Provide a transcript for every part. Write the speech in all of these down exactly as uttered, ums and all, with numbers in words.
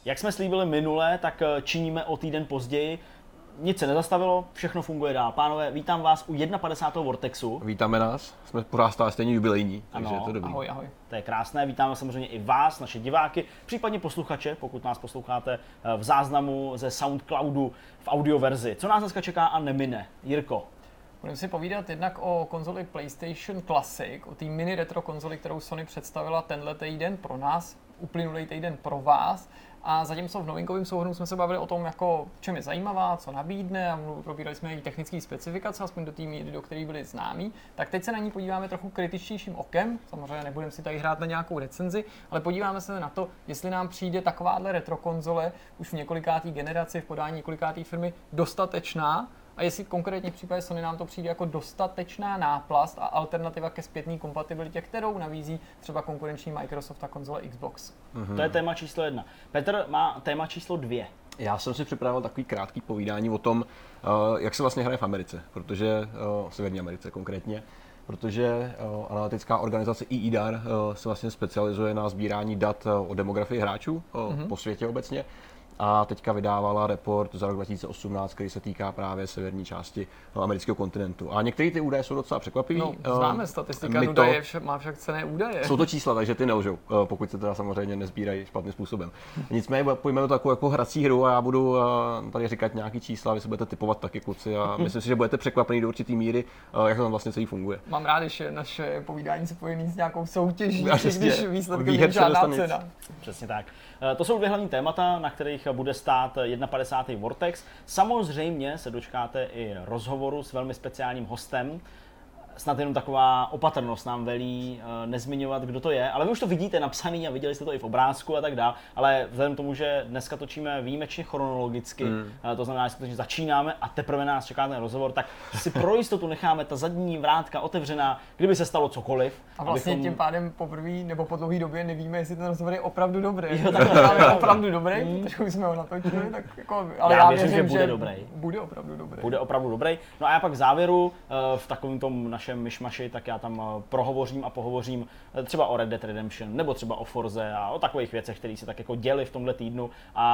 Jak jsme slíbili minule, tak činíme o týden později. Nic se nezastavilo, všechno funguje dál. Pánové, vítám vás u padesátého prvního Vortexu. Vítáme nás, jsme pořád stále stejně jubilejní, takže ano, je to dobrý. Ahoj, ahoj. To je krásné, vítáme samozřejmě i vás, naše diváky, případně posluchače, pokud nás posloucháte v záznamu ze Soundcloudu v audioverzi. Co nás dneska čeká a nemine? Jirko. Budeme si povídat jednak o konzoli PlayStation Classic, o té mini retro konzoli, kterou Sony představila tenhle týden pro nás, uplynulý týden pro vás. A zatímco v novinkovém souhrnu jsme se bavili o tom, jako, čem je zajímavá, co nabídne a probírali jsme její technické specifikace, aspoň do té míry, do které byly známý, tak teď se na ní podíváme trochu kritičtějším okem. Samozřejmě nebudeme si tady hrát na nějakou recenzi, ale podíváme se na to, jestli nám přijde takováhle retro konzole už v několikátý generaci, v podání několikátý firmy dostatečná. A jestli konkrétně v případě Sony nám to přijde jako dostatečná náplast a alternativa ke zpětné kompatibilitě, kterou nabízí třeba konkurenční Microsoft a konzole Xbox. Mm-hmm. To je téma číslo jedna. Petr má téma číslo dvě. Já jsem si připravil takový krátký povídání o tom, jak se vlastně hraje v Americe, protože v Severní Americe konkrétně, protože analytická organizace I I D A R se vlastně specializuje na sbírání dat o demografii hráčů mm-hmm. po světě obecně. A teďka vydávala report za rok dva tisíce osmnáct, který se týká právě severní části amerického kontinentu. A některé ty údaje jsou docela překvapivý. No, známe, statistika nuda je vše, má však cenné údaje. Jsou to čísla, takže ty nelžou, pokud se teda samozřejmě nezbírají špatným způsobem. Nicméně pojmeme to takovou jako hrací hru a já budu tady říkat nějaký čísla, vy se budete typovat taky, kluci, a myslím si, že budete překvapení do určitý míry, jak to tam vlastně celý funguje. Mám rád, že naše povídání se spojený s nějakou soutěží, přesně, když výsledkem je žádná cena. Přesně tak. To jsou dvě hlavní témata, na kterých bude stát padesátý první Vortex. Samozřejmě se dočkáte i rozhovoru s velmi speciálním hostem. Snad jenom taková opatrnost nám velí uh, nezmiňovat, kdo to je, ale vy už to vidíte napsaný a viděli jste to i v obrázku a tak dál, ale vzhledem k tomu, že dneska točíme výjimečně chronologicky, mm. uh, to znamená, že začínáme a teprve nás čeká ten rozhovor, tak si pro jistotu necháme ta zadní vrátka otevřená, kdyby se stalo cokoliv. A vlastně abychom... tím pádem poprvé nebo po dlouhé době nevíme, jestli ten rozhovor je opravdu dobrý. Jo, tak je opravdu dobrý, mm. protože už jsme ho natočili, tak jako, ale já, já věřím, že bude že dobrý. Bude opravdu dobrý. Bude opravdu dobrý. No a já pak v závěru uh, v takovém tom našem myšmaši, tak já tam prohovořím a pohovořím třeba o Red Dead Redemption, nebo třeba o Forze a o takových věcech, které se tak jako děly v tomhle týdnu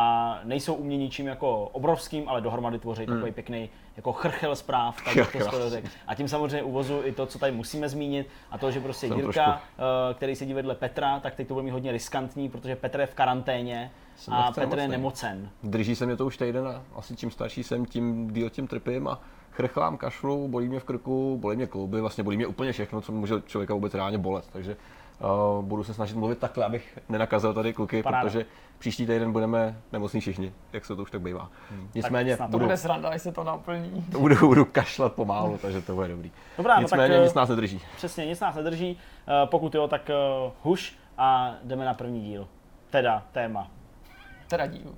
a nejsou u mě ničím jako obrovským, ale dohromady tvoří hmm. takový pěkný jako chrchel zpráv, tak bych to skoro řekl. A tím samozřejmě uvozu i to, co tady musíme zmínit, a to, že prostě jsem Jirka, trošku... který sedí vedle Petra, tak teď to bude mít hodně riskantní, protože Petr je v karanténě jsem a Petr je nemocen. Drží se mě to už týden a asi čím starší jsem, tím díl tím trpím a chrchlám, kašlu, bolí mě v krku, bolí mě klouby, vlastně bolí mě úplně všechno, co může člověka vůbec reálně bolet. Takže uh, budu se snažit mluvit takhle, abych nenakazil tady kluky, Paráda. Protože příští týden budeme nemocní všichni, jak se to už tak bývá. Hmm. Nicméně tak budu, to bude sranda, až se to naplní. Budu, budu kašlat pomálu, takže to bude dobrý. Dobrá, Nicméně no tak, nic nás nedrží. Přesně, nic nás nedrží. Uh, pokud jo, tak uh, huš a jdeme na první díl. Teda téma. Teda díl.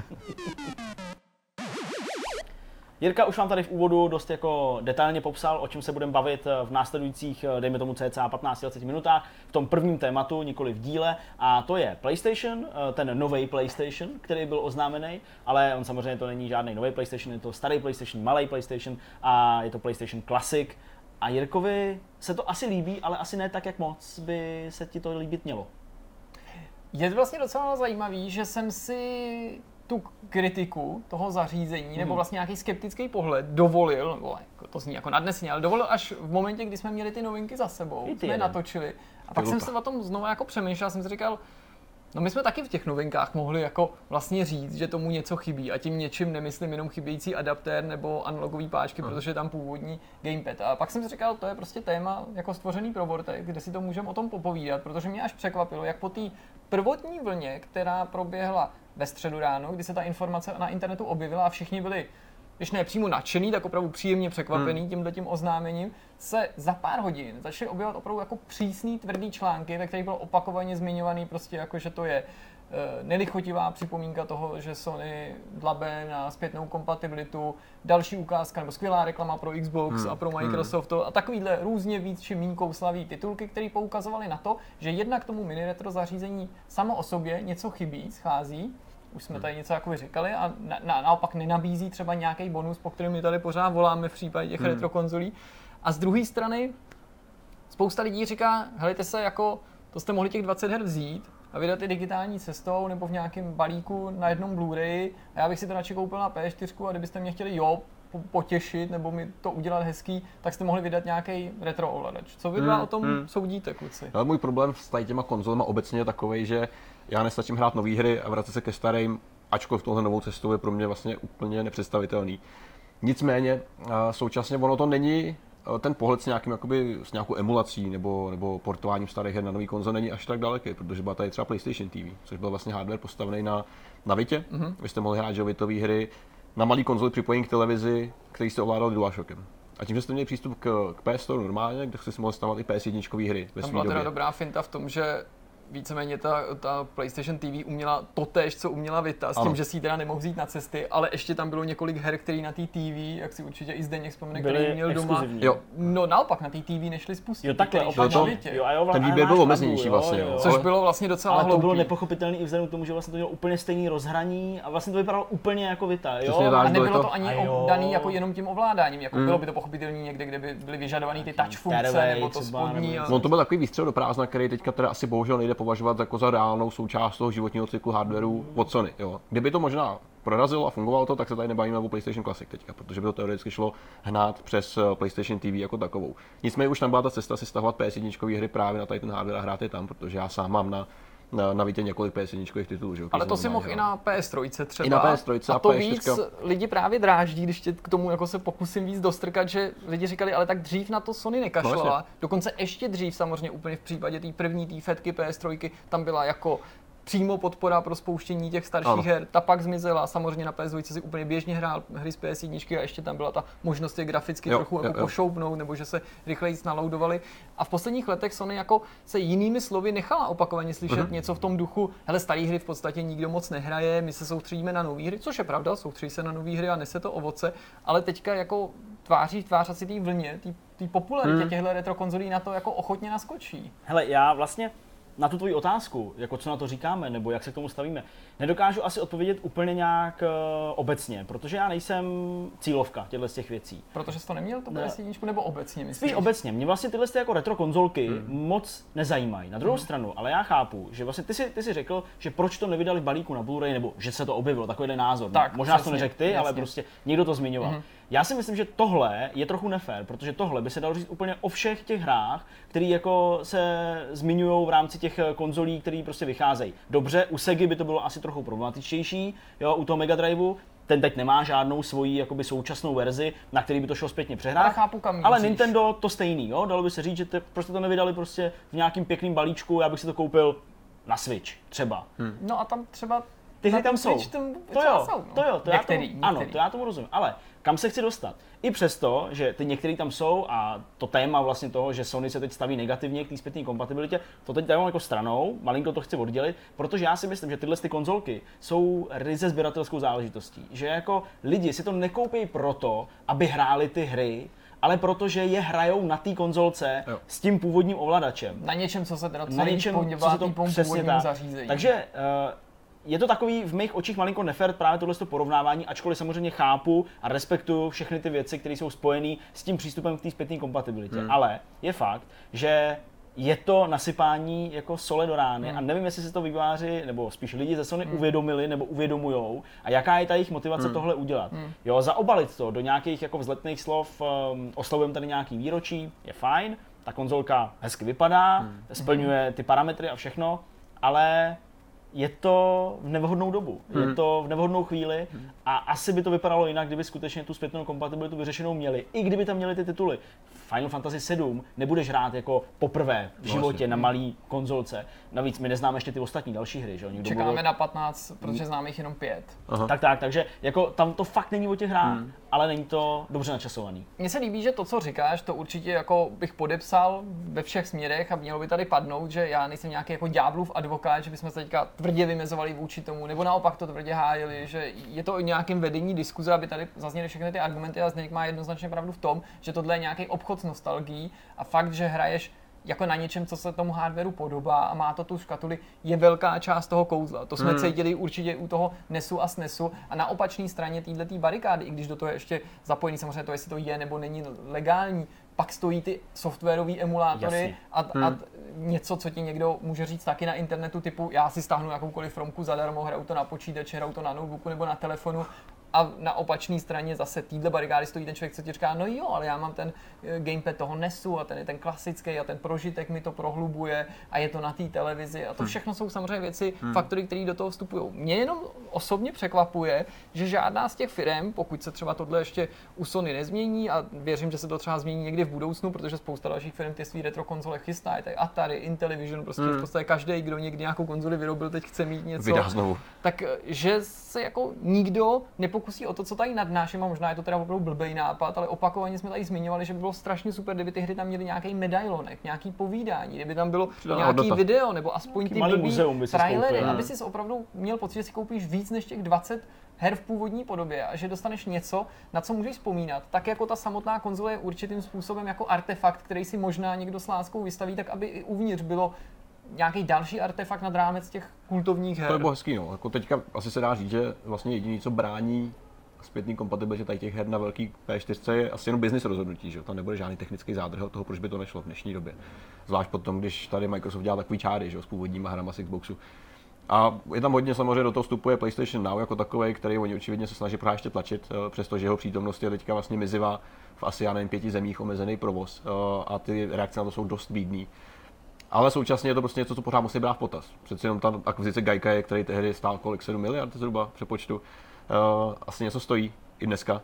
Jirka už vám tady v úvodu dost jako detailně popsal, o čem se budeme bavit v následujících, dejme tomu cca patnáct až dvacet minutách, v tom prvním tématu, nikoli v díle, a to je PlayStation, ten nový PlayStation, který byl oznámený, ale on samozřejmě to není žádný nový PlayStation, je to starý PlayStation, malý PlayStation a je to PlayStation Classic. A Jirkovi se to asi líbí, ale asi ne tak, jak moc by se ti to líbit mělo. Je to vlastně docela zajímavý, že jsem si tu kritiku toho zařízení, hmm. nebo vlastně nějaký skeptický pohled dovolil, nebo to zní jako nadnesně, ale dovolil až v momentě, kdy jsme měli ty novinky za sebou, jsme je natočili. A pak jsem se o tom znovu jako přemýšlel, jsem si říkal, no my jsme taky v těch novinkách mohli jako vlastně říct, že tomu něco chybí, a tím něčím nemyslím jenom chybějící adaptér nebo analogový páčky, hmm. protože je tam původní gamepad. A pak jsem si říkal, to je prostě téma jako stvořený pro Vortex, kde si to můžeme o tom popovídat, protože mě až překvapilo, jak po té prvotní vlně, která proběhla ve středu ráno, kdy se ta informace na internetu objevila a všichni byli, když ne přímo nadšený, tak opravdu příjemně překvapený hmm. tímhletím oznámením, se za pár hodin začaly objevovat opravdu jako přísný, tvrdý články, ve kterých bylo opakovaně zmiňovaný prostě jako, že to je uh, nelichotivá připomínka toho, že Sony dlabe na zpětnou kompatibilitu, další ukázka nebo skvělá reklama pro Xbox hmm. a pro Microsoft hmm. a takovýhle různě víc či míň kouslavý titulky, které poukazovaly na to, že jednak tomu mini retro zařízení samo o sobě něco chybí, schází. Už jsme tady něco jako říkali a na, na, naopak nenabízí třeba nějaký bonus, po kterém my tady pořád voláme v případě těch hmm. retro konzolí. A z druhé strany spousta lidí říká, helejte se, jako to jste mohli těch dvacet her vzít a vydat i digitální cestou nebo v nějakém balíku na jednom Blu-ray a já bych si to radši koupil na P S čtyři a kdybyste mě chtěli jo, potěšit nebo mi to udělat hezký, tak jste mohli vydat nějaký retro ovladač. Co vy dva hmm, o tom hmm. soudíte, kluci? Ale můj problém s tady těma konzolema obecně je takovej, že já nestačím hrát nové hry a vracet se ke starým, ačkoliv tohle novou cestou je pro mě vlastně úplně nepředstavitelný. Nicméně současně ono to není ten pohled s, nějakým, jakoby, s nějakou emulací nebo, nebo portováním starých her na nový konzol není až tak daleký, protože byla tady třeba PlayStation T V, což byl vlastně hardware postavený na, na Vitě. Mm-hmm. Vy jste mohli hrát že Vitové hry na malý konzoli připojení k televizi, který jste ovládali DualShockem. A tím, že jste měli přístup k, k P S Store normálně, kde jste si mohli stávat i P S jedna hry ve Tam svý byla teda době. dobrá finta v tom, že víceméně ta, ta PlayStation T V uměla totéž, co uměla Vita, s tím, ano. že si ji teda nemohl vzít na cesty, ale ještě tam bylo několik her, které na té T V, jak si určitě i Zdeněk vzpomene, který měl doma. Jo. No naopak, na té T V nešli spustit. Jo, takhle, opak to, na Vitě. Jo, a jo, ten výběr byl omezenější vlastně. Jo, jo. Což bylo vlastně docela ale hloupý. to bylo nepochopitelné i vzhledem k tomu, že vlastně to mělo úplně stejný rozhraní a vlastně to vypadalo úplně jako Vita. Jo? Přesně, a tak, nebylo to, to ani daný jako jenom tím ovládáním, jako mm. bylo by to pochopitelné někde, kde by byly vyžadované ty touch funkce nebo to spodní. No to byl takový výstřel do prázdna, který teďka teda asi bohužel nejde považovat jako za reálnou součást toho životního cyklu hardwareu od Sony. Jo. Kdyby to možná prorazilo a fungovalo to, tak se tady nebavíme o PlayStation Classic teďka, protože by to teoreticky šlo hnát přes PlayStation T V jako takovou. Nicméně už tam byla ta cesta si stahovat P S jedna hry právě na tady ten hardware a hrát je tam, protože já sám mám na na, na Vítě několik P S jedna titulů. Že? Ale to si mohl i na P S tři třeba. I na P S tři a to P S čtyři. Víc lidi právě dráždí, když tě k tomu jako se pokusím víc dostrkat, že lidi říkali, ale tak dřív na to Sony nekašlala. No, dokonce ještě dřív, samozřejmě úplně v případě té první té fetky P S tři, tam byla jako přímo podpora pro spouštění těch starších ano. her, ta pak zmizela, samozřejmě na P S dva si úplně běžně hrál hry z P S jedna a ještě tam byla ta možnost je graficky jo, trochu jo, jako jo. pošoupnout, nebo že se rychleji naloadovali. A v posledních letech Sony jako se jinými slovy nechala opakovaně slyšet uh-huh. něco v tom duchu, hele, staré hry v podstatě nikdo moc nehraje, my se soustředíme na nové hry, což je pravda, soustředí se na nové hry a nese to ovoce, ale teďka jako tváří tvář asi té vlně, té popularitě hmm. těchto retro konzolí na to jako ochotně naskočí. Hele, já vlastně na tu tvoji otázku, jako co na to říkáme, nebo jak se k tomu stavíme, nedokážu asi odpovědět úplně nějak uh, obecně, protože já nejsem cílovka těchto z těch věcí. Protože jsi to neměl, to P S jedna, nebo obecně myslíš? Spíš obecně. Mě vlastně tyhle jako retro konzolky hmm. moc nezajímají. Na druhou hmm. stranu, ale já chápu, že vlastně ty si, ty si řekl, že proč to nevydali v balíku na Blu-ray, nebo že se to objevilo, takovýhle názor. Tak, možná přesně, to neřekl ty, jasně. ale prostě někdo to zmiňoval. Hmm. Já si myslím, že tohle je trochu nefér, protože tohle by se dalo říct úplně o všech těch hrách, které jako se zmiňují v rámci těch konzolí, které prostě vycházejí. Dobře, u Sega by to bylo asi trochu problematičtější, jo, u toho Mega Driveu. Ten teď nemá žádnou svoji jakoby současnou verzi, na který by to šlo zpětně přehrát. Ale chápu, kam ale Nintendo to stejný, jo? Dalo by se říct, že te, prostě to nevydali prostě v nějakým pěkným balíčku, já bych si to koupil na Switch třeba. Hmm. No a tam třeba ty hry tam jsou. Tam to jo, jsou, no. to jo, to některý, já tomu, některý. Ano, to já tomu rozumím, ale kam se chci dostat? I přesto, že ty některý tam jsou a to téma vlastně toho, že Sony se teď staví negativně k té zpětné kompatibilitě, to teď dávám jako stranou, malinko to chci oddělit, protože já si myslím, že tyhle ty konzolky jsou ryze sběratelskou záležitostí, že jako lidi si to nekoupí proto, aby hráli ty hry, ale protože je hrajou na té konzolce jo. s tím původním ovladačem. Na něčem, co se teda na něčem, co se to přesně tak. zařízení. Takže uh, je to takový v mých očích malinko nefér právě tohle porovnávání, ačkoliv samozřejmě chápu a respektuju všechny ty věci, které jsou spojené s tím přístupem k té zpětné kompatibilitě. Hmm. Ale je fakt, že je to nasypání jako sole do rány hmm. a nevím, jestli si to vývojáři nebo spíš lidi ze Sony hmm. uvědomili nebo uvědomujou a jaká je ta jejich motivace hmm. tohle udělat. Hmm. Jo, zaobalit to do nějakých jako vzletných slov, um, oslavujeme tady nějaký výročí, je fajn, ta konzolka hezky vypadá, hmm. splňuje ty parametry a všechno, ale je to v nevhodnou dobu, hmm. je to v nevhodnou chvíli a asi by to vypadalo jinak, kdyby skutečně tu zpětnou kompatibilitu vyřešenou měli, i kdyby tam měli ty tituly. Final Fantasy sedm nebudeš hrát jako poprvé v životě vlastně. Na malý konzolce. Navíc my neznáme ještě ty ostatní další hry, že jo? Čekáme bude... na patnáct, protože známe jich jenom pět. Aha. Tak tak, takže jako tam to fakt není o těch hrách, hmm. ale není to dobře načasovaný. Mně se líbí, že to, co říkáš, to určitě jako bych podepsal ve všech směrech a mělo by tady padnout, že já nejsem nějaký jako ďáblův advokát, že bychom se teďka tvrdě vymezovali vůči tomu, nebo naopak to tvrdě hájili, že je to o nějakém vedení diskuze, aby tady zazněly všechny ty argumenty a Zdeněk má jednoznačně pravdu v tom, že tohle je nějaký obchod s nostalgií a fakt, že hraješ jako na něčem, co se tomu hardwareu podobá a má to tu škatuli, je velká část toho kouzla. To jsme hmm. cítili určitě u toho NESu a SNESu a na opačné straně této barikády, i když do toho je ještě zapojený samozřejmě to, jestli to je nebo není legální, pak stojí ty softwarové emulátory a, hmm. a něco, co ti někdo může říct taky na internetu, typu já si stáhnu jakoukoliv romku zadarmo, hraju to na počítači, hraju to na notebooku nebo na telefonu. A na opačné straně zase týhle barikády stojí ten člověk, co ti říká, no jo, ale já mám ten gamepad toho NESu a ten je ten klasický a ten prožitek mi to prohlubuje a je to na té televizi a to všechno jsou samozřejmě věci, hmm. faktory, které do toho vstupují. Mě jenom osobně překvapuje, že žádná z těch firm, pokud se třeba tohle ještě u Sony nezmění a věřím, že se to třeba změní někdy v budoucnu, protože spousta dalších firm ty svý retro konzole chystají, tak Atari, Intellivision, prostě hmm. v podstatě každý, kdo někdy nějakou konzoli vyrobil, teď chce mít něco. Vydá znovu. Tak že se jako nikdo nepokusí o to, co tady nadnáším, a možná je to teda opravdu blbej nápad, ale opakovaně jsme tady zmiňovali, že by bylo strašně super, kdyby ty hry tam měly nějaký medailonek, nějaký povídání, kdyby tam bylo Přidaná nějaký hodnota. video, nebo aspoň ty blbý trailery, skoupil, aby si opravdu měl pocit, že si koupíš víc než těch dvacet her v původní podobě a že dostaneš něco, na co můžeš vzpomínat. Tak jako ta samotná konzole je určitým způsobem jako artefakt, který si možná někdo s láskou vystaví, tak aby i uvnitř bylo nějaký další artefakt nad rámec těch kultovních her. To je bylo hezký, no. Jako teďka asi se dá říct, že vlastně jediný, co brání zpětný kompatibilitě tady těch her na velký P čtyři je asi jenom business rozhodnutí, že tam nebude žádný technický zádrhel od toho, proč by to nešlo v dnešní době. Zvlášť potom, když tady Microsoft dělá takový čáry, že s původníma hrama z Xboxu. A je tam hodně samozřejmě do toho vstupuje PlayStation Now jako takovej, který oni očividně se snaží pořád ještě tlačit, přestože jeho přítomnost je teďka vlastně mizivá v asi já nevím pěti zemích omezený provoz a ty reakce na to jsou dost bídný. Ale současně je to prostě něco, co pořád musí brát v potaz. Přeci jenom ta akvizice Gaikai, který tehdy stál kolik sedm miliard zhruba přepočtu, uh, asi něco stojí i dneska.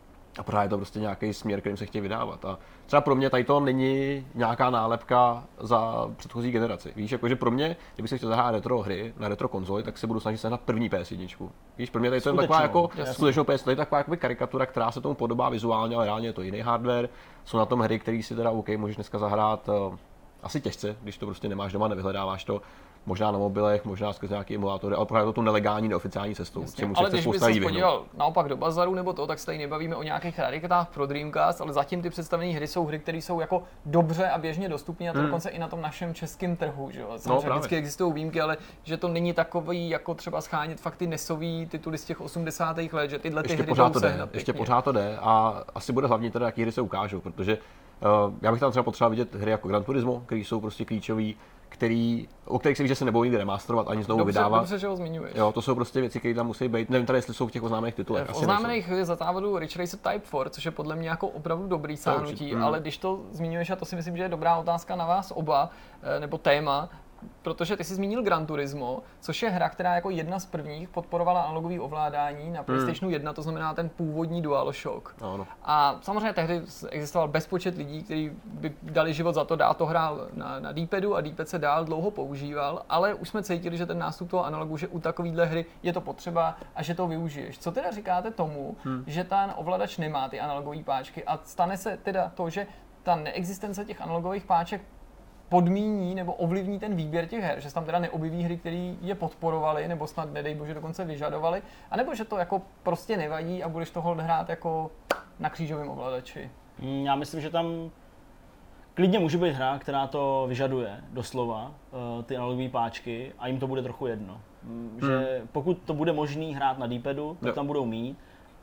A pořád je to prostě nějaký směr, kterým se chtějí vydávat. A třeba pro mě tady to není nějaká nálepka za předchozí generaci. Víš, jakože pro mě, kdybych se chtěl zahrát retro hry na retro konzoli, tak se budu snažit sehnat první P S jedna. Víš, pro mě tady to je taková jako skutečnou P S, to je taková jako karikatura, která se tomu podobá vizuálně, ale reálně je to jiný hardware. Jsou na tom hry, které si teda OK, můžeš dneska zahrát uh, asi těžce, když to prostě nemáš doma, nevyhledáváš to. Možná na mobilech, možná skrz nějaký emulátory, ale právě to tu nelegální, neoficiální cestou, Jasně, čemu se ale chce když by spousta se lidí podíval naopak do bazaru nebo to, tak se tady nebavíme o nějakých raritách pro Dreamcast, ale zatím ty představené hry jsou hry, které jsou jako dobře a běžně dostupné, a to hmm. dokonce i na tom našem českém trhu, že jo. Samozřejmě no, vždycky existují výjimky, ale že to není takový jako třeba schánět fakt ty nesový tituly z těch osmdesátých let, že tyhle ty ještě hry pořád to jdou jde, ještě pořád to jde a asi bude hlavně teda, jaký hry se ukážou, protože uh, já bych tam třeba potřeboval vidět hry jako Gran Turismo, které jsou prostě klíčové, který, o kterých si víš, že se nebudou nikdy remasterovat ani znovu dobře, vydávat. Dobře, že ho zmiňuješ. Jo, to jsou prostě věci, které tam musí být. Nevím tady, jestli jsou v těch oznámených titulech. V oznámených je za závodu Ridge Racer Type čtyři, což je podle mě jako opravdu dobrý sáhnutí, hmm. ale když to zmiňuješ, a to si myslím, že je dobrá otázka na vás oba, nebo téma, protože ty jsi zmínil Gran Turismo, což je hra, která jako jedna z prvních podporovala analogové ovládání na PlayStationu hmm. jedna, to znamená ten původní DualShock. Ano. A samozřejmě tehdy existoval bezpočet lidí, kteří by dali život za to, dát to hrál na, na D-padu a D-pad se dál dlouho používal, ale už jsme cítili, že ten nástup toho analogu, že u takovýhle hry je to potřeba a že to využiješ. Co teda říkáte tomu, hmm. že ten ovladač nemá ty analogové páčky a stane se teda to, že ta neexistence těch analogových páček podmíní nebo ovlivní ten výběr těch her, že se tam teda neobjeví hry, které je podporovaly, nebo snad nedej bože dokonce vyžadovaly, anebo že to jako prostě nevadí a budeš toho hrát jako na křížovém ovladači? Já myslím, že tam klidně může být hra, která to vyžaduje doslova, ty analogové páčky, a jim to bude trochu jedno. Že hmm. pokud to bude možný hrát na D-padu, tak jo. tam budou mít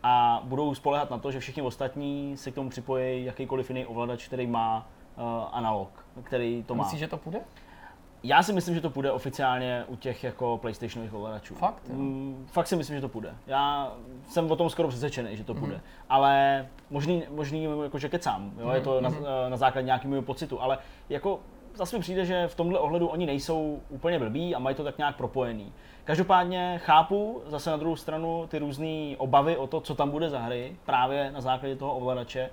a budou spoléhat na to, že všichni ostatní si k tomu připojí jakýkoliv jiný ovladač, který má uh, analog, který to má. Myslíš, že to půjde? Já si myslím, že to půjde oficiálně u těch jako PlayStationových ovladačů. Fakt? Mm, fakt si myslím, že to půjde. Já jsem o tom skoro přesvědčený, že to půjde. Mm. Ale možný, možný jako že kecám, jo? Mm. Je to na, na základě nějakého pocitu, ale jako zase mi přijde, že v tomhle ohledu oni nejsou úplně blbí a mají to tak nějak propojený. Každopádně chápu zase na druhou stranu ty různé obavy o to, co tam bude za hry, právě na základě toho ovladače.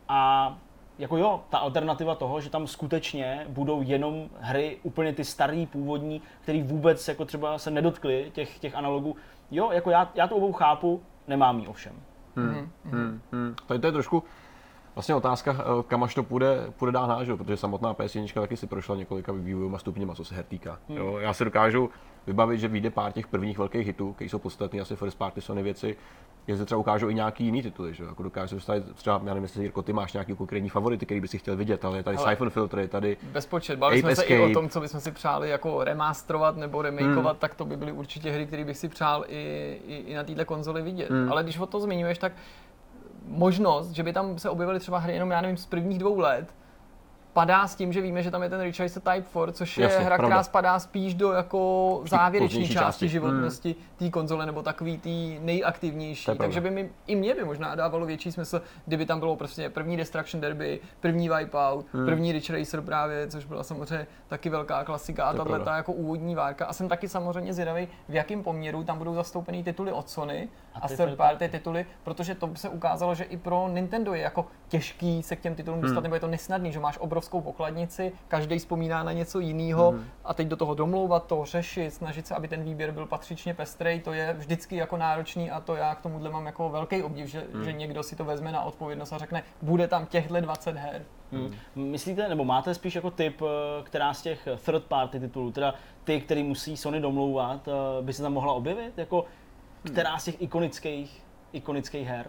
A jako jo, ta alternativa toho, že tam skutečně budou jenom hry úplně ty starý, původní, který vůbec jako třeba se nedotkly těch, těch analogů. Jo, jako já, já tu obavu chápu, nemám ji ovšem. Hmm, hmm, hmm. Tady to je trošku Vlastně otázka, kam až to půjde, půjde dál náš, protože samotná P S jedna taky si prošla několika vývojovými stupněma, co se her týká. Hmm. Jo, já si dokážu vybavit, že vyjde pár těch prvních velkých hitů, které jsou podstatné asi first party Sony věci, že se třeba ukážou i nějaký jiný tituly, že? Jako dokážu se představit, třeba, já nevím, jestli Jirko, ty máš nějaký konkrétní favority, který by si chtěl vidět, ale je tady ale Siphon Filter, je tady bezpočet, bavili jsme se i o tom, co bychom si přáli jako remasterovat nebo remakeovat, hmm. tak to by byly určitě hry, které bych si přál i, i, i na této konzoli vidět. Hmm. Ale když o to zmiňuješ, tak možnost, že by tam se objevily třeba hry jenom, já nevím, z prvních dvou let, padá s tím, že víme, že tam je ten Ridge Racer Type čtyři, což je Jasně, hra, pravda. která spadá spíš do jako závěrečné části, části životnosti hmm. té konzole, nebo takový tý nejaktivnější. Takže by mi, i mě by možná dávalo větší smysl, kdyby tam bylo prostě první Destruction Derby, první Wipeout, hmm. první Ridge Racer právě, což byla samozřejmě taky velká klasika a tahle ta jako úvodní várka. A jsem taky samozřejmě zvědavý, v jakém poměru tam budou zastoupený tituly od Sony a, a third party tituly, protože to se ukázalo, že i pro Nintendo je jako těžký se k těm titulům dostat, hmm. nebo je to nesnadný, že máš obrovskou pokladnici, každý vzpomíná na něco jiného hmm. a teď do toho domlouvat to, řešit, snažit se, aby ten výběr byl patřičně pestrej, to je vždycky jako náročný a to já k tomuhle mám jako velký obdiv, že, hmm. že někdo si to vezme na odpovědnost a řekne, bude tam těchto dvacet her. Hmm. Myslíte, nebo máte spíš jako tip, která z těch third party titulů, teda ty, který musí Sony domlouvat, by se tam mohla objevit? Jako, která z těch ikonických, ikonických her?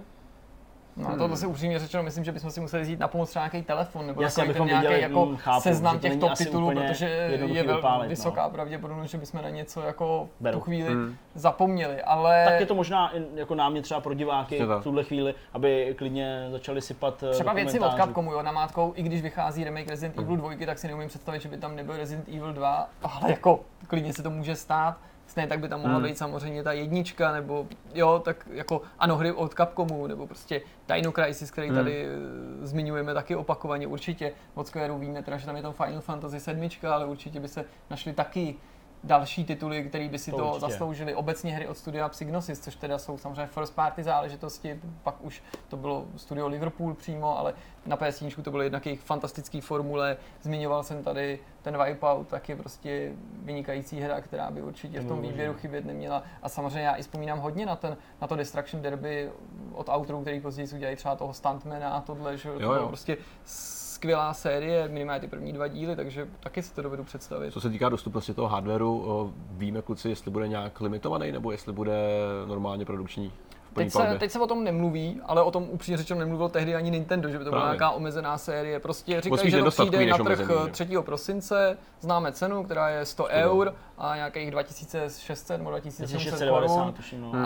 No a tohle si upřímně řečeno, myslím, že bychom si museli vzít na pomoc třeba nějaký telefon nebo Jasně, takový nějaký viděli, jako hm, chápu, seznam těch top titulů, protože je vypálit, vysoká no. pravděpodobnost, že bychom na něco jako v Beru. tu chvíli hmm. zapomněli, ale... Tak je to možná jako námět třeba pro diváky v tuhle chvíli, aby klidně začali sypat třeba věci od Capcomu, jo, namátkou, i když vychází remake Resident hmm. Evil dva, tak si neumím představit, že by tam nebyl Resident Evil dva, ale jako klidně se to může stát. Stejně tak by tam mohla hmm. být samozřejmě ta jednička, nebo jo, tak jako ano, hry od Capcomu, nebo prostě Dino Crisis, který hmm. tady uh, zmiňujeme taky opakovaně, určitě od Squareu víme teda, že tam je tam Final Fantasy sedm, ale určitě by se našly taky další tituly, které by si to, to zasloužily. Obecně hry od studia Psygnosis, což teda jsou samozřejmě first party záležitosti, pak už to bylo studio Liverpool přímo, ale na P S jedna to bylo jednak jejich fantastický formule. Zmiňoval jsem tady ten Wipeout, tak je prostě vynikající hra, která by určitě v tom výběru chybět neměla. A samozřejmě já i vzpomínám hodně na, ten, na to Destruction Derby od autorů, který později udělají třeba toho Stuntmana a tohle, že jo, to bylo prostě skvělá série, minimálně ty první dva díly, takže taky si to dovedu představit. Co se týká dostupnosti toho hardwareu, víme kluci, jestli bude nějak limitovaný, nebo jestli bude normálně produkční? Teď se, teď se o tom nemluví, ale o tom upřímně řečeno nemluvil tehdy ani Nintendo, že by to byla nějaká omezená série. Prostě říkají, že to přijde na trh třetího prosince, známe cenu, která je sto eur a nějakých dva tisíce šest set nebo dva tisíce sedm set korun.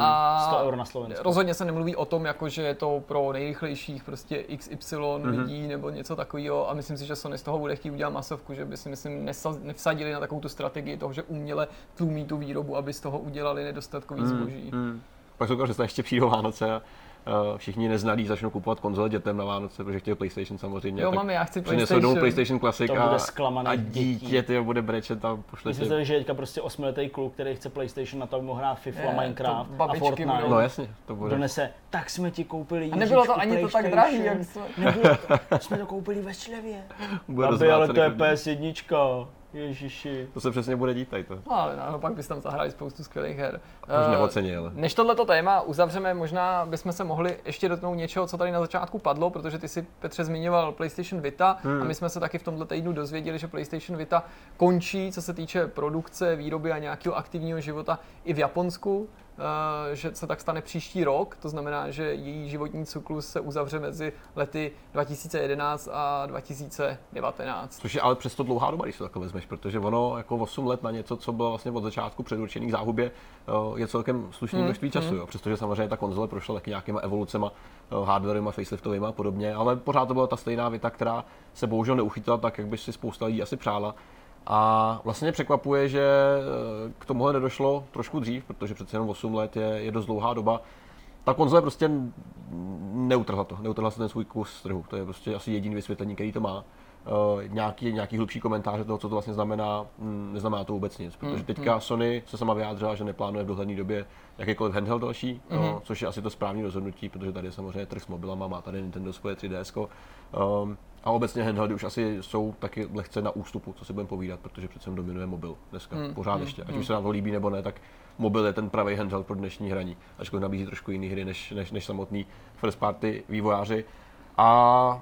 A sto eur na Slovensku. Rozhodně se nemluví o tom, jako, že je to pro nejrychlejších prostě iks ypsilon mm-hmm. lidí nebo něco takového a myslím si, že Sony z toho bude chtít udělat masovku, že by si myslím nevsadili na takovou tu strategii toho, že uměle tlumí tu výrobu, aby z toho udělali nedostatkový mm, zboží. Mm. Pak jsou že ještě přijdou Vánoce a uh, všichni neznalí začnou kupovat konzole dětem na Vánoce, protože chtějí PlayStation samozřejmě. Jo, mami, já chci PlayStation. Přinesou domů PlayStation Classic a, a dítě ty bude brečet a pošle si. Myslím, že teďka prostě osmiletý kluk, který chce PlayStation na to, aby mohl hrát FIFA, je, Minecraft a Fortnite. Budou. No jasně, to bude. Donese, tak jsme ti koupili Ježíčku, a nebylo to ani to tak drahý, jak jsme. Nebylo to, jsme to koupili ve slevě. Aby, ale to je P S jedna. Ježiši. To se přesně bude dít tady to. No ale no, pak bys tam zahráli spoustu skvělých her. Už neocení, ale. Než tohleto téma uzavřeme, možná bychom se mohli ještě dotknout něčeho, co tady na začátku padlo, protože ty si, Petře, zmiňoval PlayStation Vita hmm. a my jsme se taky v tomhle týdnu dozvěděli, že PlayStation Vita končí, co se týče produkce, výroby a nějakého aktivního života i v Japonsku. Uh, že se tak stane příští rok, to znamená, že její životní cyklus se uzavře mezi lety dva tisíce jedenáct a dva tisíce devatenáct. Což je ale přesto dlouhá doba, když to takhle vezmeš, protože ono jako osm let na něco, co bylo vlastně od začátku předurčený k záhubě, uh, je celkem slušný množství mm, času, mm. jo. Přestože samozřejmě ta konzole prošla taky nějakýma evolucema, uh, hardwarema, faceliftovými a podobně, ale pořád to byla ta stejná Vita, která se bohužel neuchytila tak, jak by si spousta lidí asi přála. A vlastně překvapuje, že k tomuhle nedošlo trošku dřív, protože přece jenom osm let je, je dost dlouhá doba. Ta konzole prostě neutrhla to, neutrhla se ten svůj kus z trhu. To je prostě asi jediný vysvětlení, který to má. Uh, nějaký, nějaký hlubší komentáře toho, co to vlastně znamená, mm, neznamená to vůbec nic, protože teďka mm. Sony se sama vyjádřila, že neplánuje v dohledné době jakýkoliv handheld další, mm. no, což je asi to správné rozhodnutí, protože tady je samozřejmě trh s mobilama, má tady Nintendo svoje tři D S ko. Um, a obecně handheldy už asi jsou taky lehce na ústupu, co si budeme povídat, protože přece dominuje mobil dneska, mm. pořád mm. ještě. Ať mm. už se nám to líbí nebo ne, tak mobil je ten pravý handheld pro dnešní hraní, ačkoliv nabízí trošku jiné hry než, než, než samotný first party vývojáři. A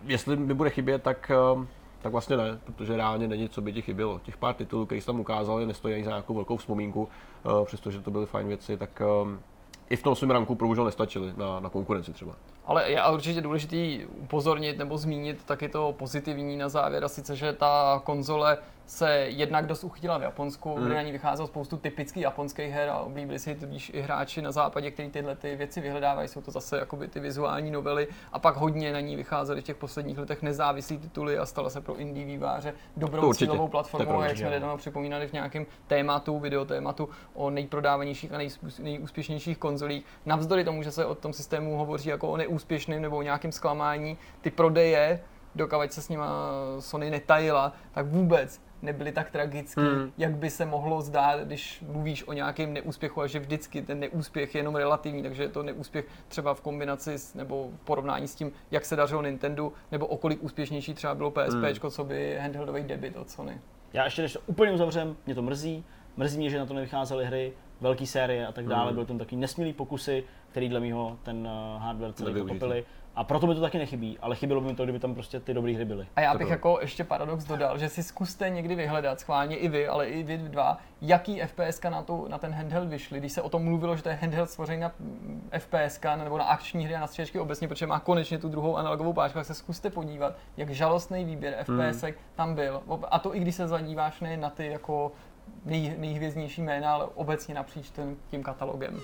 jestli mi bude chybět, tak, tak vlastně ne, protože reálně není, co by ti chybělo. Těch pár titulů, který jsi tam ukázali, nestojí ani za nějakou velkou vzpomínku, přestože to byly fajn věci, tak i v tom svém ranku bohužel nestačili na, na konkurenci třeba. Ale je určitě důležitý upozornit nebo zmínit taky to pozitivní na závěr, a sice, že ta konzole se jednak dost uchytila v Japonsku, mm. kde na ní vycházelo spoustu typických japonských her a oblíbili si tudíž i hráči na západě, kteří tyhle ty věci vyhledávají, jsou to zase jakoby ty vizuální novely, a pak hodně na ní vycházely v těch posledních letech nezávislý tituly a stala se pro indie výváře dobrou cílovou platformou, jak jsme nedávno připomínali v nějakém tématu, videotématu o nejprodávanějších a nejúspěšnějších konzolích. Navzdory tomu, že se o tom systému hovoří jako o neúspěšném nebo o nějakém zklamání, ty prodeje, dokud se s nima Sony netajila, tak vůbec nebyly tak tragický, hmm. jak by se mohlo zdát, když mluvíš o nějakém neúspěchu, a že vždycky ten neúspěch je jenom relativní, takže je to neúspěch třeba v kombinaci s, nebo v porovnání s tím, jak se dařilo Nintendo, nebo o kolik úspěšnější třeba bylo PSPčko, hmm. co by handheldový debut od Sony. Já ještě, než to úplně uzavřem, mě to mrzí, mrzí mě, že na to nevycházely hry, velké série a tak dále, hmm. byly tam takový nesmělý pokusy, který dle mýho ten hardware celý pokopili. A proto mi to taky nechybí, ale chybělo by mi to, kdyby tam prostě ty dobré hry byly. A já bych jako ještě paradox dodal, že si zkuste někdy vyhledat, schválně i vy, ale i vy dva, jaký FPSka na, tu, na ten handheld vyšly. Když se o tom mluvilo, že to je handheld stvořený na FPSka nebo na akční hry a na střílečky obecně, protože má konečně tu druhou analogovou páčku, tak se zkuste podívat, jak žalostný výběr FPSek hmm. tam byl. A to i když se zadíváš ne na ty jako nej, nejhvězdnější jména, ale obecně napříč ten, tím katalogem.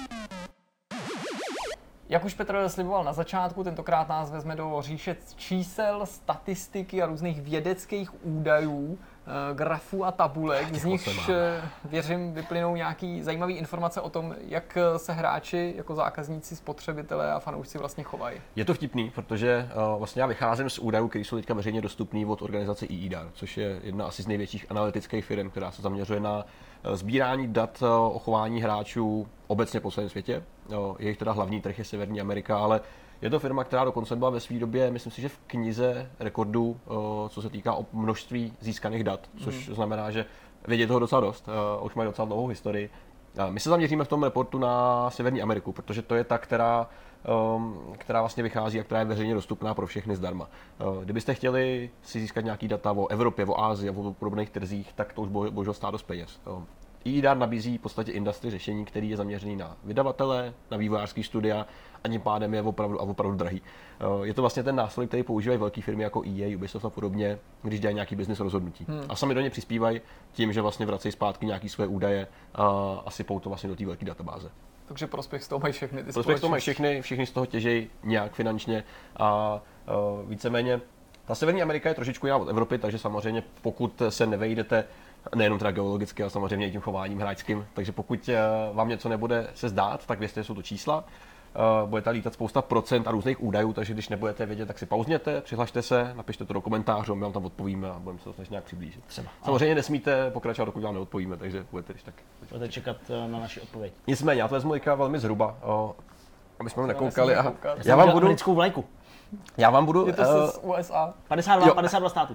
Jak už Petr sliboval na začátku, tentokrát nás vezme do říše čísel, statistiky a různých vědeckých údajů, grafů a tabulek, z nichž věřím vyplynou nějaký zajímavý informace o tom, jak se hráči jako zákazníci, spotřebitelé a fanoušci vlastně chovají. Je to vtipný, protože uh, vlastně já vycházím z údajů, které jsou teďka veřejně dostupný od organizace I I D A R, což je jedna asi z největších analytických firm, která se zaměřuje na sbírání dat o chování hráčů obecně po celém světě. Jejich teda hlavní trh je Severní Amerika, ale je to firma, která dokonce byla ve své době, myslím si, že v knize rekordů, co se týká o množství získaných dat, což hmm. znamená, že vědí toho docela dost, už mají docela dlouhou historii. My se zaměříme v tom reportu na Severní Ameriku, protože to je ta, která, která vlastně vychází a která je veřejně dostupná pro všechny zdarma. Kdybyste chtěli si získat nějaký data o Evropě, o Asii a o podobných trzích, tak to už bohužel stát dost peněz. I I D A R nabízí v podstatě industry řešení, který je zaměřený na vydavatele, na vývojářský studia, a tím pádem je opravdu a opravdu drahý. Je to vlastně ten nástroj, který používají velké firmy jako E A, Ubisoft a podobně, když dělají nějaký business rozhodnutí. Hmm. A sami do ně přispívají tím, že vlastně vracejí zpátky nějaké své údaje a sypou to vlastně do té velké databáze. Takže prospěch z toho mají všechny ty Prospěch z toho mají všechny, všichni z toho těžejí nějak finančně a uh, víceméně ta Severní Amerika je trošičku jiná od Evropy, takže samozřejmě pokud se nevejdete nejenom teda geologicky, ale samozřejmě i tím chováním hráčským, takže pokud uh, vám něco nebude se zdát, tak věřte, že jsou to čísla. Uh, budete lítat spousta procent a různých údajů, takže když nebudete vědět, tak si pauzněte, přihlašte se, napište to do komentářů, my vám tam odpovíme a budeme se to snažit nějak přiblížit. Třeba. Samozřejmě nesmíte pokračovat, dokud vám neodpovíme, takže budete když tak. Budete čekat na naši odpověď. Nicméně, já to vezmu velmi zhruba, uh, aby jsme nekoukali. A já vám budu americkou vlajku. Já vám budu. Je to uh, z U S A. padesát dva, padesát dva států.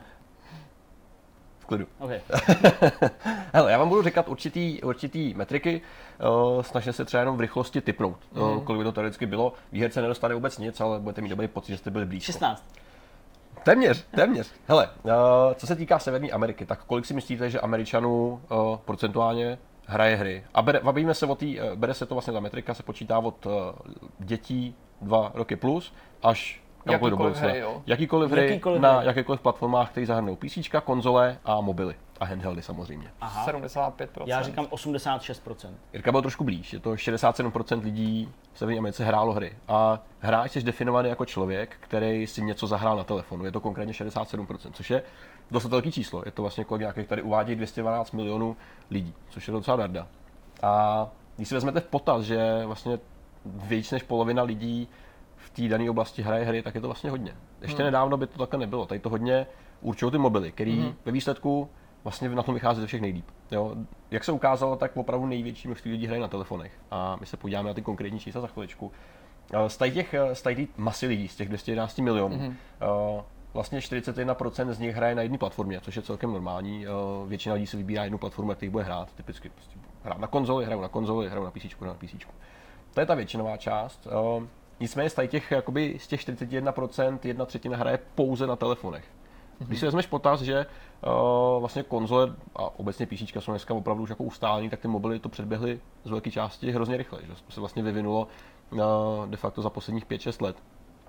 V klidu. Okay. Hele, já vám budu říkat určitý, určitý metriky, uh, snažím se třeba jenom v rychlosti tipnout, mm. uh, kolik by to teoreticky bylo. Výherce nedostane vůbec nic, ale budete mít dobrý pocit, že jste byli blízko. šestnáct. Téměř, téměř. Hele, uh, co se týká Severní Ameriky, tak kolik si myslíte, že Američanů uh, procentuálně hraje hry? A bere, bavíme se o tý, uh, bere se to vlastně ta metrika, se počítá od uh, dětí dva roky plus až jakýkoliv hry, jo. Jakýkoliv hry jakýkoliv na hry. jakýkoliv platformách, které zahrnou PCčka, konzole a mobily. A handheldy samozřejmě. Aha. sedmdesát pět procent. Já říkám osmdesát šest procent. Jirka byl trošku blíž, je to šedesát sedm procent lidí v Severní Americe hrálo hry. A hráč je definovaný jako člověk, který si něco zahrál na telefonu. Je to konkrétně šedesát sedm procent, což je dost velký číslo. Je to vlastně kolik nějakých tady uvádí dvě stě dvanáct milionů lidí, což je docela darda. A když si vezmete v potaz, že vlastně víc než polovina lidí v té dané oblasti hraje hry, tak je to vlastně hodně. Ještě hmm. nedávno by to takhle nebylo. Tady to hodně určují ty mobily, který hmm. ve výsledku vlastně na tom vychází ze všech nejlíp. Jo? Jak se ukázalo, tak opravdu největší množství lidí hraje na telefonech. A my se podíváme na ty konkrétní čísla za chviličku. Z tady těch z tady masy lidí, z těch dvě stě jedenáct milionů, hmm. vlastně čtyřicet jedna procent z nich hraje na jedné platformě, což je celkem normální. Většina lidí si vybírá jednu platformu, jak bude hrát. Typicky prostě hrát na konzoli, hrajou na konzoli, hrajou na PCčku, hrajou na PCčku. To je ta většinová část. Nicméně z těch, jakoby, z těch čtyřicet jedna procent jedna třetina hraje pouze na telefonech. Když si vezmeš potaz, že uh, vlastně konzole a obecně PCčka jsou dneska opravdu už jako ustálený, tak ty mobily to předběhly z velké části hrozně rychle, že to se vlastně vyvinulo uh, de facto za posledních pět šest let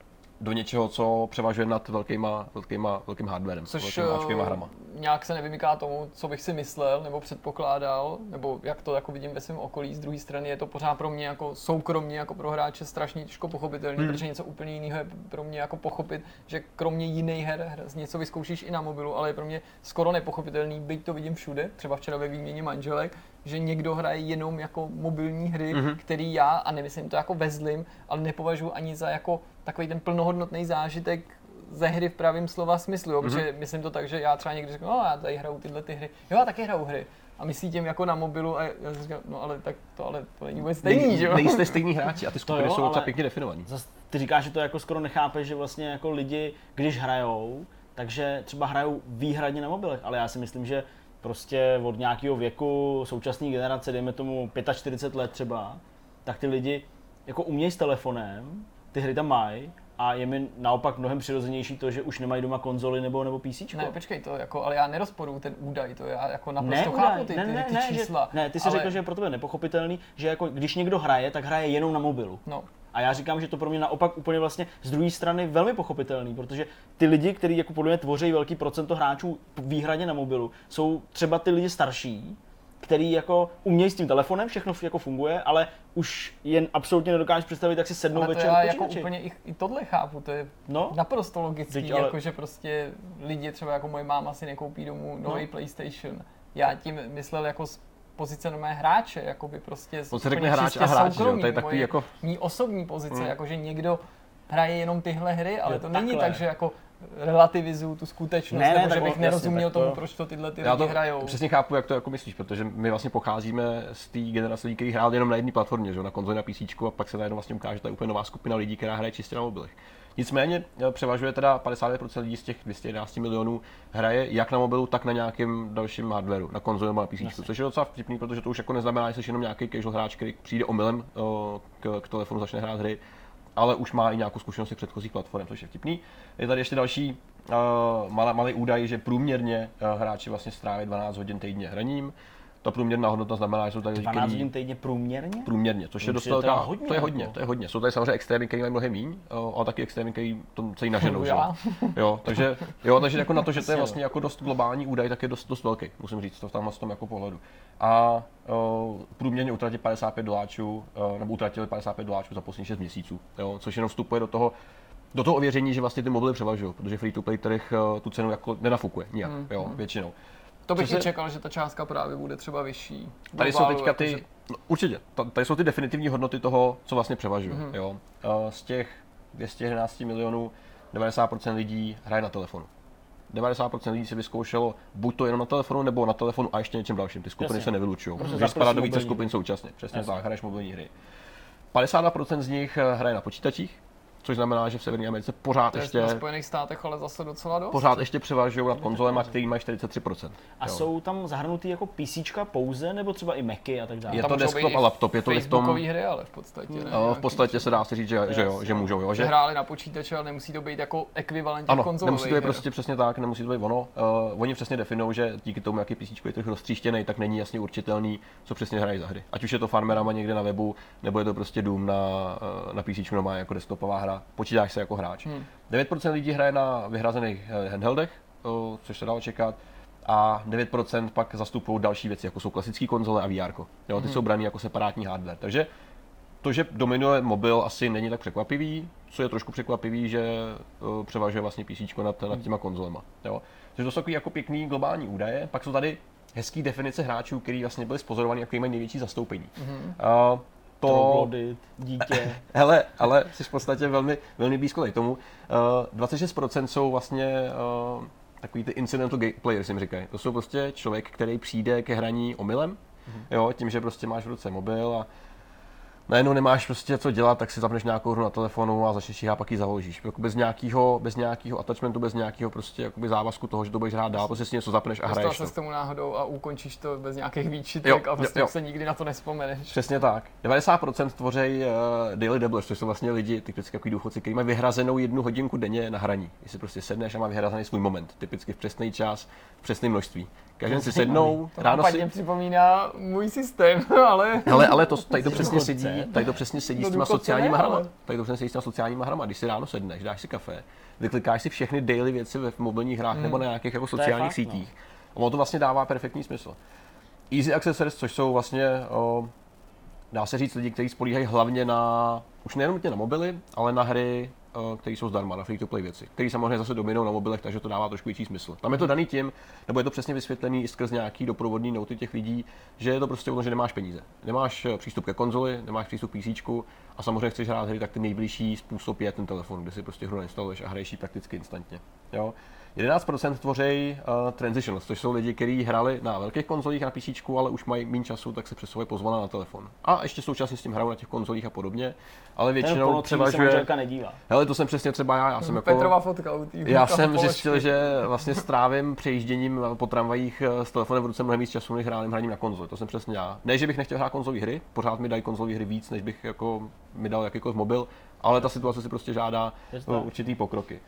do něčeho, co převažuje nad velkýma, velkýma, velkým hardwarem, což velkýma hrama. Nějak se nevymyká tomu, co bych si myslel nebo předpokládal, nebo jak to jako vidím ve svém okolí. Z druhé strany je to pořád pro mě jako soukromně, jako pro hráče strašně těžko pochopitelný, hmm. protože něco úplně jiného je pro mě jako pochopit, že kromě jiných her, her něco vyzkoušíš i na mobilu, ale je pro mě skoro nepochopitelný, byť to vidím všude, třeba včera ve výměně manželek, že někdo hraje jenom jako mobilní hry, mm-hmm. který já, a nemyslím to jako ve zlým, ale nepovažuji ani za jako takový ten plnohodnotný zážitek ze hry v pravém slova smyslu, jo? Protože mm-hmm. myslím to tak, že já třeba někdy řeknu, no já tady hraju tyhle ty hry, jo já taky hraju hry. A myslí tím jako na mobilu a já si říkám, no ale tak to, ale to není vůbec stejný, Nej, že jo? Nejste stejní hráči a ty skupiny jsou docela pěkně definovaný. Zas ty říkáš, že to jako skoro nechápeš, že vlastně jako lidi, když hrajou, takže třeba hrajou výhradně na mobilech, ale já si myslím, že prostě od nějakého věku současné generace, dejme tomu čtyřicet pět let třeba, tak ty lidi jako umějí s telefonem, ty hry tam mají a je mi naopak mnohem přirozenější to, že už nemají doma konzoli nebo, nebo PCčko. Ne, počkej, to jako, ale já nerozporuju ten údaj, to já jako naprosto ne, chápu ty, ne, ty, ne, ty ne, čísla. Že, ne, ty jsi ale... řekl, že je pro tebe nepochopitelný, že jako když někdo hraje, tak hraje jenom na mobilu. No. A já říkám, že to pro mě naopak úplně vlastně z druhé strany velmi pochopitelný, protože ty lidi, kteří jako podle mě tvoří velký procento hráčů výhradně na mobilu, jsou třeba ty lidi starší, který jako umějí s tím telefonem, všechno jako funguje, ale už jen absolutně nedokážeš představit, jak si sednou ale to večer já počítači. jako úplně i, i tohle chápu, to je no? naprosto logický, Teď, ale... jako že prostě lidi třeba jako moje máma si nekoupí domů nový no. PlayStation. Já tím myslel jako z pozice nové hráče, jako by prostě to se řekne hráč a hráč, soukromí, to je takový jako mý osobní pozice, mm. jako že někdo hraje jenom tyhle hry, ale jo, to takhle. Není tak, že jako relativizuju tu skutečnost, ne, nebo ne, že bych jasně, nerozuměl tomu, to... proč to tyhle ty já lidi to hrajou. Přesně chápu, jak to jako myslíš, protože my vlastně pocházíme z té generace lidí, kteří hráli jenom na jedné platformě, že? Na konzoli, na PCčku, a pak se najednou vlastně ukáže, že to je úplně nová skupina lidí, která hraje čistě na mobilech. Nicméně převažuje teda padesát devět procent lidí z těch dvě stě jedenáct milionů hraje jak na mobilu, tak na nějakém dalším hardwareu, na konzoli nebo na PCčku, což je docela vtipný, protože to už jako neznamená, že jsi jenom nějaký casual hráč, který přijde omylem k, k telefonu, začne hrát hry, ale už má i nějakou zkušenost z předchozích platform, což je vtipný. Je tady ještě další uh, malý, malý údaj, že průměrně uh, hráči vlastně stráví dvanáct hodin týdně hraním. Ta průměrná hodnota znamená, že jsou tady dvanáct hodin týdně průměrně? Průměrně, což je dost velká. To je hodně, to je hodně. Jsou tady samozřejmě extrémy, které mají mnohem míň, ale taky extrémy, které to celý naženou, že? Jo, takže jo, takže jako na to, že to je vlastně jako dost globální údaj, tak je dost dost velký, musím říct, to v tomhle tom jako pohledu. A uh, průměrně utratili padesát pět doláčů, uh, nebo utratili padesát pět doláčů za poslední šest měsíců, jo, což jenom vstupuje do toho do toho ověření, že vlastně ty mobily převažují, protože free to play trh uh, tu cenu jako nenafukuje nijak, hmm. jo, většinou. To bych i čekal, že ta částka právě bude třeba vyšší. Tady jsou teďka ty, že... no, určitě, tady jsou ty definitivní hodnoty toho, co vlastně převažuje. Mm-hmm. Jo. Z těch dvě stě jedenáct milionů devadesát procent lidí hraje na telefonu. devadesát procent lidí si vyzkoušelo buď to jenom na telefonu, nebo na telefonu a ještě něčem dalším. Ty skupiny Jasně. se nevylučují. Můžeš spadat do více skupin současně. Přesně Jasně. tak, hraješ mobilní hry. padesát dva procent z nich hraje na počítačích, což znamená, že v Severní Americe pořád to ještě... Na Spojených státech ale zase docela dost. Pořád ještě převažují nad konzolema, který mají čtyřicet tři procent. A jo. Jsou tam zahrnutý jako PCčka pouze, nebo třeba i Macy a tak dále? Je to desktop a laptop, je to v tom... hry, ale v podstatě ne. No, v podstatě se dá si říct, že, že, jo, že můžou, jo. Že hráli na počítači, ale nemusí to být jako ekvivalent ano, konzolových. Nemusí to být prostě přesně tak, nemusí to být ono. Uh, oni přesně definují, že díky tomu, jak je PCčko je trochu roztříštěný, tak není jasně určitelný, co přesně hrají za hry. Ať už je to Farmerama někde na webu, nebo je to prostě Doom na, na PCčku normálně jako desktopová hra. Počítáš se jako hráč. Hmm. devět procent lidí hraje na vyhrazených handheldech, což se dalo čekat, a devět procent pak zastupují další věci, jako jsou klasické konzole a V R. Jo, ty hmm. jsou braný jako separátní hardware. Takže to, že dominuje mobil, asi není tak překvapivý. Co je trošku překvapivý, že uh, převažuje vlastně PCčko nad, nad těma konzolema. Jo. Takže to jsou takový jako pěkný globální údaje. Pak jsou tady hezký definice hráčů, který vlastně byli spozorovaní, jako mají největší zastoupení. Hmm. Uh, to... Troglodit, dítě. Hele, ale jsi v podstatě velmi, velmi blízko tady tomu. Uh, dvacet šest procent jsou vlastně uh, takový ty incidental players, jim říkají. To jsou prostě člověk, který přijde ke hraní omylem, mm-hmm. jo, tím, že prostě máš v ruce mobil a najednou nemáš prostě co dělat, tak si zapneš nějakou hru na telefonu a začneš hrát, pak ji založíš. Jako bez nějakého, bez nějakého attachmentu, bez nějakého prostě jakoby závazku toho, že to budeš hrát dál, prostě si něco zapneš a hraješ. Dostal se k tomu náhodou a ukončíš to bez nějakých výčitek jo, a prostě jo. se nikdy na to nespomeneš. Přesně tak. devadesát procent tvoří uh, daily dabblers, což jsou vlastně lidi, typicky takový důchodci, kteří mají vyhrazenou jednu hodinku denně na hraní. Když si prostě sedneš a má vyhrazený svůj moment, typicky v přesný čas, v přesném množství. Každý si sednou, to ráno si... připomíná můj systém, ale... Hele, ale to, tady to přesně sedí, tady to přesně sedí s těma sociálníma hrama. Tady to přesně sedí s těma sociálníma hrama. Když si ráno sedneš, dáš si kafe, vyklikáš si všechny daily věci v mobilních hrách hmm. nebo na nějakých jako sociálních fakt, sítích. No. A ono to vlastně dává perfektní smysl. Easy accessories, což jsou vlastně, o, dá se říct, lidi, kteří spolíhají hlavně na, už nejenom na mobily, ale na hry, které jsou zdarma, na free-to-play věci, které samozřejmě zase dominují na mobilech, takže to dává trošku větší smysl. Tam je to daný tím, nebo je to přesně vysvětlený i skrz nějaký doprovodný noty těch lidí, že je to prostě ono, že nemáš peníze. Nemáš přístup ke konzoli, nemáš přístup k PCčku a samozřejmě chceš hrát hry, tak ten nejbližší způsob je ten telefon, kde si prostě hru nainstaluješ a hraješ ji prakticky instantně. Jo? jedenáct procent tvoří uh, transitionals, což jsou lidi, kteří hráli na velkých konzolích a na PCčku, ale už mají méně času, tak se přesouvají pozvana na telefon. A ještě současně s tím hrajou na těch konzolích a podobně, ale většinou třeba, že... nedívá. Hele, to jsem přesně třeba já, já jsem jako... Petrova fotka u tý, Já jsem položky. Zjistil, že vlastně strávím přejížděním po tramvajích s telefonem v ruce mnohem víc času, než hráným hraním na konzoli. To jsem přesně já. Ne, že bych nechtěl hrát konzolové hry, pořád mi dají konzolové hry víc, než bych jako mi dal jakýkoliv mobil, ale ta situace si prostě žádá určitý pokroky.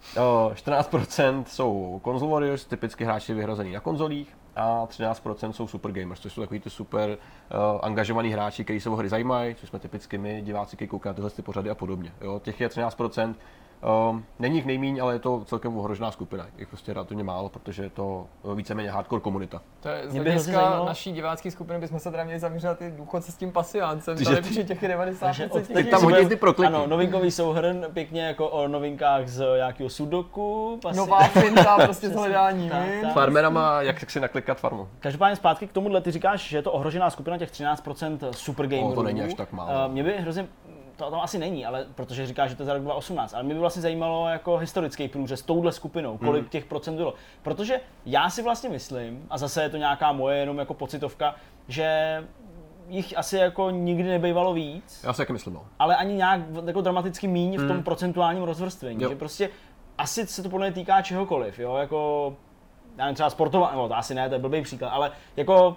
čtrnáct procent jsou console warriors, typicky hráči vyhrazený na konzolích, a třináct procent jsou super gamers, což jsou takový ty super uh, angažovaní hráči, kteří se o hry zajímají, což jsme typicky my, diváci, kteří koukají na tyhle ty pořady a podobně. Jo, těch je třináct procent. Um, není jich nejmíň, ale je to celkem ohrožená skupina. Je prostě relativně málo, protože je to víceméně hardcore komunita. To je z hlediska naší divácké skupiny bychom se teda měli zaměřit ty důchodce s tím pasiáncem. Tady píše těch devadesát procent. Teď tam hodí ty prokliky. Ano, novinkový souhrn, pěkně jako o novinkách z nějakého sudoku. Pasi... Nová finta, prostě z hledání. Farmera má, jak si naklikat farmu. Každopádně zpátky k tomuhle, ty říkáš, že je to ohrožená skupina těch třináct procent super gamerů. No, to není až tak málo. Uh, mě by hrozně to tam asi není, ale protože říkáš, že to je za rok dva tisíce osmnáct, ale mě by vlastně zajímalo jako historický průřez touhle skupinou, kolik mm. těch procent bylo. Protože já si vlastně myslím, a zase je to nějaká moje jenom jako pocitovka, že jich asi jako nikdy nebejvalo víc. Já si taky myslím, no. Ale ani nějak jako dramaticky míň v tom mm. procentuálním rozvrstvení, že prostě asi se to podle mě týká čehokoliv, jo, jako já nevím, třeba sportová, no to asi ne, to je blbý příklad, ale jako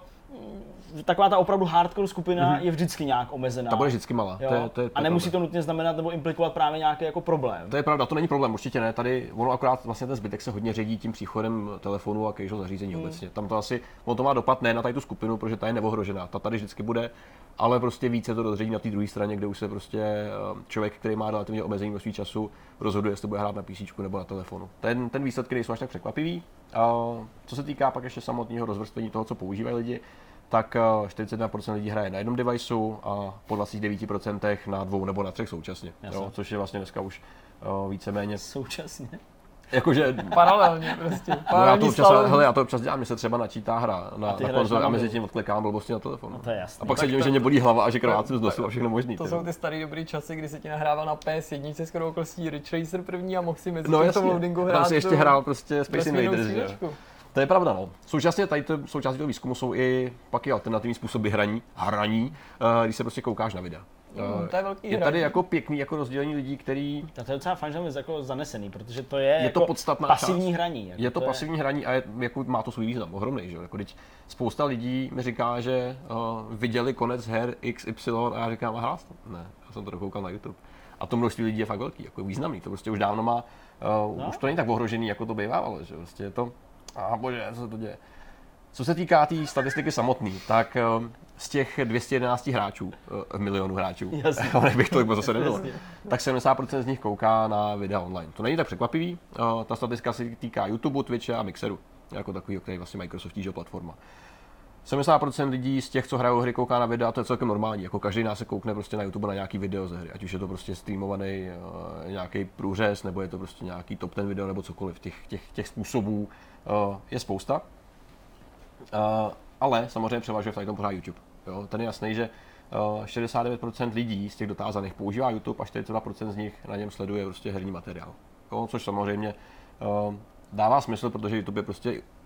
taková ta opravdu hardcore skupina mm-hmm. je vždycky nějak omezená. Ta bude vždycky malá. To je, to je, to je a nemusí pravda. to nutně znamenat nebo implikovat právě nějaký jako problém. To je pravda, to není problém, určitě ne. Tady ono akorát vlastně ten zbytek se hodně ředí tím příchodem telefonu a casual zařízení mm. obecně. Tam to asi, ono to má dopad ne na tady tu skupinu, protože ta je neohrožená. Ta tady vždycky bude, ale prostě více to rozředí na té druhé straně, kde už se prostě člověk, který má relativně omezený množství času, rozhoduje, jestli bude hrát na PCčku nebo na telefonu. Ten, ten výsledky nejsou až tak překvapivý. A co se týká pak ještě samotného rozvrstvení toho, co používají lidi, tak čtyřicet jedna procent lidí hraje na jednom deviceu a po dvacet devět procent na dvou nebo na třech současně, jo, což je vlastně dneska už uh, víceméně... Současně? Jakože... Paralelně prostě. No já, to občas, hele, já to občas dělám, že se třeba načítá hra na, na konzoli a mezi tím odklikám blbosti na telefonu. No to je jasný. A pak se divím, že mě bolí hlava a že krvácím z nosu a všechno možný. To jsou ty starý dobrý časy, kdy se ti nahrával na P S jedna s okolností Ridge Racer první a mohl si mezi no, tím tom loadingu hrát. Tam si ještě hrál prostě Space Invaders, že? To je pravda, no. Současně tady to, součástí toho výzkumu jsou i pak i alternativní způsoby hraní, hraní, když se prostě koukáš na videa. Mm, to je velký je tady jako pěkný jako rozdělení lidí, který... A to je docela fajn, že je jako zanesený, protože to je, je jako to podstatná pasivní část. hraní. Jako je to, to pasivní je... hraní a je, jako má to svůj význam, ohromný, že jo. Jako teď spousta lidí mi říká, že uh, viděli konec her X Y a já říkám, a hrál jsi to? Ne, já jsem to dokoukal na YouTube. A to množství lidí je fakt velký, jako významný, to prostě už dávno má, uh, no. už to není tak ohrožený, jako to bývalo, že prostě je to... A bože, co se to děje. Co se týká té tý statistiky samotný, tak uh, z těch dvě stě jedenáct hráčů, uh, milionů hráčů, bych to jako zase nebylo, tak sedmdesát procent z nich kouká na videa online. To není tak překvapivý, uh, ta statistika se týká YouTube, Twitche a Mixeru, jako takový, který vlastně Microsoft tížil platforma. sedmdesát procent lidí z těch, co hrajou hry, kouká na videa, a to je celkem normální, jako každý nás se koukne prostě na YouTube na nějaký video ze hry, ať už je to prostě streamovaný uh, nějaký průřez, nebo je to prostě nějaký top ten video, nebo cokoliv, těch, těch, těch způsobů uh, je spousta. Uh, ale samozřejmě převažuje v tady tom pořád YouTube. Jo? Ten je jasný, že uh, šedesát devět procent lidí z těch dotázaných používá YouTube a čtyřicet dva procent z nich na něm sleduje prostě herní materiál. Jo? Což samozřejmě uh, dává smysl, protože YouTube je prostě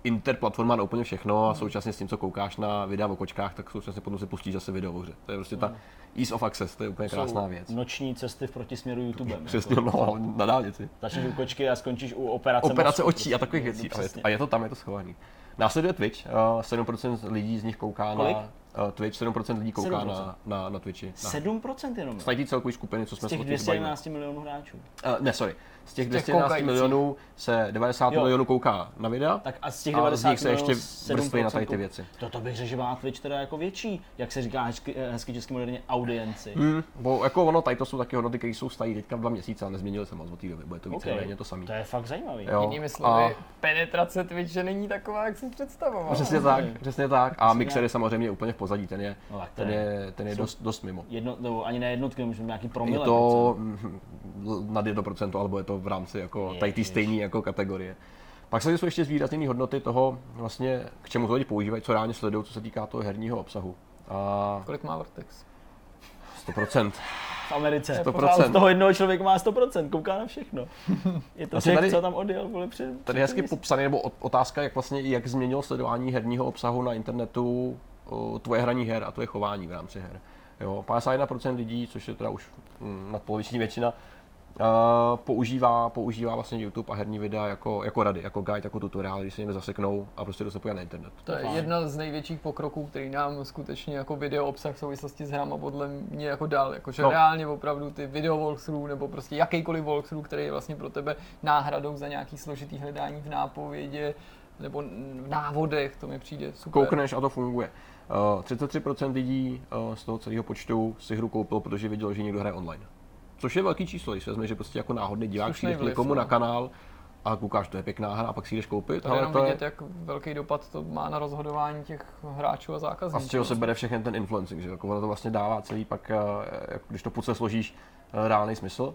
interplatforma na úplně všechno a současně s tím, co koukáš na videa o kočkách, tak současně potom si pustíš zase video o hře. To je prostě ta ease of access, to je úplně krásná věc. Noční cesty v protisměru YouTube. Přesně, no, na dálnici. Začneš u kočky a skončíš u operace Operace mozku, očí a takových věcí. A je, a je to tam, je to schovaný. Následuje Twitch, uh, sedm procent lidí z nich kouká Kolik? na uh, Twitch, sedm procent lidí kouká sedm procent. na, na, na Twitchi. Na, sedm procent jenom. z té celkové skupiny, co jsme Z těch se dvě stě jedenáct milionů hráčů. Uh, ne, sorry. Z těch dvě stě těch jedenáct koukajících. milionů se devadesát Jo. milionů kouká na videa Tak a z těch a z devadesát nich se milionů ještě sedm vrství na tady ty procent věci. To, to bych řekl, že má Twitch teda jako větší, jak se říká hezky, hezky česky moderně, audienci. Hmm, bo jako ono, tady to jsou taky hodnoty, které jsou staré teďka dva měsíce a nezměnily se moc od té doby, bude to více Okay. méně to samé. To je fakt zajímavý. Jo. Jinými slovy, A- penetrace Twitche není taková, jak si představoval. Přesně tak, přesně tak. A Přesně Mixer je tak. samozřejmě úplně v pozadí, ten je, No tak to ten je- je, ten je jsou- dost, dost mimo. Jedno, nebo ani ne jednotky, můžeme nějaký promile. Je to mm, nad jedno procento, alebo je to v rámci jako tady ty Ježiš. stejné jako kategorie. Pak se jsou ještě zvýrazněné hodnoty toho, vlastně, k čemu to lidi používají, co reálně sledují, co se týká toho herního obsahu. A Kolik má Vortex? sto procent. v Americe. sto Pořád procent. Z toho jednoho člověka má sto procent, kouká na všechno. Je to Vlastně řek, tady- co tam odjel, vole, před, Tady před je hezky měsíc. popsaný, nebo ot- otázka, jak vlastně, jak změnilo sledování herního obsahu na internetu o, tvoje hraní her a tvoje chování v rámci her. Jo, padesát jedna procent lidí, což je teda už mm, nadpoloviční většina, uh, používá, používá vlastně YouTube a herní videa jako, jako rady, jako guide, jako tutoriál, když se někde zaseknou a prostě se na internet. To je fajn. jedna z největších pokroků, který nám skutečně jako video obsah v souvislosti s hrama podle mě jako dal. Jakože No. no. reálně opravdu ty video walkthrough nebo prostě jakýkoliv walkthrough, který je vlastně pro tebe náhradou za nějaký složitý hledání v nápovědě nebo v návodech, to mi přijde super. Koukneš a to funguje. Uh, třicet tři procent lidí uh, z toho celého počtu si hru koupil, protože viděl, že někdo hraje online. Což je velký číslo, když si vezme, že prostě jako náhodný divák Slušnej přijdeš k vliv, někomu no. na kanál a koukáš, to je pěkná hra a pak si jdeš koupit. To je jenom to vidět, jak velký dopad to má na rozhodování těch hráčů a a zákazníků. z čeho se bere všechny ten influencing, že jako ono to vlastně dává celý pak, eh, jako když to půjce složíš, eh, reálný smysl.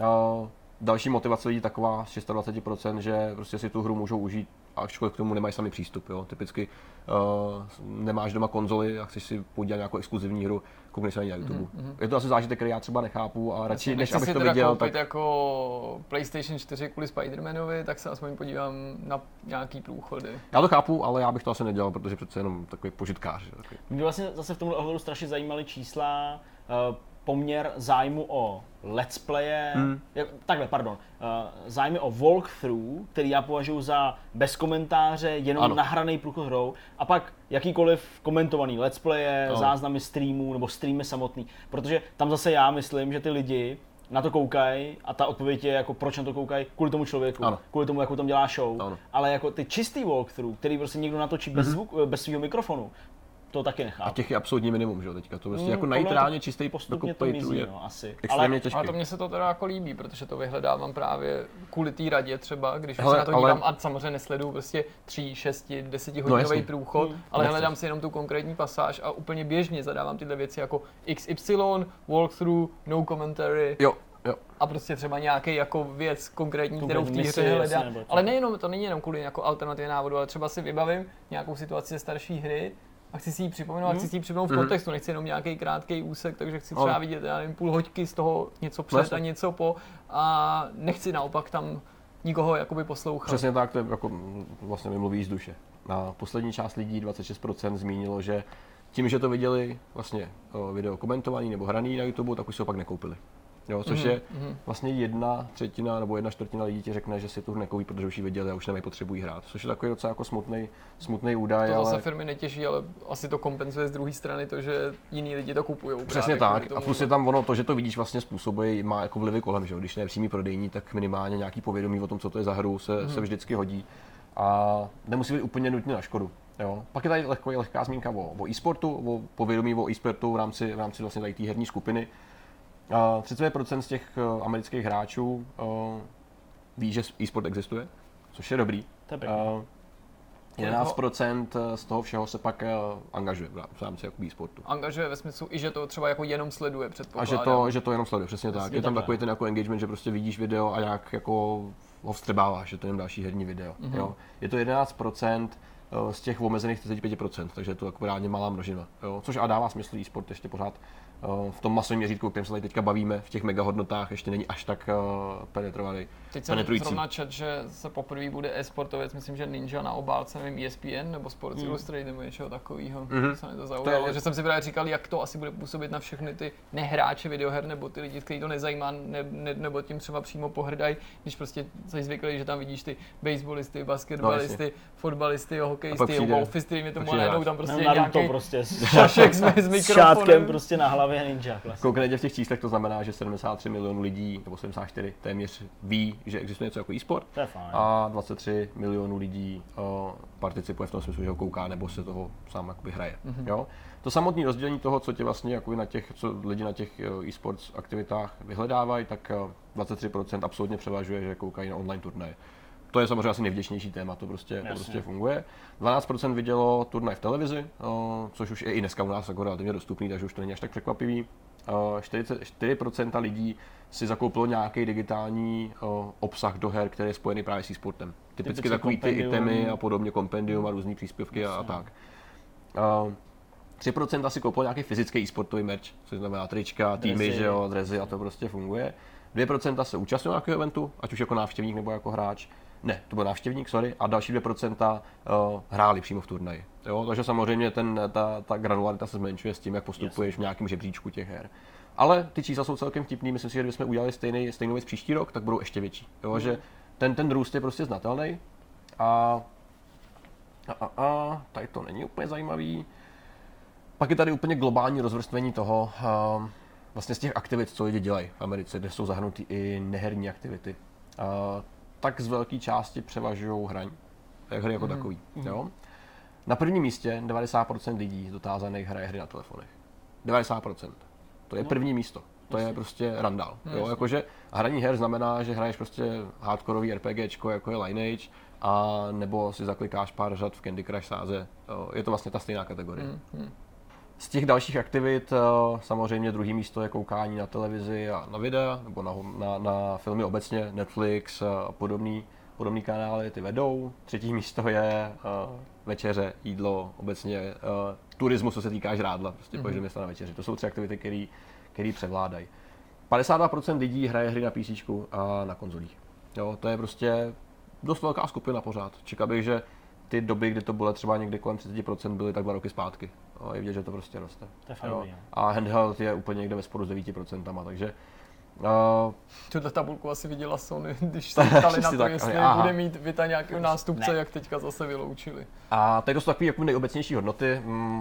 A další motivace lidí taková z dvacet šest procent, že prostě si tu hru můžou užít, ačkoliv k tomu nemají sami přístup. Jo. Typicky uh, nemáš doma konzoli a chceš si podívat nějakou exkluzivní hru, koukneš se na ní na YouTube. Mm-hmm. Je to asi zážitek, který já třeba nechápu a radši, než Nechci abych si to teda viděl, koupit tak jako PlayStation čtyři kvůli Spider-Manovi, tak se aspoň podívám na nějaký průchody. já to chápu, ale já bych to asi nedělal, protože přece jenom takový požitkář. že, Takový. Mě vlastně zase v tomhle ohledu strašně zajímaly čísla, uh, poměr zájmu o let's playe, Hmm. jak- takhle, pardon, uh, zájmy o walkthrough, který já považuji za bez komentáře, jenom Ano. nahraný průchod hrou, a pak jakýkoliv komentovaný let's playe, Ano. záznamy streamů nebo streamy samotný, protože tam zase já myslím, že ty lidi na to koukají a ta odpověď je jako proč na to koukají, kvůli tomu člověku, Ano. kvůli tomu, jakou tam dělá show, Ano. ale jako ty čistý walkthrough, který prostě někdo natočí bez, zvuk, bez svého mikrofonu, to taky nechápu. A těch je absolutní minimum, že jo, teďka. To prostě Mm, jako podle najít mě to reálně čistý postupně jako to playthrough mizí, je no, asi. extrémně Ale, těžký. Ale to mně se to teda jako líbí, protože to vyhledávám právě kvůli té radě třeba, když Hele, se na to ale- dívám a samozřejmě nesleduju prostě tři, šesti, deseti hodinový jasně. průchod, Hmm. ale Nechceš. hledám si jenom tu konkrétní pasáž a úplně běžně zadávám tyhle věci jako X Y, walkthrough, no commentary Jo, jo. a prostě třeba nějaký jako věc konkrétní, kterou v Konkrétní té misi, hře jasně, hledám. nebo to. Ale nejenom, to není jenom kvůli jako alternativě návodu, ale třeba si vybavím nějakou situaci ze starší hry a chci si ji připomenout, Hmm. a chci si ji připomenout v Mhm. kontextu, nechci jenom nějaký krátký úsek, takže chci Ale- třeba vidět, já nevím, půl hoďky z toho něco před Jasně. a něco po a nechci naopak tam nikoho jakoby poslouchat. Přesně tak, to je jako mm, vlastně mi mluví z duše. A poslední část lidí, dvacet šest procent, zmínilo, že tím, že to viděli vlastně o, video komentovaný nebo hraný na YouTube, tak už si ho pak nekoupili. Jo, což Mhm, je mhm. vlastně jedna třetina nebo jedna čtvrtina lidí ti řekne, že si tu hru nekoupí, protože už ji viděli a už nemají potřebují hrát. Což je takový docela jako smutný, smutný údaj, To ale zase firmy netěší, ale asi to kompenzuje z druhé strany to, že jiní lidi to kupují. přesně tak. A plus je tam ono, to, že to vidíš vlastně způsobuje, má jako vlivy kolem, že jo? Když ne přímý prodejní, tak minimálně nějaký povědomí o tom, co to je za hru, se, mm-hmm. se vždycky hodí. A nemusí být úplně nutně na škodu. Jo. Pak je tady lehko, lehká zmínka o, o e-sportu, o povědomí o e-sportu v rámci, v rámci vlastně tady té herní skupiny. Uh, třicet pět procent z těch uh, amerických hráčů uh, ví, že e-sport existuje, což je dobrý. To je pěkný. Uh, jedenáct procent z toho všeho se pak uh, angažuje v rámci jako e-sportu. Angažuje ve smyslu i, že to třeba jako jenom sleduje, A předpokládám. že to, že to jenom sleduje, přesně tak. Přesně Je tam takhle. takový ten jako engagement, že prostě vidíš video a nějak jako ho vstřebáváš, že to je jen další herní video. Mhm. Jo. Je to jedenáct procent z těch omezených třicet pět procent, takže je to jako reálně malá množina. Jo? Což a dává smysl, e-sport ještě pořád v tom masovém měřítku, o kterém se tady teďka bavíme, v těch megahodnotách, ještě není až tak penetrovaný. Teď jsem zrovna čet, že se poprvé bude e-sportovec, myslím, že Ninja na obálce, nevím, E S P N nebo Sports mm. Illustrated nebo něčeho takového. Mm-hmm. Se mě to zaujalo, to je... že jsem si právě říkal, jak to asi bude působit na všechny ty nehráče videoher nebo ty lidi, kteří to nezajímá, ne, ne, nebo tím třeba přímo pohrdají, když prostě jsi zvyklý, že tam vidíš ty baseballisty, basketbalisty, no, fotbalisty, hokejisty, golfisty, mi tomu najednou tam prostě no, nějaký prostě šašek s, s mikrofonem. S šátkem prostě na hlavě Ninja. Konkrétně v těch číslech to znamená, že sedmdesát tři milionů lidí, nebo sedmdesát čtyři téměř ví, že existuje něco jako e-sport. A dvacet tři milionů lidí uh, participuje v tom smyslu, že ho kouká nebo se toho sám jakoby hraje. Mm-hmm. Jo? To samotné rozdělení toho, co tě vlastně jako na těch, co lidi na těch e-sports aktivitách vyhledávají, tak dvacet tři procent absolutně převažuje, že koukají na online turnaje. To je samozřejmě asi nejvděčnější téma, to prostě, to prostě funguje. dvanáct procent vidělo turnaj v televizi, uh, což už je i dneska u nás jako relativně dostupný, takže už to není až tak překvapivý. Uh, čtyřicet čtyři procenta lidí si zakoupilo nějaký digitální uh, obsah do her, který je spojený právě s e-sportem. Typicky, Typicky takový ty itemy a podobně, kompendium a různý příspěvky a, a tak. Uh, tři procenta si koupilo nějaký fyzický e-sportový merch, což znamená trička, týmy, že jo, drezy a to prostě funguje. dvě procenta se účastnilo nějakého eventu, ať už jako návštěvník nebo jako hráč. Ne, to byl návštěvník, sorry, a další dvě procenta uh, hráli přímo v turnaji. Jo, takže samozřejmě ten, ta, ta granularita se zmenšuje s tím, jak postupuješ v nějakém žebříčku těch her. Ale ty čísla jsou celkem vtipný, myslím si, že kdybychom udělali stejný, stejnou věc příští rok, tak budou ještě větší. Jo, mm. že ten, ten růst je prostě znatelný. A, a, a, a tady to není úplně zajímavý. Pak je tady úplně globální rozvrstvení toho, uh, vlastně z těch aktivit, co lidi dělají v Americe, kde jsou zahrnuty i neherní aktivity. Uh, tak z velké části převažují hraní, hry jako mm. takový. Mm. Jo? Na prvním místě devadesát procent lidí dotázaných hraje hry na telefonech. devadesát procent. To je no. první místo. To Jasně. je prostě randál. Jo? Jakože hraní her znamená, že hraješ prostě hardkorový RPGčko, jako je Lineage, a nebo si zaklikáš pár řad v Candy Crush sáze. Jo? Je to vlastně ta stejná kategorie. Mm. Z těch dalších aktivit samozřejmě druhý místo je koukání na televizi a na videa, nebo na, na, na filmy obecně, Netflix a podobný, podobný kanály ty vedou. Třetí místo je uh, večeře, jídlo, obecně uh, turismus, co se týká žrádla, prostě mm-hmm. pojedeme se na večeři. To jsou tři aktivity, které převládají. padesát dva procent lidí hraje hry na PC a na konzolích. Jo, to je prostě dost velká skupina pořád. Čekal bych, že ty doby, kdy to bylo třeba někdy kolem třicet procent, byly tak dva roky zpátky. Jo, je vidět, že to prostě roste. To je fajn, a handheld je úplně někde ve sporu s devět procent, takže... Uh, Tuto tabulku asi viděla Sony, když se ptali na to, tak, jestli aha. bude mít Vita nějakého nástupce, ne. jak teďka zase vyloučili. A tady to jsou takové jako nejobecnější hodnoty.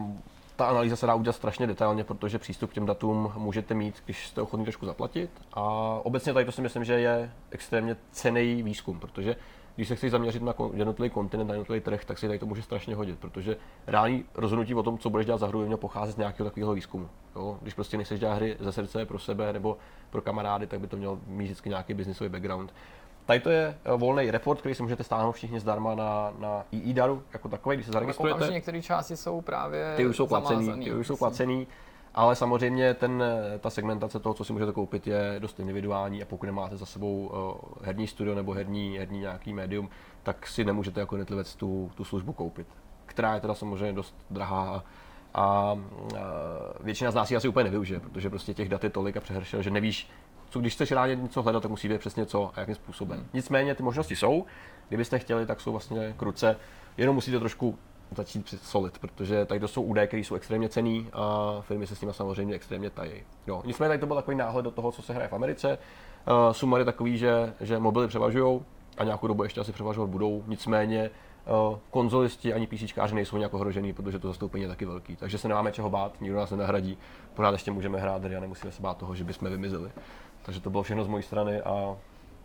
Ta analýza se dá udělat strašně detailně, protože přístup k těm datům můžete mít, když jste ochotní trošku zaplatit. A obecně tady to si myslím, že je extrémně cenný výzkum, protože když se chceš zaměřit na jednotlivý kontinent, na jednotlivý trh, tak si tady to může strašně hodit, protože reální rozhodnutí o tom, co budeš dělat za hru, mělo pocházet z nějakého takového výzkumu. Jo? Když prostě nechceš dělat hry ze srdce pro sebe nebo pro kamarády, tak by to mělo mít vždycky nějaký businessový background. Tady to je volný report, který si můžete stáhnout všichni zdarma na, na EEDARu jako takový, když se zaregistrujete. Koukám, že některé části jsou právě ty už jsou placený, ty už jsou placený. Ale samozřejmě ten, ta segmentace toho, co si můžete koupit, je dost individuální a pokud nemáte za sebou uh, herní studio nebo herní, herní nějaký médium, tak si nemůžete jako jednotlivec tu, tu službu koupit, která je teda samozřejmě dost drahá a, a většina z nás ji asi úplně nevyužije, protože prostě těch dat je tolik a přehršel, že nevíš, co když chceš rádi něco hledat, tak musí vědět přesně co a jakým způsobem. Hmm. Nicméně ty možnosti jsou, kdybyste chtěli, tak jsou vlastně kruce, jenom musíte trošku začít solit, protože tady to jsou údaje, které jsou extrémně cenný a firmy se s nimi samozřejmě extrémně tají. Jo. Nicméně tady to byl takový náhled do toho, co se hraje v Americe. Uh, sumar je takový, že, že mobily převažují a nějakou dobu ještě asi převažovat budou. Nicméně uh, konzolisti ani PCčkáři nejsou nějak ohrožený, protože to zastoupení je taky velký. Takže se nemáme čeho bát, nikdo nás nenahradí. Pořád ještě můžeme hrát hry a nemusíme se bát toho, že bychom vymizeli. Takže to bylo všechno z mojí strany a...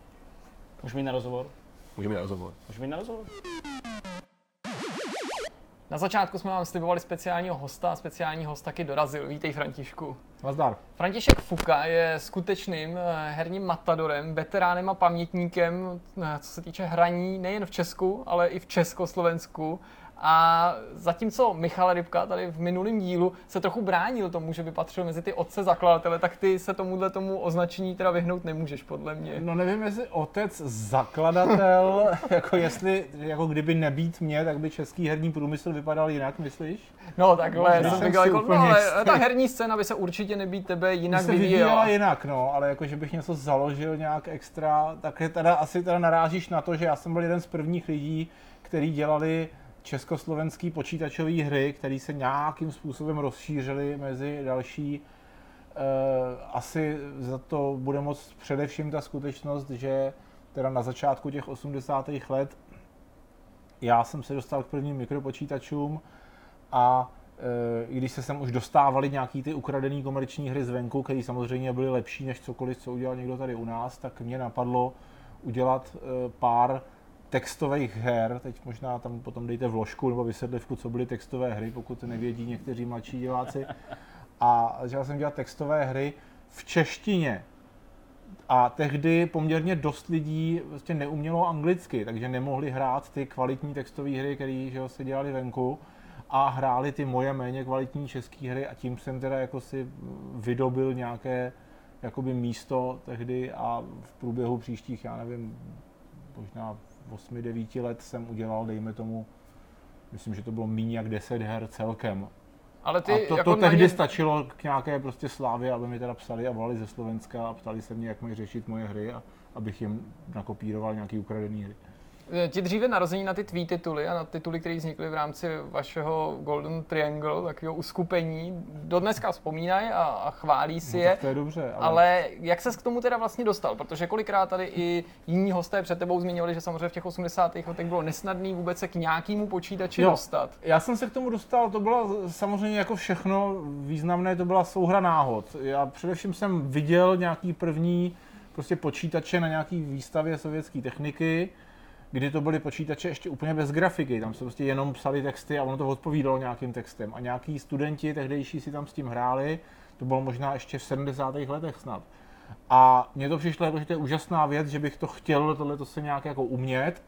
Můžeme jít na rozhovor? Můžeme jít na rozhovor. Můžeme jít na rozhovor? Na začátku jsme vám slibovali speciálního hosta a speciální host taky dorazil. Vítej, Františku. Nazdar. František Fuka je skutečným herním matadorem, veteránem a pamětníkem, co se týče hraní nejen v Česku, ale i v Československu. A zatímco Michal Rybka tady v minulém dílu se trochu bránil tomu, že by patřil mezi ty otce zakladatele, tak ty se tomuhle tomu označení teda vyhnout nemůžeš, podle mě. No nevím, jestli otec zakladatel, jako jestli, jako kdyby nebýt mě, tak by český herní průmysl vypadal jinak, myslíš? No takhle, Možná jsem jsem říkal, si jako, úplně no, ale jistý. ta herní scéna by se určitě nebýt tebe jinak se vyvíjela. vyvíjela jinak, no, ale jako, že bych něco založil nějak extra, tak je teda asi teda narážíš na to, že já jsem byl jeden z prvních lidí, kteří dělali československý počítačové hry, které se nějakým způsobem rozšířily mezi další. E, asi za to bude moc především ta skutečnost, že teda na začátku těch osmdesátých let já jsem se dostal k prvním mikropočítačům a e, i když se sem už dostávaly nějaký ty ukradený komerční hry zvenku, které samozřejmě byly lepší než cokoliv, co udělal někdo tady u nás, tak mě napadlo udělat e, pár textových her, teď možná tam potom dejte vložku nebo vysvětlivku, co byly textové hry, pokud nevědí někteří mladší diváci. A začal jsem dělat textové hry v češtině. A tehdy poměrně dost lidí vlastně neumělo anglicky, takže nemohli hrát ty kvalitní textové hry, které se dělaly venku, a hráli ty moje méně kvalitní české hry, a tím jsem teda jako si vydobil nějaké jakoby místo tehdy, a v průběhu příštích, já nevím, možná osmi devíti let jsem udělal, dejme tomu, myslím, že to bylo méně jak deset her celkem. Ale ty a to, jako to tehdy ně... stačilo k nějaké prostě slávě, aby mi teda psali a volali ze Slovenska a ptali se mě, jak mají řešit moje hry, a abych jim nakopíroval nějaký ukradený hry. Ti dříve narození na ty tvý tituly a na tituly, které vznikly v rámci vašeho Golden Triangle, takového uskupení, dodneska vzpomínají a, a chválí si no, je. Tak to je dobře, ale... ale jak ses k tomu teda vlastně dostal? Protože kolikrát tady i jiní hosté před tebou zmiňovali, že samozřejmě v těch osmdesátých letech bylo nesnadný vůbec se k nějakému počítači jo, dostat. Já jsem se k tomu dostal, to bylo samozřejmě jako všechno významné, to byla souhra náhod. Já především jsem viděl nějaký první prostě počítače na nějaký výstavě sovětské techniky, kdy to byly počítače ještě úplně bez grafiky, tam se prostě jenom psali texty a ono to odpovídalo nějakým textem. A nějaký studenti tehdejší si tam s tím hráli, to bylo možná ještě v sedmdesátých letech snad. A mně to přišlo jako, že to je úžasná věc, že bych to chtěl tohleto se nějak jako umět.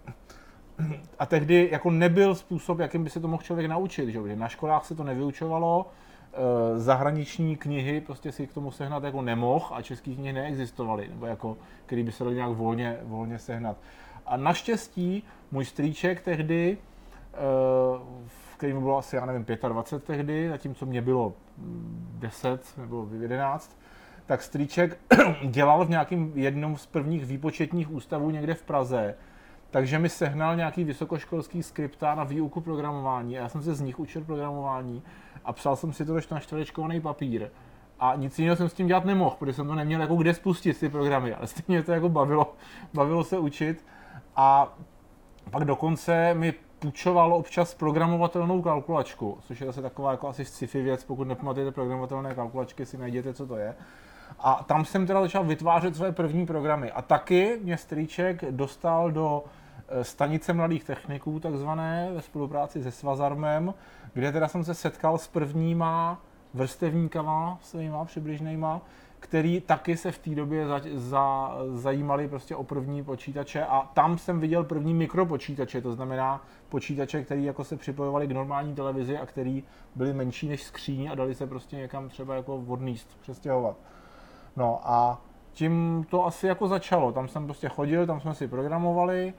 A tehdy jako nebyl způsob, jakým by se to mohl člověk naučit, že na školách se to nevyučovalo, zahraniční knihy prostě si k tomu sehnat jako nemohl a české knihy neexistovaly, nebo jako, který by se dali nějak volně, volně sehnat. A naštěstí můj strýček tehdy, který mi bylo asi, já nevím, dvacet pět tehdy, zatímco mě bylo deset nebo jedenáct, tak strýček dělal v nějakém jednom z prvních výpočetních ústavů někde v Praze, takže mi sehnal nějaký vysokoškolský skripta na výuku programování a já jsem se z nich učil programování a psal jsem si to na čtverečkovaný papír. A nic jiného jsem s tím dělat nemohl, protože jsem to neměl jako kde spustit ty programy, ale stejně to jako bavilo, bavilo se učit. A pak dokonce mi půjčoval občas programovatelnou kalkulačku, což je zase taková jako asi sci-fi věc, pokud nepamatujete programovatelné kalkulačky, si najděte, co to je. A tam jsem teda začal vytvářet své první programy. A taky mě strýček dostal do stanice mladých techniků, takzvané, ve spolupráci se Svazarmem, kde teda jsem se setkal s prvníma vrstevníkama svýma přibližnýma, který taky se v té době za, za, zajímali prostě o první počítače, a tam jsem viděl první mikropočítače, to znamená počítače, které jako se připojovaly k normální televizi a které byly menší než skříň a dali se prostě někam třeba jako odníst, přestěhovat. No a tím to asi jako začalo, tam jsem prostě chodil, tam jsme si programovali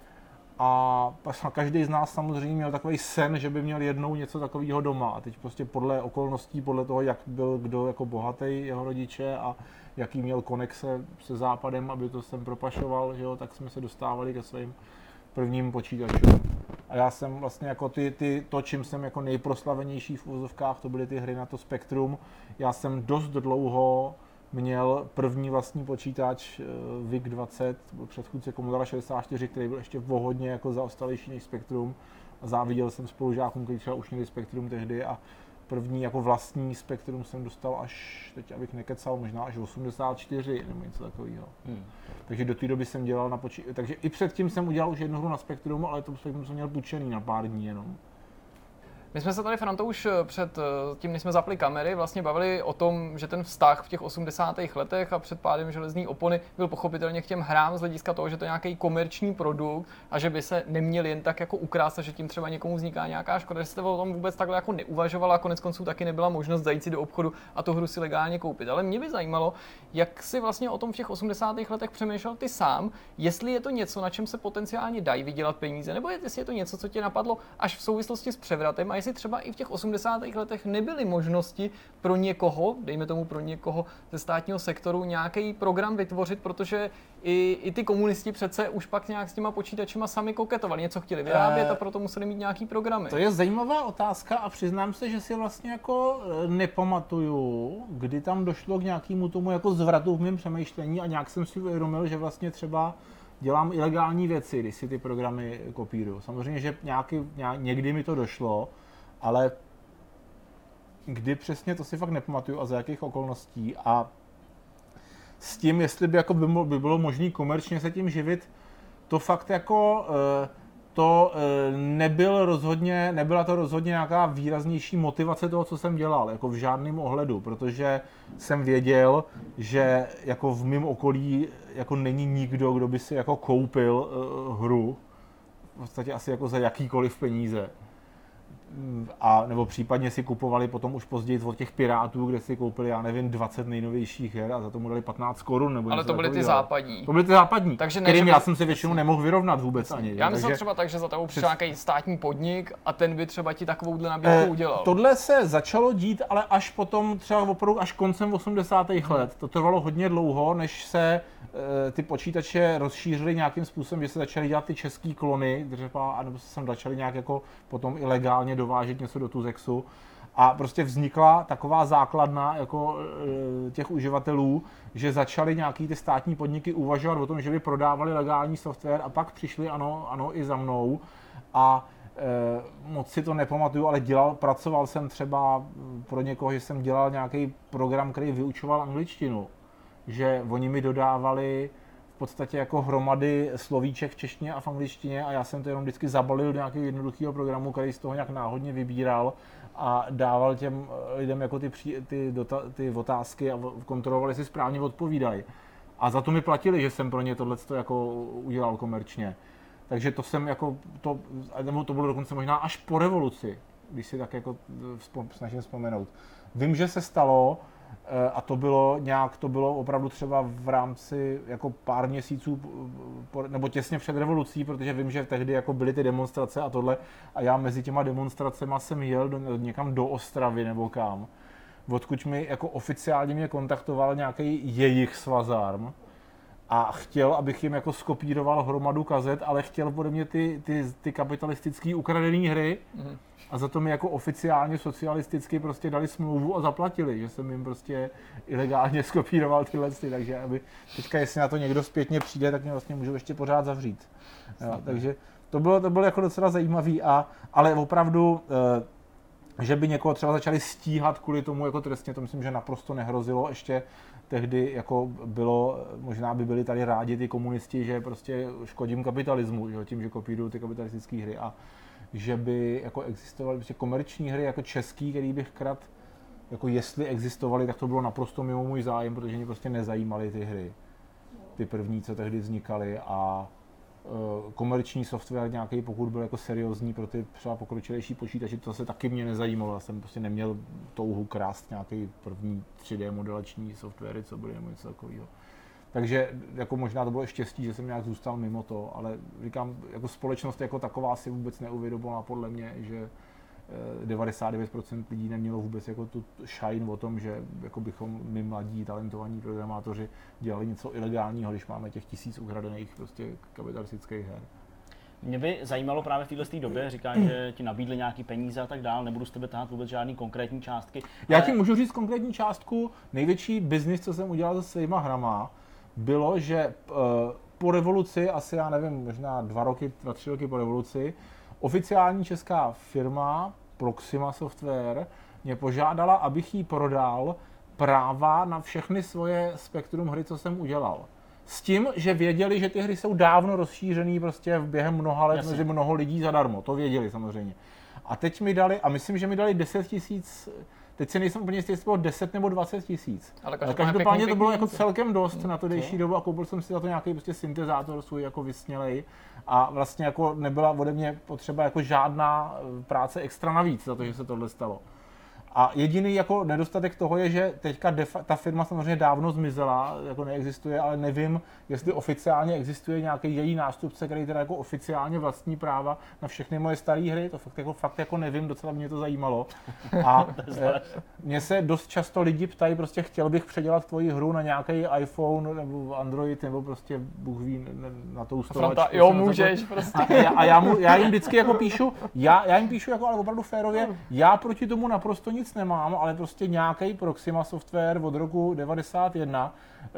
a každý z nás samozřejmě měl takový sen, že by měl jednou něco takového doma, a teď prostě podle okolností, podle toho, jak byl kdo jako bohatý, jeho rodiče, a jaký měl konexe se západem, aby to sem propašoval, že jo, tak jsme se dostávali ke svým prvním počítačům. A já jsem vlastně jako ty, ty, to, čím jsem jako nejproslavenější v uvozovkách, to byly ty hry na to Spektrum. Já jsem dost dlouho měl první vlastní počítač V I C dvacet, předchůdce Commodore šedesát čtyři, který byl ještě vohodně jako zaostalejší než Spektrum. A záviděl jsem spolužákům, kteří třeba už měli Spektrum tehdy, a první jako vlastní Spektrum jsem dostal až, teď abych nekecal, možná až osmdesát čtyři nebo něco takového. Hmm. Takže do té doby jsem dělal na počítači, takže i předtím jsem udělal už jednu hru na Spektrum, ale to Spektrum jsem měl půjčený na pár dní jenom. My jsme se tady, Franto, už před tím, než jsme zapli kamery, vlastně bavili o tom, že ten vztah v těch osmdesátých letech a před pádem železné opony byl pochopitelně k těm hrám z hlediska toho, že to je nějaký komerční produkt a že by se neměl jen tak jako ukrást a že tím třeba někomu vzniká nějaká škoda, že jste o tom vůbec takhle jako neuvažovala a konec konců taky nebyla možnost zajít si do obchodu a tu hru si legálně koupit. Ale mě by zajímalo, jak si vlastně o tom v těch osmdesátých letech přemýšlel ty sám, jestli je to něco, na čem se potenciálně dají vydělat peníze, nebo jestli je to něco, co tě napadlo až v souvislosti s převratem a jestli třeba i v těch osmdesátých letech nebyly možnosti pro někoho, dejme tomu pro někoho ze státního sektoru, nějaký program vytvořit, protože i, i ty komunisti přece už pak nějak s těma počítačima sami koketovali, něco chtěli vyrábět a proto museli mít nějaký programy. To je zajímavá otázka a přiznám se, že si vlastně jako nepamatuju, kdy tam došlo k nějakému tomu jako zvratu v mém přemýšlení a nějak jsem si uvědomil, že vlastně třeba dělám ilegální věci, když si ty programy kopíruju. Samozřejmě, že nějaký, nějak, někdy mi to došlo, ale kdy přesně, to si fakt nepamatuju a za jakých okolností. A s tím, jestli by, jako by, by bylo možné komerčně se tím živit, to fakt jako to nebyl rozhodně, nebyla to rozhodně nějaká výraznější motivace toho, co jsem dělal, jako v žádném ohledu, protože jsem věděl, že jako v mém okolí jako není nikdo, kdo by si jako koupil uh, hru, v podstatě asi jako za jakýkoliv peníze. A nebo případně si kupovali potom už později od těch pirátů, kde si koupili, já nevím, dvacet nejnovějších her a za to mu dali patnáct korun. Nebo ale to byly ty západní. To byly ty západní, takže ne, kterým by... já jsem si většinou nemohl vyrovnat vůbec ani. Já myslím takže... třeba tak, že za tebou přišel nějaký státní podnik a ten by třeba ti takovouhle nabídku eh, udělal. Tohle se začalo dít, ale až potom třeba opravdu až koncem osmdesátých hmm. let. To trvalo hodně dlouho, než se eh, ty počítače rozšířily nějakým způsobem, že se začaly dělat ty český klony, třeba, anebo se sem začaly nějak jako potom ilegálně dovážet něco do Tuzexu a prostě vznikla taková základna jako e, těch uživatelů, že začaly nějaký ty státní podniky uvažovat o tom, že by prodávali legální software a pak přišli ano, ano i za mnou a e, moc si to nepamatuju, ale dělal, pracoval jsem třeba pro někoho, že jsem dělal nějaký program, který vyučoval angličtinu, že oni mi dodávali v podstatě jako hromady slovíček v češtině a v angličtině a já jsem to jenom vždycky zabalil do nějakého jednoduchého programu, který z toho nějak náhodně vybíral a dával těm lidem jako ty, ty, dota, ty otázky a kontrolovali, jestli správně odpovídají. A za to mi platili, že jsem pro ně tohleto jako udělal komerčně. Takže to jsem jako, to, nebo to bylo dokonce možná až po revoluci, když si tak jako snažím vzpomenout. Vím, že se stalo, a to bylo nějak, to bylo opravdu třeba v rámci jako pár měsíců nebo těsně před revolucí, protože vím, že tehdy jako byly ty demonstrace a tohle a já mezi těma demonstracema jsem jel do, někam do Ostravy nebo kam, odkud mi jako oficiálně mě kontaktoval nějaký jejich svazarm a chtěl, abych jim jako skopíroval hromadu kazet, ale chtěl pode mě ty, ty, ty kapitalistické ukradené hry. Mm. A za to mi jako oficiálně socialisticky prostě dali smlouvu a zaplatili, že jsem jim prostě ilegálně skopíroval tyhle ty, takže aby teďka, jestli na to někdo zpětně přijde, tak mě vlastně můžu ještě pořád zavřít. Jo, takže to bylo, to bylo jako docela zajímavý, a, ale opravdu, e, že by někoho třeba začali stíhat kvůli tomu jako trestně, to myslím, že naprosto nehrozilo. Ještě tehdy jako bylo, možná by byli tady rádi ty komunisti, že prostě škodím kapitalismu, že, tím, že kopírují ty kapitalistické hry a že by jako existovaly prostě komerční hry jako český, který bych krát, jako jestli existovaly, tak to bylo naprosto mimo můj zájem, protože mě prostě nezajímaly ty hry. Ty první, co tehdy vznikaly, a uh, komerční software nějaký, pokud byl jako seriózní pro ty třeba pokročilejší počítače, to se taky mě nezajímalo. Já jsem prostě neměl touhu krást nějaký první tři dé modelační softwary, co byly nebo něco takového. Takže jako možná to bylo štěstí, že jsem nějak zůstal mimo to, ale říkám, jako společnost jako taková si vůbec neuvědomila podle mě, že devadesát devět procent lidí nemělo vůbec jako tu shine o tom, že jako bychom my mladí, talentovaní programátoři dělali něco ilegálního, když máme těch tisíc ukradených prostě kapitalistických her. Mě by zajímalo právě v této době, říkáš, že ti nabídli nějaký peníze a tak dál, nebudu z tebe tahat vůbec žádný konkrétní částky. Já ale... ti můžu říct konkrétní částku. Největší biznis, co jsem udělal se svýma hrama, bylo, že po revoluci, asi já nevím, možná dva roky, dva, tři roky po revoluci, oficiální česká firma Proxima Software mě požádala, abych jí prodal práva na všechny svoje spektrum hry, co jsem udělal. S tím, že věděli, že ty hry jsou dávno rozšířený prostě během mnoha let mezi mnoho lidí zadarmo. To věděli samozřejmě. A teď mi dali, a myslím, že mi dali deset tisíc, teď si nejsem úplně jistý, jestli bylo deset nebo dvacet tisíc. Ale každopádně, každopádně to bylo jako pěkný, celkem dost hmm. na to dejší dobu a koupil jsem si za to nějaký prostě syntezátor svůj jako vysnělej a vlastně jako nebyla ode mě potřeba jako žádná práce extra navíc za to, že se tohle stalo. A jediný jako nedostatek toho je, že teďka defa, ta firma samozřejmě dávno zmizela, jako neexistuje, ale nevím, jestli oficiálně existuje nějaký její nástupce, který teda jako oficiálně vlastní práva na všechny moje staré hry, to fakt jako, fakt jako nevím, docela mě to zajímalo. A mě se dost často lidi ptají, prostě chtěl bych předělat tvoji hru na nějaký iPhone nebo Android nebo prostě Bůh ví na tou stovačku. Jo, můžeš prostě. A, já, a já, mu, já jim vždycky jako píšu, já, já jim píšu jako ale opravdu férově, já proti tomu naprosto nic nemám, ale prostě nějaký Proxima Software od roku devadesát jedna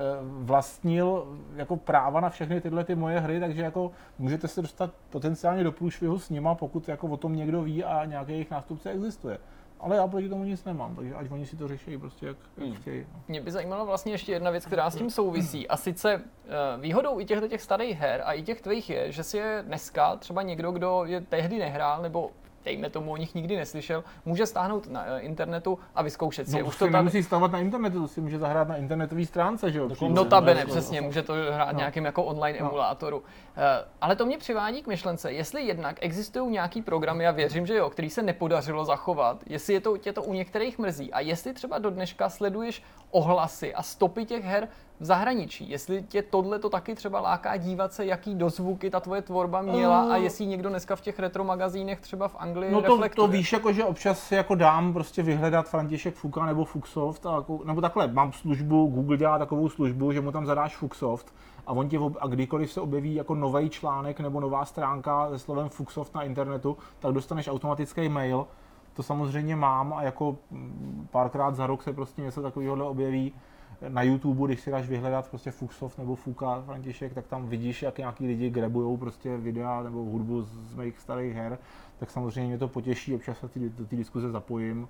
vlastnil jako práva na všechny tyhle ty moje hry, takže jako můžete se dostat potenciálně do průšvihu s nima, pokud jako o tom někdo ví a nějaký jejich nástupce existuje. Ale já proti tomu nic nemám, takže ať oni si to řeší prostě jak, jak chtějí. Mě by zajímala vlastně ještě jedna věc, která s tím souvisí. A sice výhodou i těchto těch starých her a i těch tvých je, že si je dneska třeba někdo, kdo je tehdy nehrál nebo dejme tomu, o nich nikdy neslyšel, může stáhnout na internetu a vyzkoušet si. No, už to to tam nemusí stávat na internetu, to si může zahrát na internetové stránce, že jo? Notabene, přesně, může to hrát no. nějakým jako online no. emulátoru. Uh, ale to mě přivádí k myšlence, jestli jednak existují nějaký programy, já věřím, že jo, který se nepodařilo zachovat, jestli je to, tě to u některých mrzí a jestli třeba do dneška sleduješ ohlasy a stopy těch her v zahraničí, jestli tě tohle to taky třeba láká dívat se, jaký dozvuky ta tvoje tvorba měla uh, a jestli někdo dneska v těch retro magazínech třeba v Anglii no to, reflektuje. to víš, jako, že občas si jako dám prostě vyhledat František Fuka nebo Fuxsoft, a jako, nebo takhle, mám službu, Google dělá takovou službu, že mu tam zadáš Fuxsoft a on tě, a kdykoliv se objeví jako nový článek nebo nová stránka se slovem Fuxsoft na internetu, tak dostaneš automatický mail. To samozřejmě mám a jako párkrát za rok se prostě něco takového objeví. Na YouTube, když si dáš vyhledat prostě Fuxsoft nebo Fuka František, tak tam vidíš, jak nějaký lidi grabujou prostě videa nebo hudbu z mých starých her, tak samozřejmě mě to potěší, občas se do té diskuze zapojím.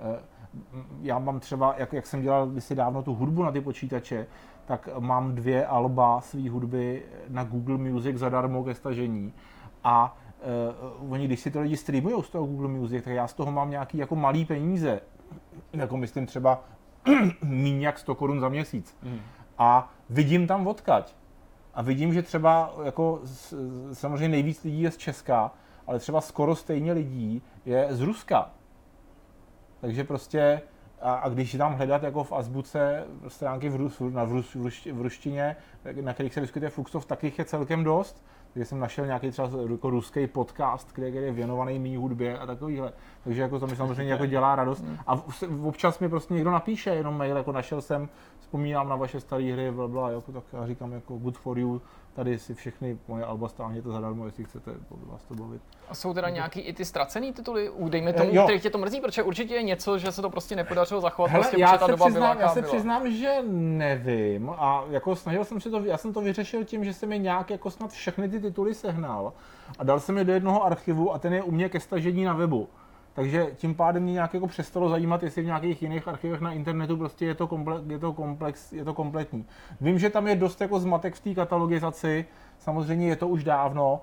Já mám třeba, jak, jak jsem dělal kdysi dávno tu hudbu na ty počítače, tak mám dvě alba své hudby na Google Music zadarmo ke stažení. A uh, oni, když si to lidi streamujou z toho Google Music, tak já z toho mám nějaký jako malý peníze, jako myslím třeba míň jak sto korun za měsíc. Mm. A vidím tam odkaď. A vidím, že třeba jako samozřejmě nejvíc lidí je z Česka, ale třeba skoro stejně lidí je z Ruska. Takže prostě, a, a když tam hledat jako v azbuce stránky v, Rus, na, v, Rus, v, ruš, v ruštině, na kterých se diskutuje Fuxsoft, tak jich je celkem dost. Takže jsem našel nějaký třeba jako ruský podcast, který je věnovaný mý hudbě a takovýhle. Takže jako to mi samozřejmě jako dělá radost. A občas mi prostě někdo napíše jenom mail, jako našel jsem, vzpomínám na vaše staré hry, blablabla, jako, tak já říkám jako good for you, tady si všechny moje alba stáhněte zadarmo, jestli chcete vás to bavit. A jsou teda nějaký i ty ztracený tituly, dejme tomu, e, kterých tě to mrzí, protože určitě je něco, že se to prostě nepodařilo zachovat, hele, prostě já ta se doba přiznám, byla, já se byla. přiznám, že nevím a jako snažil jsem si to, já jsem to vyřešil tím, že jsem je nějak jako snad všechny ty tituly sehnal a dal jsem je do jednoho archivu a ten je u mě ke stažení na webu. Takže tím pádem mě nějak jako přestalo zajímat, jestli v nějakých jiných archivech na internetu prostě je to, komple- je to, komplex, je to kompletní. Vím, že tam je dost jako zmatek v té katalogizaci, samozřejmě je to už dávno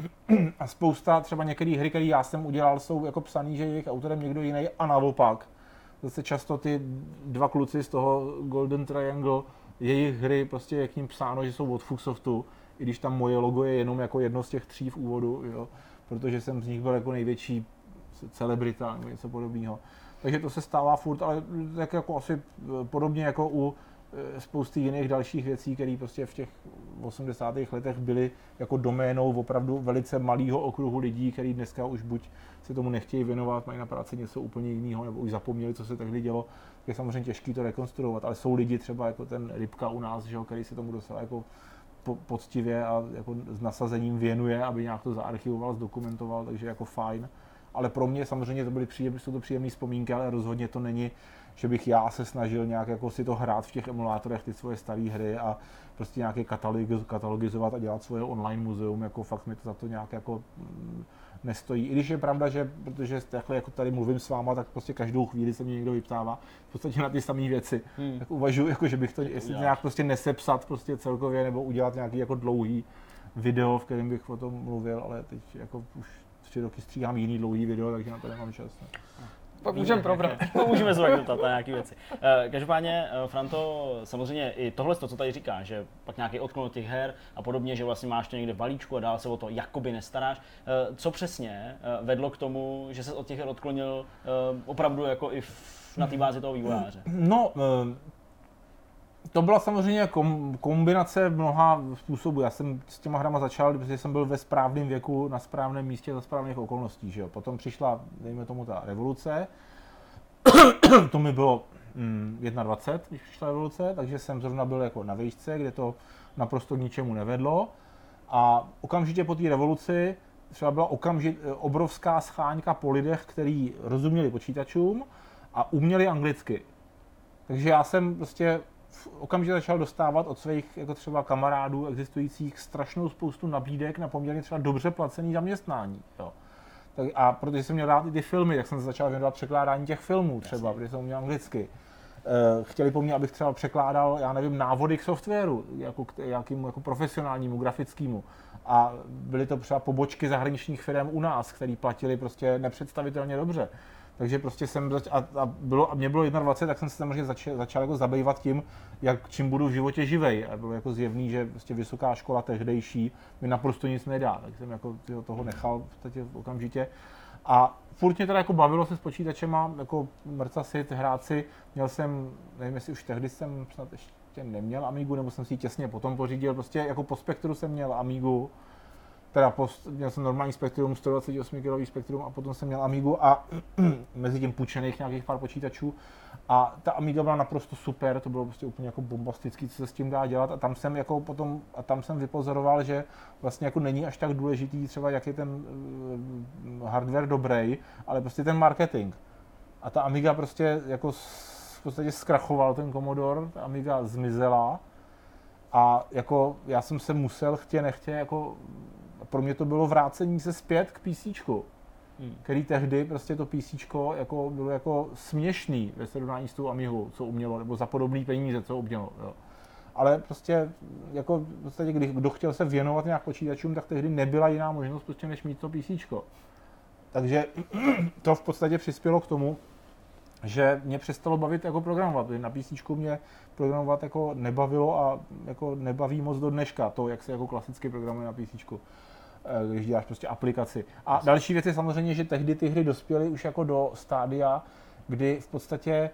a spousta třeba některých hry, které já jsem udělal, jsou jako psaný, že je jejich autorem někdo jiný a naopak. Zase často ty dva kluci z toho Golden Triangle, jejich hry prostě je k ním psáno, že jsou od Fuxsoftu, i když tam moje logo je jenom jako jedno z těch tří v úvodu, jo, protože jsem z nich byl jako největší celebrita nebo něco podobného. Takže to se stává furt, ale tak jako asi podobně jako u spousty jiných dalších věcí, které prostě v těch osmdesátých letech byly jako doménou opravdu velice malého okruhu lidí, kteří dneska už buď se tomu nechtějí věnovat, mají na práci něco úplně jiného, nebo už zapomněli, co se tehdy dělo. Je samozřejmě těžké to rekonstruovat, ale jsou lidi třeba jako ten Rybka u nás, že, který se tomu docela jako poctivě a jako s nasazením věnuje, aby nějak to zaarchivoval, zdokumentoval, takže jako fajn. Ale pro mě samozřejmě to byly příjemné, jsou to příjemné vzpomínky, ale rozhodně to není, že bych já se snažil nějak jako si to hrát v těch emulátorech, ty svoje staré hry a prostě nějaké katalogizovat a dělat svoje online muzeum, jako fakt mi to za to nějak jako nestojí. I když je pravda, že protože takhle jako tady mluvím s váma, tak prostě každou chvíli se mě někdo vyptává v podstatě na ty samé věci. Hmm. Tak uvažuji, jako, že bych to jestli nějak prostě nesepsat prostě celkově nebo udělat nějaký jako dlouhý video, v kterém bych o tom mluvil, ale teď jako už tři roky stříhám jiný dlouhý video, takže na to nemám čas. Ne. Pak můžeme probrat. Můžeme se pak zeptat na nějaké věci. Každopádně, Franto, samozřejmě i tohle, co tady říká, že pak nějaký odklon od těch her a podobně, že vlastně máš to někde v balíčku a dál se o to jakoby nestaráš. Co přesně vedlo k tomu, že se od těch her odklonil opravdu jako i na té bázi toho vývojáře? No, to byla samozřejmě kombinace mnoha způsobů. Já jsem s těma hrama začal, protože jsem byl ve správném věku, na správném místě, za správných okolností. Že jo? Potom přišla, dejme tomu, ta revoluce. To mi bylo mm, dvacet jedna, když přišla revoluce, takže jsem zrovna byl jako na výšce, kde to naprosto ničemu nevedlo. A okamžitě po té revoluci třeba byla okamžitě obrovská scháňka po lidech, kteří rozuměli počítačům a uměli anglicky. Takže já jsem prostě okamžitě začal dostávat od svých jako třeba kamarádů existujících strašnou spoustu nabídek na poměrně třeba dobře placený zaměstnání. Jo. Tak, a protože jsem měl rád i ty filmy, tak jsem se začal věnovat překládání těch filmů třeba, Jasně. protože jsem uměl anglicky. E, chtěli po mně, abych třeba překládal, já nevím, návody k softwaru, jako k nějakému jako profesionálnímu, grafickému. A byly to třeba pobočky zahraničních firm u nás, které platili prostě nepředstavitelně dobře. Takže prostě jsem zač- a, a, bylo, a mě bylo dvacet jedna, tak jsem se samozřejmě začal, začal jako zabývat tím, jak čím budu v životě živej. A bylo jako zjevný, že prostě vysoká škola tehdejší mi naprosto nic nedá. Tak jsem jako toho nechal v podstatě okamžitě. A furt mě teda jako bavilo se s počítačema, jako mrcasit, hrát si. Měl jsem, nevím, jestli už tehdy jsem snad ještě neměl Amigu, nebo jsem si ji těsně potom pořídil. Prostě jako po Spektru jsem měl Amigu. Teda post, měl jsem normální Spektrum, sto dvacet osm kilový Spektrum a potom jsem měl Amigu a mezi tím půjčených nějakých pár počítačů. A ta Amiga byla naprosto super, to bylo prostě úplně jako bombastický, co se s tím dá dělat. A tam jsem jako potom, a tam jsem vypozoroval, že vlastně jako není až tak důležitý třeba, jak je ten uh, hardware dobrý, ale prostě ten marketing. A ta Amiga prostě jako v podstatě zkrachoval ten Commodore, ta Amiga zmizela. A jako já jsem se musel chtě nechtě jako pro mě to bylo vrácení se zpět k PCčku, hmm. který tehdy prostě to PCčko jako bylo jako směšný ve srovnání s tou Amigou, co umělo, nebo za podobný peníze, co umělo. Jo. Ale prostě jako v podstatě, když kdo chtěl se věnovat nějak počítačům, tak tehdy nebyla jiná možnost prostě než mít to PCčko. Takže to v podstatě přispělo k tomu, že mě přestalo bavit jako programovat. Na PCčku mě programovat jako nebavilo a jako nebaví moc do dneška to, jak se jako klasicky programuje na PCčku, když děláš prostě aplikaci. A další věc je samozřejmě, že tehdy ty hry dospěly už jako do stádia, kdy v podstatě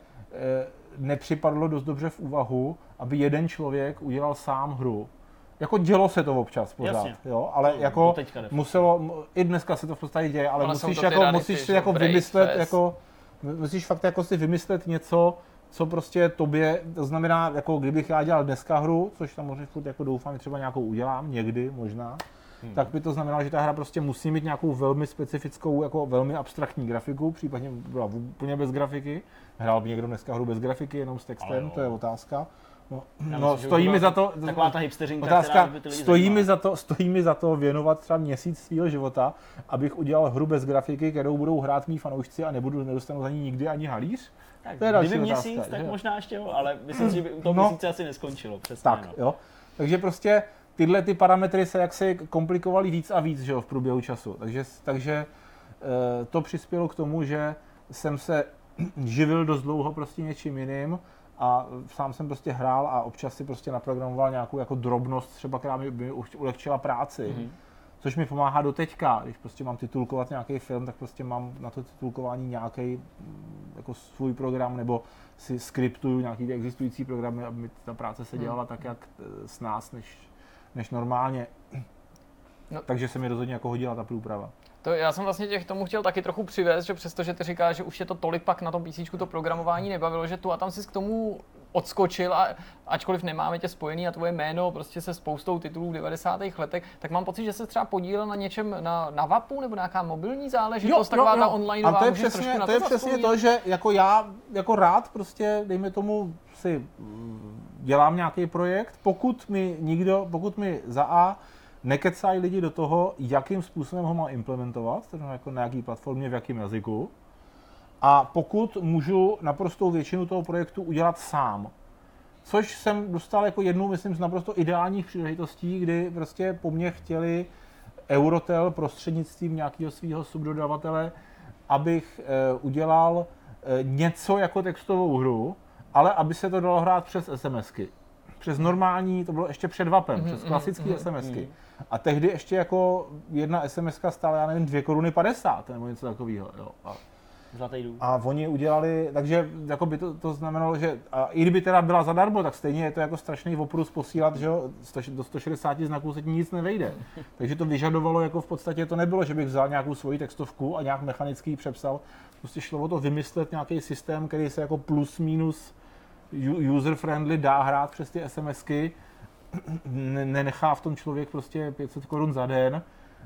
nepřipadlo dost dobře v úvahu, aby jeden člověk udělal sám hru. Jako dělo se to občas pořád, jo, ale no, jako muselo, i dneska se to v podstatě děje, ale, ale musíš, jako, musíš si jako vymyslet, jako, musíš fakt jako si vymyslet něco, co prostě tobě, to znamená, jako kdybych já dělal dneska hru, což samozřejmě furt jako doufám, třeba nějakou udělám, někdy možná, hmm. tak by to znamenalo, že ta hra prostě musí mít nějakou velmi specifickou, jako velmi abstraktní grafiku, případně byla úplně bez grafiky. Hrál by někdo dneska hru bez grafiky, jenom s textem, to je otázka. No, no myslím, stojí mi za to, taková ta hipsterinka, otázka, stojí mi za to, stojí mi za to věnovat třeba měsíc svého života, abych udělal hru bez grafiky, kterou budou hrát mý fanoušci a nebudu, nedostanu za ní nikdy ani halíř. Tak, to je kdyby měsíc, otázka, tak že? Možná ještě jo, ale myslím si, že by u toho no, měsíce asi neskončilo. Přesně, tak, no. jo. Takže prostě tyhle ty parametry se jaksi komplikovaly víc a víc, že jo, v průběhu času. Takže, takže e, to přispělo k tomu, že jsem se živil dost dlouho prostě něčím jiným a sám jsem prostě hrál a občas si prostě naprogramoval nějakou jako drobnost, třeba která mi, mi ulehčila práci. Mm-hmm. Což mi pomáhá do teďka, když prostě mám titulkovat nějaký film, tak prostě mám na to titulkování nějaký jako svůj program, nebo si skriptuju nějaký existující programy, aby mi ta práce se dělala hmm. tak, jak s nás, než, než normálně. No. Takže se mi rozhodně jako hodila ta průprava. To já jsem vlastně tě k tomu chtěl taky trochu přivést, že přestože ty říkáš, že už je to tolik pak na tom PCčku to programování nebavilo, že tu a tam si k tomu odskočil a ačkoliv nemáme tě spojený a tvoje jméno prostě se spoustou titulů v devadesátých letech, tak mám pocit, že se třeba podílel na něčem na, na vapu nebo nějaká mobilní záležitost, taková ta online. A to je přesně, to, je přesně to, že jako já jako rád prostě, dejme tomu, si dělám nějaký projekt, pokud mi nikdo, pokud mi za A nekecají lidi do toho, jakým způsobem ho mám implementovat, tedy jako na jaký platformě, v jakém jazyku. A pokud můžu naprostou většinu toho projektu udělat sám. Což jsem dostal jako jednu, myslím, z naprosto ideálních příležitostí, kdy prostě po mně chtěli Eurotel prostřednictvím nějakého svého subdodavatele, abych uh, udělal uh, něco jako textovou hru, ale aby se to dalo hrát přes SMSky. Přes normální, to bylo ještě před vapem, mm, přes klasické mm, SMSky. Mm. A tehdy ještě jako jedna SMSka stála, já nevím, dvě koruny padesát nebo něco takového. Jo. A, a oni udělali, takže jako by to, to znamenalo, že a i kdyby teda byla zadarmo, tak stejně je to jako strašný oprus posílat, že jo, do sto šedesát znaků se ti nic nevejde. Takže to vyžadovalo, jako v podstatě to nebylo, že bych vzal nějakou svoji textovku a nějak mechanicky ji přepsal. Prostě šlo o to vymyslet nějaký systém, který se jako plus minus user-friendly dá hrát přes ty SMSky, nenechá v tom člověk prostě pět set korun za den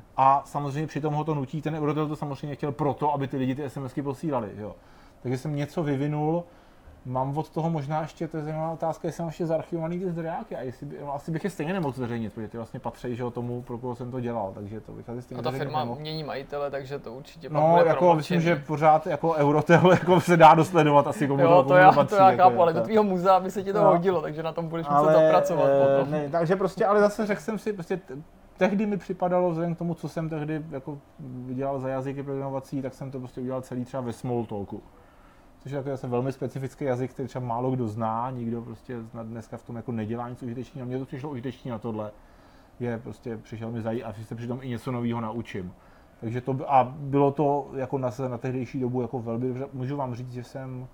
a samozřejmě přitom ho to nutí, ten Eurotel to samozřejmě chtěl proto, aby ty lidi ty SMSky posílali, jo. Takže jsem něco vyvinul, mám od toho možná ještě, to je zajímavá otázka, jestli mám ještě zarchivovaný ty zdrojáky a jestli by, no, asi bych je stejně nemohl zveřejnit, protože ty vlastně patří, že, tomu, pro koho jsem to dělal, takže to bych asi stejně a ta firma nemohl. Mění majitele, takže to určitě pak no, bude jako promlčený. Myslím, že pořád jako Eurotel jako se dá dosledovat asi komu jo, to, to já, patří, to já jako chápu, ale do tvýho muzea by se ti to no. hodilo, takže na tom budeš muset zapracovat e, potom. Ne, takže prostě, ale zase řekl jsem si, prostě tehdy mi připadalo, vzhledem k tomu, co jsem tehdy jako dělal za jazyky programovací, tak jsem to prostě udělal celý třeba ve Smalltalku. Což je takový zase velmi specifický jazyk, který třeba málo kdo zná, nikdo prostě dneska v tom jako nedělá nic užitečného. Mně to přišlo užitečný na tohle. Je prostě přišel mi zajímat a že se přitom i něco nového naučím. Takže to a bylo to jako na, na tehdejší dobu jako velmi dobře. Můžu vám říct, že jsem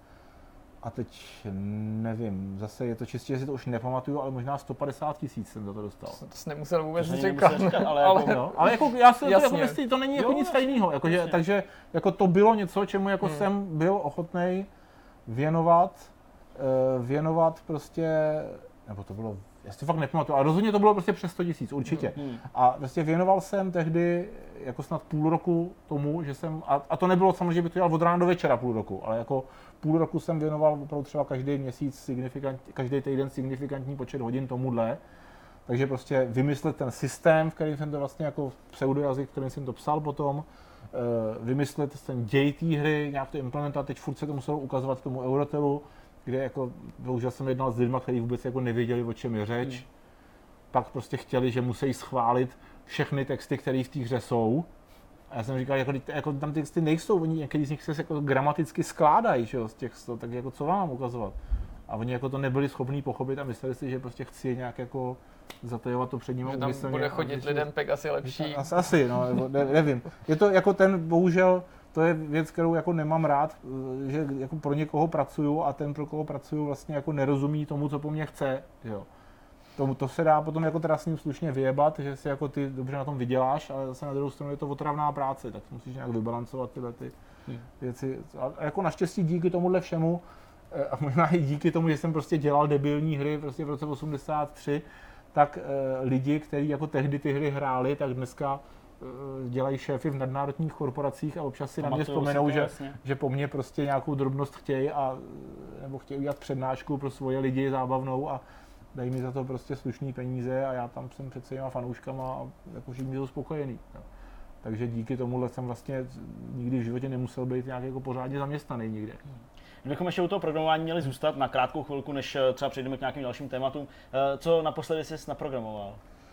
a teď nevím, zase je to čistě, že si to už nepamatuju, ale možná sto padesát tisíc jsem za to dostal. To jsi nemusel vůbec čekat, ale, ale, jako, no, ale jako já si to jako myslím, to není jako jo, nic tajného, jako, takže jako to bylo něco, čemu jako hmm. jsem byl ochotnej věnovat, věnovat prostě, nebo to bylo, já si to fakt nepamatuju, ale rozhodně to bylo prostě přes sto tisíc, určitě. Hmm. A prostě věnoval jsem tehdy jako snad půl roku tomu, že jsem, a, a to nebylo samozřejmě, že bych to dělal od rána do večera půl roku, ale jako půl roku jsem věnoval opravdu třeba každý měsíc, signifikant, každý týden signifikantní počet hodin tomuhle. Takže prostě vymyslet ten systém, v kterém jsem to vlastně jako pseudojazyk, v kterém jsem to psal potom, vymyslet ten děj té hry, nějak to implementovat, teď furt se to muselo ukazovat tomu Eurotelu, kde jako, bohužel jsem jednal s lidmi, kteří vůbec jako nevěděli, o čem je řeč. Hmm. Pak prostě chtěli, že musí schválit všechny texty, které v té hře jsou. A já jsem říkal, jako, jako tam ty texty nejsou, oni některý z nich se jako gramaticky skládají, že jo, z těch sto, tak jako co vám mám ukazovat? A oni jako to nebyli schopní pochopit a mysleli si, že prostě chci nějak jako zatajovat to před nimi. Že tam bude chodit lidem pek asi lepší. Asi, asi no, ne, nevím. Je to jako ten, bohužel, to je věc, kterou jako nemám rád, že jako pro někoho pracuju a ten, pro koho pracuju, vlastně jako nerozumí tomu, co po mně chce, jo. To, to se dá potom jako teda s ním slušně vyjebat, že si jako ty dobře na tom vyděláš, ale zase na druhou stranu je to otravná práce, tak musíš nějak vybalancovat tyhle ty hmm. věci. A jako naštěstí díky tomuhle všemu, a možná i díky tomu, že jsem prostě dělal debilní hry prostě v roce osmdesát tři, tak e, lidi, kteří jako tehdy ty hry hráli, tak dneska e, dělají šéfy v nadnárodních korporacích a občas si na mě vzpomenou, že, že po mně prostě nějakou drobnost chtějí a nebo chtějí udělat přednášku pro svoje lidi zábavnou a dají mi za to prostě slušný peníze a já tam jsem před svýma fanouškama a jako všichni jsou spokojený. No. Takže díky tomuhle jsem vlastně nikdy v životě nemusel být nějak jako pořádně zaměstnaný nikde. Kdybychom ještě u toho programování měli zůstat na krátkou chvilku, než třeba přejdeme k nějakým dalším tématům. Co naposledy jsi naprogramoval?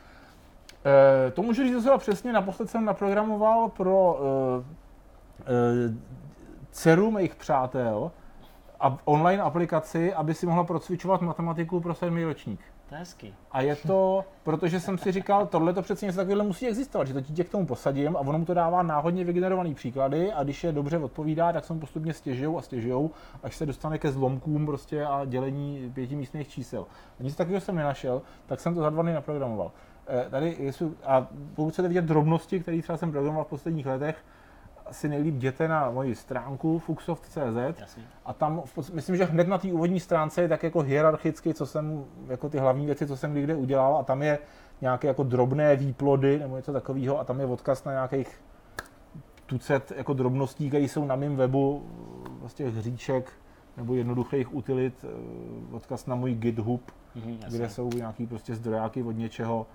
E, to můžu říct docela přesně. Naposled jsem naprogramoval pro e, e, dceru mých přátel a online aplikaci, aby si mohla procvičovat matematiku pro sedmý ročník. To je hezký. A je to, protože jsem si říkal, tohle to přece něco takového musí existovat, že to dítě k tomu posadím a ono mu to dává náhodně vygenerovaný příklady a když je dobře odpovídá, tak se mu postupně stěžujou a stěžujou, až se dostane ke zlomkům prostě a dělení pětimístných čísel. A nic takového jsem nenašel, tak jsem to za dva dny naprogramoval. E, tady jestli, a pokud chcete vidět drobnosti, které třeba jsem programoval v posledních letech, si nejlíp jděte na moji stránku fuxsoft tečka cé zet a tam, myslím, že hned na té úvodní stránce je tak jako hierarchicky, co jsem, jako ty hlavní věci, co jsem někde udělal a tam je nějaké jako drobné výplody nebo něco takového a tam je odkaz na nějakých tucet jako drobností, které jsou na mém webu, vlastně hříček nebo jednoduchých utilit, odkaz na můj GitHub, mm, kde jsou nějaký prostě zdrojáky od něčeho.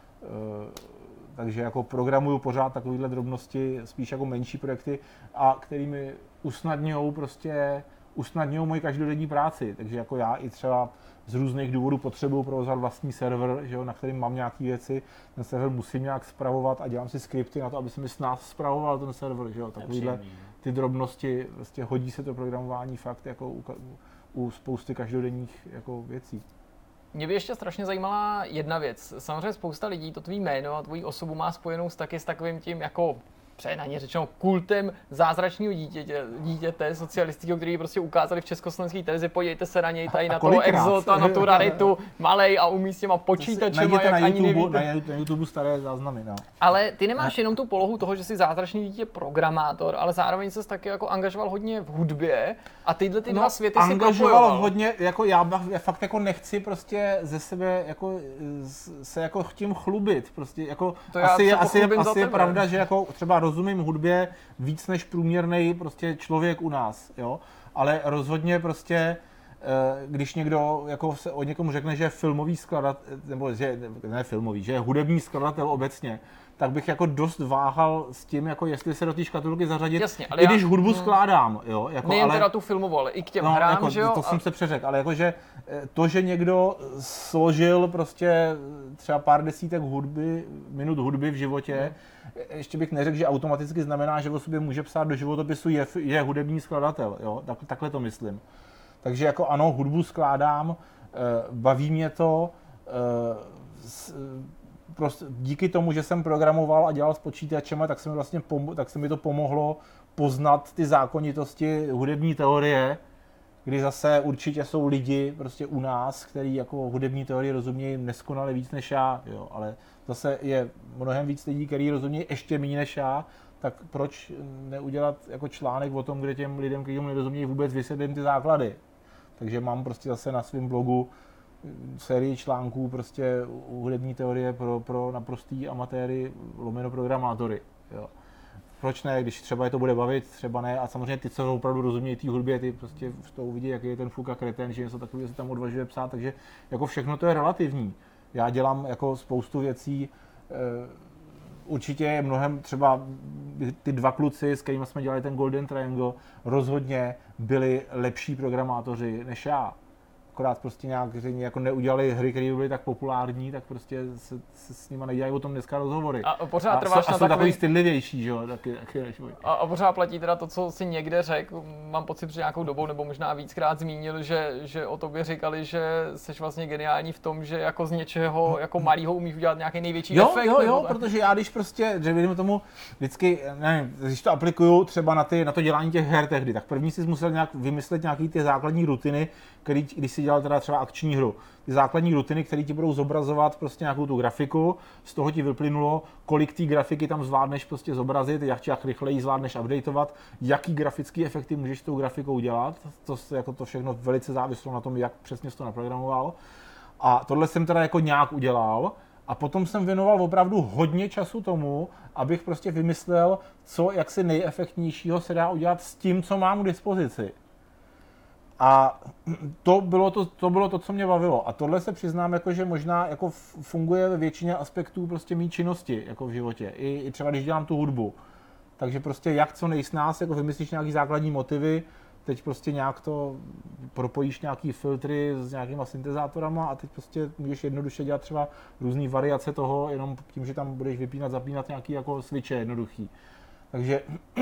Takže jako programuju pořád takovéhle drobnosti, spíš jako menší projekty, a kterými usnadňují prostě usnadňují moji každodenní práci, takže jako já i třeba z různých důvodů potřebuju provozovat vlastní server, že jo, na kterým mám nějaké věci, ten server musím nějak spravovat a dělám si skripty na to, aby se mi s nás spravoval ten server, že jo, takovýhle ty drobnosti, vlastně hodí se to programování fakt jako u, u spousty každodenních jako věcí. Mě by ještě strašně zajímala jedna věc. Samozřejmě spousta lidí to tvý jméno a tvoji osobu má spojenou s taky s takovým tím jako přehnaně řečeno kultem zázračného dítěte, dítěte socialistického, který prostě ukázali v československé televizi, podívejte se na něj tady na toho exota, na tu raritu, malej a umí s těma počítačema, jak na ani YouTube, nevíte. Na YouTube staré záznamy, no. Ale ty nemáš jenom tu polohu toho, že jsi zázračný dítě programátor, ale zároveň ses taky jako angažoval hodně v hudbě a tyhle ty no, dva světy si angažoval propojoval. hodně, jako já, já fakt jako nechci prostě ze sebe jako se jako tím chlubit, prostě jako to asi je, asi je, za asi je tebe. pravda, že jako třeba rozumím hudbě víc než průměrný prostě člověk u nás, jo, ale rozhodně prostě když někdo jako se o někomu řekne, že je filmový skladatel, nebo že ne filmový, že je hudební skladatel obecně, tak bych jako dost váhal s tím, jako jestli se do té škatulky zařadit, jasně, ale i já, když hudbu skládám, jo, jako, nejen ale, teda tu filmovou, ale i k těm no, hrám, jako, že jo? To jsem se přeřekl, ale jakože to, že někdo složil prostě třeba pár desítek hudby, minut hudby v životě, hmm. ještě bych neřekl, že automaticky znamená, že o sobě může psát do životopisu je, je hudební skladatel, jo, tak, takhle to myslím. Takže jako ano, hudbu skládám, baví mě to, prostě díky tomu, že jsem programoval a dělal s počítačem, tak se mi vlastně pom- tak se mi to pomohlo poznat ty zákonitosti hudební teorie, kdy zase určitě jsou lidi prostě u nás, kteří jako hudební teorii rozumějí neskonale víc než já, jo, ale zase je mnohem víc lidí, kteří rozumějí ještě méně než já, tak proč neudělat jako článek o tom, kde těm lidem, kteří tomu nerozumějí, vůbec vysvětlím ty základy. Takže mám prostě zase na svém blogu sérii článků prostě hudební teorie pro, pro naprostý amatéry lomeno programátory. Jo. Proč ne, když třeba je to bude bavit, třeba ne. A samozřejmě ty, co opravdu rozumějí té hudbě, ty prostě v toho uvidí, jaký je ten fuk a kreten, že něco takového se tam odvažuje psát, takže jako všechno to je relativní. Já dělám jako spoustu věcí, určitě je mnohem třeba ty dva kluci, s kterými jsme dělali ten Golden Triangle, rozhodně byli lepší programátoři než já. Akorát prostě nějak jako neudělali hry, které byly tak populární, tak prostě se, se s nimi nedělají o tom dneska rozhovory. A pořád trváš a na jsou takový... takový stydlivější, že jo, taky, taky než můj. A, a pořád platí teda to, co si někde řekl, mám pocit před nějakou dobou, nebo možná víckrát zmínil, že, že o tobě říkali, že jsi vlastně geniální v tom, že jako z něčeho jako malýho umíš udělat nějaký největší jo, efekt. Jo, jo, tak? protože já když prostě, že vidím tomu vždycky, nevím, když to aplikuju třeba na, ty, na to dělání těch her tehdy, tak první si musel nějak vymyslet nějaký ty základní rutiny, který, když si dělal teda třeba akční hru. Ty základní rutiny, které ti budou zobrazovat prostě nějakou tu grafiku, z toho ti vyplynulo, kolik té grafiky tam zvládneš prostě zobrazit, jak, jak rychleji zvládneš updateovat, jaký grafický efekty můžeš s tou grafikou dělat, to, jako to všechno velice závislo na tom, jak přesně jsi to naprogramoval. A tohle jsem teda jako nějak udělal a potom jsem věnoval opravdu hodně času tomu, abych prostě vymyslel, co jaksi nejefektnějšího se dá udělat s tím, co mám k dispozici. A to bylo to, to bylo to, co mě bavilo. A tohle se přiznám, jako, že možná jako funguje ve většině aspektů prostě mý činnosti jako v životě. I, I třeba když dělám tu hudbu. Takže prostě jak co nejsnáz, jako vymyslíš nějaký základní motivy, teď prostě nějak to propojíš nějaký filtry s nějakýma syntezátorama a teď prostě můžeš jednoduše dělat třeba různé variace toho, jenom tím, že tam budeš vypínat, zapínat nějaký jako switche jednoduchý. Takže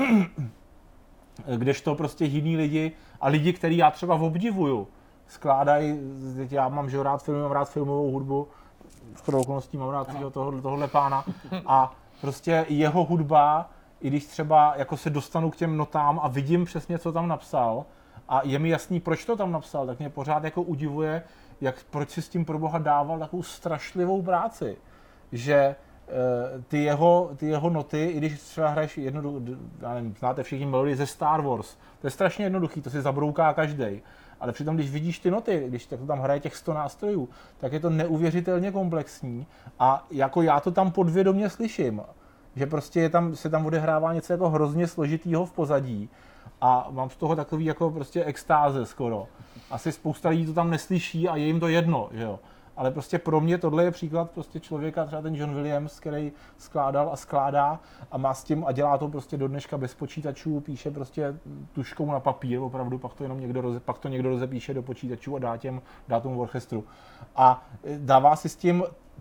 kdežto prostě jiní lidi a lidi, který já třeba obdivuju, skládají, já mám že rád filmy, mám rád filmovou hudbu, v okolností mám rád toho, tohohle pána a prostě jeho hudba, i když třeba jako se dostanu k těm notám a vidím přesně, co tam napsal a je mi jasný, proč to tam napsal, tak mě pořád jako udivuje, jak, proč si s tím pro boha dával takovou strašlivou práci, že Ty jeho, ty jeho noty, i když třeba hraješ jednoduchý, já nevím, znáte všichni melodii ze Star Wars, to je strašně jednoduchý, to si zabrouká každej. Ale přitom, když vidíš ty noty, když to tam hraje těch sto nástrojů, tak je to neuvěřitelně komplexní a jako já to tam podvědomě slyším, že prostě je tam, se tam odehrává něco jako hrozně složitýho v pozadí a mám z toho takový jako prostě extáze skoro. Asi spousta lidí to tam neslyší a je jim to jedno, že jo. ale prostě pro mě tohle je příklad prostě člověka, třeba ten John Williams, který skládal a skládá a má s tím a dělá to prostě do dneška bez počítačů, píše prostě tužkou na papír, opravdu, pak to jenom někdo, roze, pak to někdo rozepíše do počítačů a dá, těm, dá tomu orchestru. A dává si s tím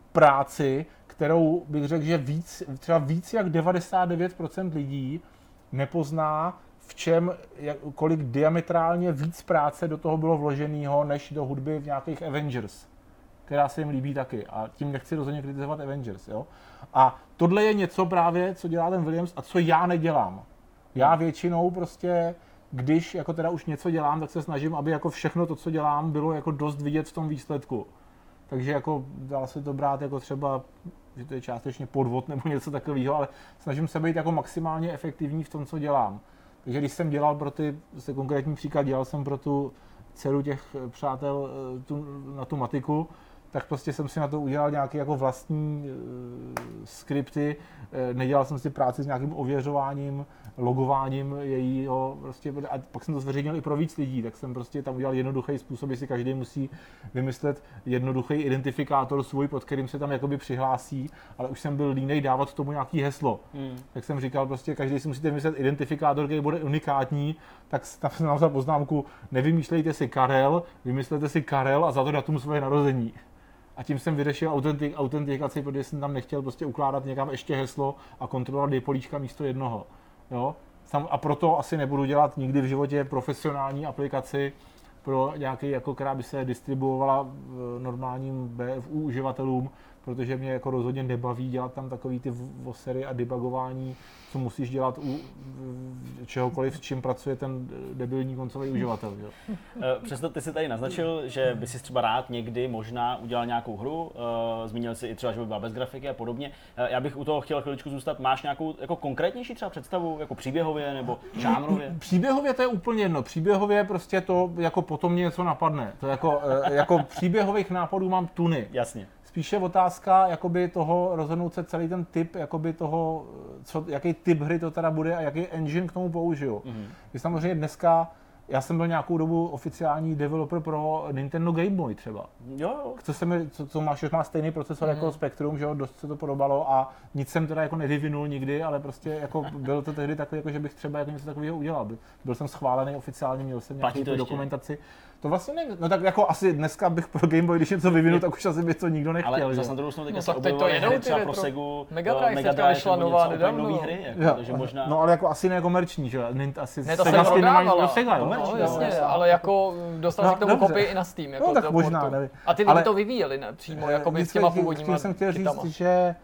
práci, kterou bych řekl, že víc, třeba víc jak devadesát devět procent lidí nepozná, v čem, jak, kolik diametrálně víc práce do toho bylo vloženého, než do hudby v nějakých Avengers, která se jim líbí taky. A tím nechci rozhodně kritizovat Avengers. Jo? A tohle je něco právě, co dělá ten Williams a co já nedělám. Já většinou prostě, když jako teda už něco dělám, tak se snažím, aby jako všechno to, co dělám, bylo jako dost vidět v tom výsledku. Takže jako dá se to brát jako třeba, že to je částečně podvod nebo něco takového, ale snažím se být jako maximálně efektivní v tom, co dělám. Takže když jsem dělal pro ty, se konkrétní příklad, dělal jsem pro tu dceru těch přátel tu, na tu matiku, tak prostě jsem si na to udělal nějaké jako vlastní uh, skripty, uh, nedělal jsem si práci s nějakým ověřováním, logováním jejího, prostě, a pak jsem to zveřejnil i pro víc lidí, tak jsem prostě tam udělal jednoduchý způsob, jestli každý musí vymyslet jednoduchý identifikátor svůj, pod kterým se tam jakoby přihlásí, ale už jsem byl línej dávat tomu nějaký heslo. Hmm. Tak jsem říkal prostě, každý si musíte vymyslet identifikátor, který bude unikátní, tak tam jsem napsal poznámku, nevymýšlejte si Karel, vymyslete si Karel a za to datum své narození. A tím jsem vyřešil autentik, autentikaci, protože jsem tam nechtěl prostě ukládat někam ještě heslo a kontrolovat dvě políčka místo jednoho. Jo? A proto asi nebudu dělat nikdy v životě profesionální aplikaci pro nějaký, jako, která by se distribuovala normálním B F U uživatelům, protože mě jako rozhodně nebaví dělat tam takový ty vosery a debugování, co musíš dělat u čehokoliv, s čím pracuje ten debilní koncový uživatel. Jo? Přesto ty jsi tady naznačil, že by si třeba rád někdy možná udělal nějakou hru, zmínil jsi i třeba, že by byla bez grafiky a podobně. Já bych u toho chtěl chviličku zůstat. Máš nějakou jako konkrétnější třeba představu, jako příběhově nebo žánrově? Příběhově to je úplně jedno. Příběhově prostě to jako potom mě něco napadne. To jako, jako příběhových nápadů mám tuny. Jasně. Spíše otázka jakoby toho rozhodnout se celý ten typ jakoby toho, co, jaký typ hry to teda bude a jaký engine k tomu použiju. Mm-hmm. Když samozřejmě dneska, já jsem byl nějakou dobu oficiální developer pro Nintendo Game Boy třeba. Jo. Co, se mi, co, co má, má stejný procesor mm-hmm. jako Spectrum, že jo, dost se to podobalo a nic jsem teda jako nevyvinul nikdy, ale prostě jako bylo to tehdy takový, jako že bych třeba jako něco takového udělal. Byl jsem schválený oficiálně, měl jsem nějakou dokumentaci. To vlastně ne, no tak jako asi dneska bych pro Game Boy, když něco vyvinu, tak už asi by to nikdo nechtěl. Ale zase na druhou stranu teďka no, se objevovaly hry třeba pro Segu, Mega Drive teďka vyšla nová nedávno. Hry, jako, takže možná... No ale jako asi ne komerční, že jo? Asi ne, to Sega se nemají do Sega, jo? No, jasně, ale jako dostal si k tomu kopii i na Steam. Jako no tak možná, nevím. A ty lidi to vyvíjeli, ne? Přímo, jakoby s těma původníma jsem chtěl říct, že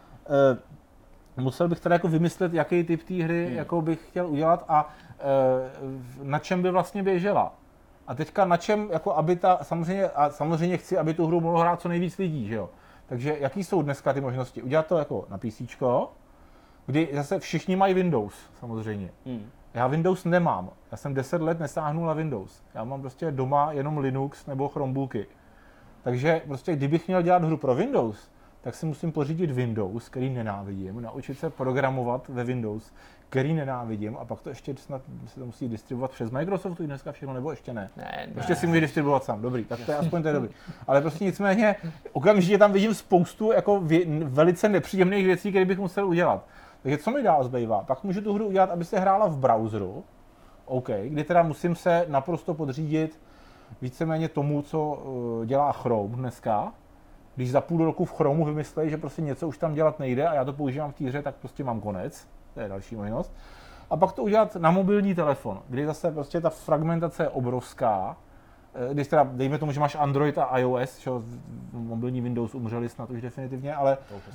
musel bych teda jako vymyslet, jaký typ té hry jako bych chtěl udělat a na čem by vlastně běžela. A teďka na čem, jako aby ta, samozřejmě, a samozřejmě chci, aby tu hru mohlo hrát co nejvíc lidí, že jo. Takže jaký jsou dneska ty možnosti? Udělat to jako na PCčko, kdy zase všichni mají Windows, samozřejmě. Hmm. Já Windows nemám. Já jsem deset let nesáhnul na Windows. Já mám prostě doma jenom Linux nebo Chromebooky. Takže prostě kdybych měl dělat hru pro Windows, tak si musím pořídit Windows, který nenávidím, naučit se programovat ve Windows, který nenávidím, a pak to ještě snad se to musí distribuovat přes Microsoftu i dneska všechno, nebo ještě ne? Ne, ne. Ještě si může distribuovat sám, dobrý, tak to je aspoň to je dobrý. Ale prostě nicméně, okamžitě tam vidím spoustu jako vě- velice nepříjemných věcí, které bych musel udělat. Takže co mi dál zbývá? Pak můžu tu hru udělat, aby se hrála v browseru, OK, kdy teda musím se naprosto podřídit víceméně tomu, co dělá Chrome dneska. Když za půl roku v Chromu vymyslej, že prostě něco už tam dělat nejde a já to používám v té hře, tak prostě mám konec. To je další možnost. A pak to udělat na mobilní telefon, kdy zase prostě ta fragmentace je obrovská. Když teda, dejme tomu, že máš Android a iOS, že mobilní Windows umřeli snad už definitivně, ale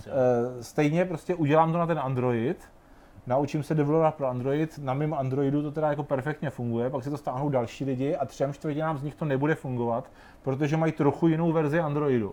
stejně prostě udělám to na ten Android, naučím se developovat pro Android, na mém Androidu to teda jako perfektně funguje, pak si to stáhnou další lidi a třem čtvrtinám z nich to nebude fungovat, protože mají trochu jinou verzi Androidu.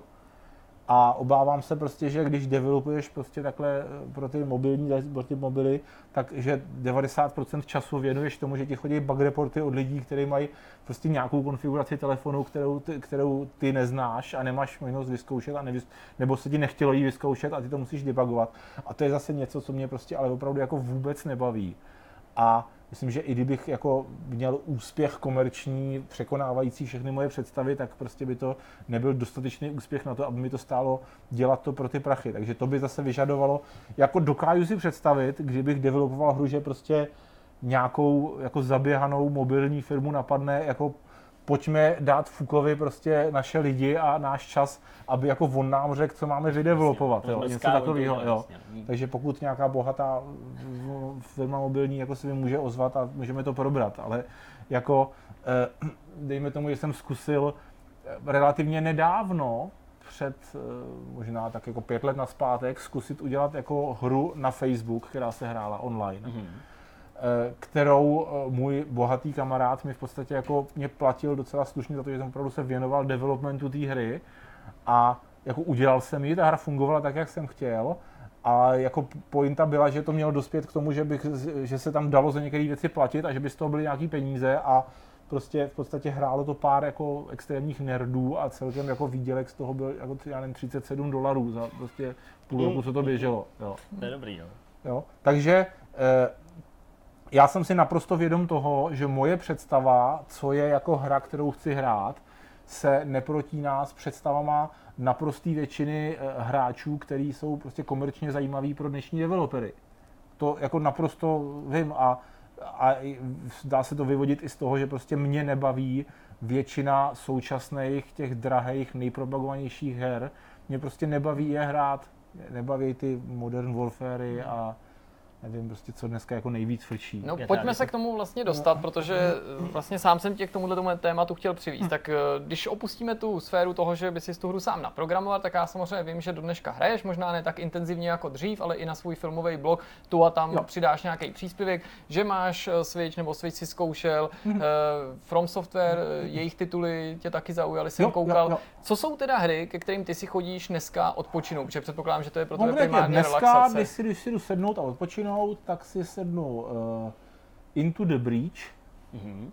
A obávám se prostě, že když developuješ prostě takhle pro ty mobilní, pro ty mobily, takže devadesát procent času věnuješ tomu, že ti chodí bug reporty od lidí, kteří mají prostě nějakou konfiguraci telefonu, kterou ty, kterou ty neznáš a nemáš možnost vyzkoušet, a nevys, nebo se ti nechtělo jí vyzkoušet a ty to musíš debugovat. A to je zase něco, co mě prostě ale opravdu jako vůbec nebaví. A myslím, že i kdybych jako měl úspěch komerční, překonávající všechny moje představy, tak prostě by to nebyl dostatečný úspěch na to, aby mi to stálo dělat to pro ty prachy. Takže to by zase vyžadovalo, jako dokážu si představit, kdybych developoval hru, že prostě nějakou jako zaběhanou mobilní firmu napadne, jako pojďme dát Fukovi prostě naše lidi a náš čas, aby jako on nám řekl, co máme vydevelopovat, jo, něco takového, jo. Takže pokud nějaká bohatá firma mobilní jako se mi může ozvat a můžeme to probrat, ale jako dejme tomu, že jsem zkusil relativně nedávno, před možná tak jako pět let nazpátek, zkusit udělat jako hru na Facebook, která se hrála online. Mm-hmm. kterou můj bohatý kamarád mi v podstatě jako mě platil docela slušně za to, že jsem opravdu se věnoval developmentu té hry a jako udělal jsem ji, ta hra fungovala tak, jak jsem chtěl a jako pointa byla, že to mělo dospět k tomu, že, bych, že se tam dalo za některé věci platit a že by z toho byly nějaký peníze a prostě v podstatě hrálo to pár jako extrémních nerdů a celkem jako výdělek z toho byl jako já nevím, třicet sedm dolarů za prostě půl roku, co to běželo. Jo. To je dobrý, jo. jo. Takže eh, já jsem si naprosto vědom toho, že moje představa, co je jako hra, kterou chci hrát, se neprotíná s představama naprosté většiny hráčů, kteří jsou prostě komerčně zajímaví pro dnešní developery. To jako naprosto vím a, a dá se to vyvodit i z toho, že prostě mě nebaví většina současných těch drahých, nejpropagovanějších her. Mě prostě nebaví je hrát, nebaví ty Modern Warfare a nevím prostě, co dneska jako nejvíc frčí. No, pojďme se k tomu vlastně dostat, protože vlastně sám jsem tě k tomuhle tématu chtěl přivést. Tak když opustíme tu sféru toho, že by si tu hru sám naprogramoval, tak já samozřejmě vím, že do dneška hraješ, možná ne tak intenzivně jako dřív, ale i na svůj filmový blog tu a tam jo. přidáš nějaký příspěvek, že máš Switch nebo Switch si zkoušel, mm-hmm. From Software, jejich tituly tě taky zaujaly, jsem jo, koukal. Jo, jo. Co jsou teda hry, ke kterým ty si chodíš dneska odpočinout? Protože předpokládám, že to je pro tebe primárně relaxace. Dneska, když si jdu sednout a odpočinout, tak si sednu uh, Into the Breach. Mm-hmm.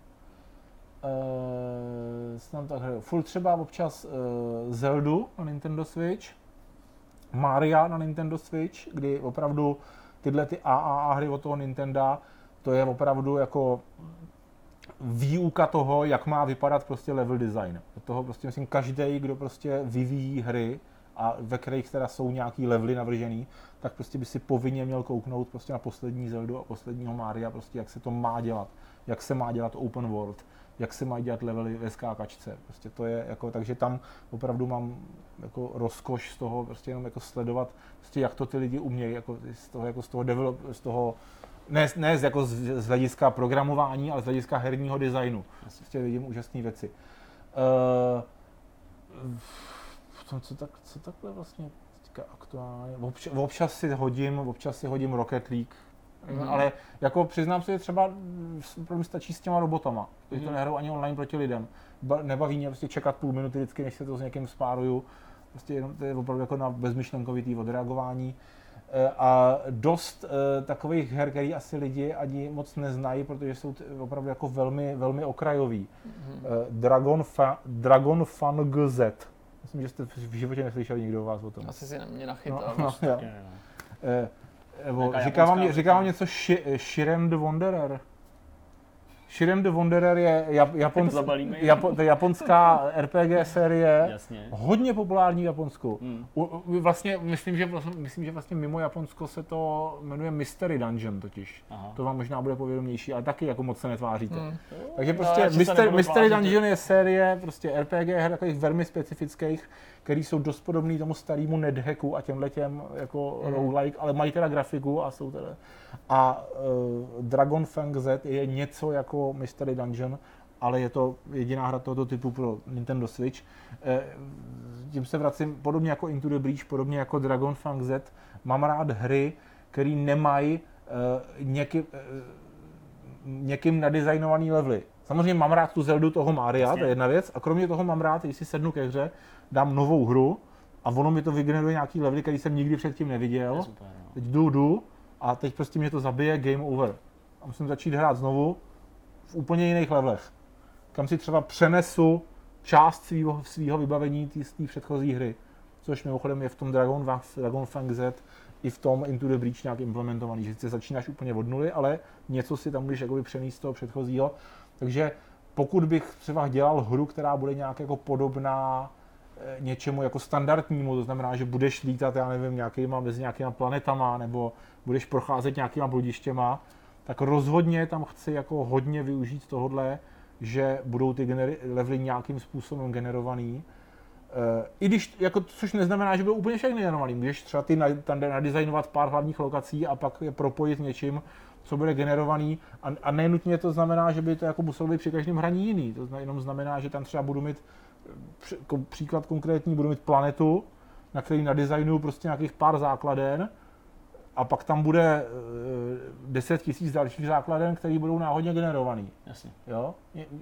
Uh, tak hraju. Furt třeba občas uh, Zeldu na Nintendo Switch, Maria na Nintendo Switch, kdy opravdu tyhle ty A A A hry od toho Nintendo, to je opravdu jako výuka toho, jak má vypadat prostě level design. Do toho prostě myslím každý, kdo prostě vyvíjí hry, a ve kterých teda jsou nějaký levely navržený, tak prostě by si povinně měl kouknout prostě na poslední Zeldu a posledního Maria, prostě jak se to má dělat, jak se má dělat open world, jak se mají dělat levely ve skákačce. Prostě to je jako, takže tam opravdu mám jako rozkoš z toho, prostě jenom jako sledovat, prostě jak to ty lidi umějí, jako z toho, jako z toho develop, z toho, ne, ne jako z, z hlediska programování, ale z hlediska herního designu. Prostě vidím úžasné věci. Uh, Co, tak, co takhle vlastně teďka aktuálně, občas, občas si hodím, občas si hodím Rocket League, mm. ale jako přiznám si, že třeba pro mě stačí s těma robotama, protože mm. to nehraju ani online proti lidem. Ba, nebaví mě prostě čekat půl minuty vždycky, než se to s někým spáruju, prostě jenom to je opravdu jako na bezmyšlenkovitý odreagování. A dost uh, takových her, který asi lidi ani moc neznají, protože jsou t- opravdu jako velmi, velmi okrajový. Mm. Uh, Dragon, Fa- Dragon Fun G Z. Myslím, že jste v životě neslyšeli nikdo o vás o tom. Asi si na mě nachytal. No, no, no. E, nebo říká vám, říká vám něco ši, Shirem the Wanderer. Shirem the Wanderer je Japons, Japo, japonská R P G série, jasně. Hodně populární v Japonsku. Hmm. U, vlastně, myslím, že vlastně, myslím, že vlastně mimo Japonsko se to jmenuje Mystery Dungeon totiž. Aha. To vám možná bude povědomější, ale taky jako moc se netváříte. Hmm. Takže prostě no, Mystery, Mystery Dungeon je série prostě R P G her takových velmi specifických, který jsou dost podobný tomu starému NetHacku a těmhle těm jako hmm. roguelike, ale mají teda grafiku a jsou teda. A uh, Dragon Fang Z je něco jako Mystery Dungeon, ale je to jediná hra tohoto typu pro Nintendo Switch. E, tím se vracím podobně jako Into the Breach, podobně jako Dragon Fang Z. Mám rád hry, které nemají e, někým, e, někým nadizajnovaný levely. Samozřejmě mám rád tu Zeldu toho Maria, Jasně. To je jedna věc. A kromě toho mám rád, když si sednu ke hře, dám novou hru a ono mi to vygeneruje nějaký levely, který jsem nikdy předtím neviděl. Super, no. Teď jdu, jdu a teď prostě mě to zabije, game over. A musím začít hrát znovu v úplně jiných levelech, kam si třeba přenesu část svýho, svýho vybavení z té předchozí hry. což mimochodem je v tom Dragon, Dragonfang Z i v tom Into the Breach nějak implementovaný, že si začínáš úplně od nuly, ale něco si tam můžeš jakoby přenést z toho předchozího. Takže pokud bych třeba dělal hru, která bude nějak jako podobná něčemu jako standardnímu, to znamená, že budeš lítat, já nevím, nějakýma, mezi nějakýma planetama, nebo budeš procházet nějakýma bludištěma, tak rozhodně tam chci jako hodně využít tohodle, že budou ty generi- levely nějakým způsobem generovaný. E, I když, jako, což neznamená, že budou úplně všechny generovaný. Můžeš třeba ty tam nadizajnovat pár hlavních lokací a pak je propojit něčím, co bude generovaný. A, a nenutně to znamená, že by to jako muselo být při každém hraní jiný. To jenom znamená, že tam třeba budu mít příklad konkrétní, budu mít planetu, na který nadizajnuju prostě nějakých pár základen a pak tam bude deset tisíc dalších základen, které budou náhodně generovaný. Jasně. Jo?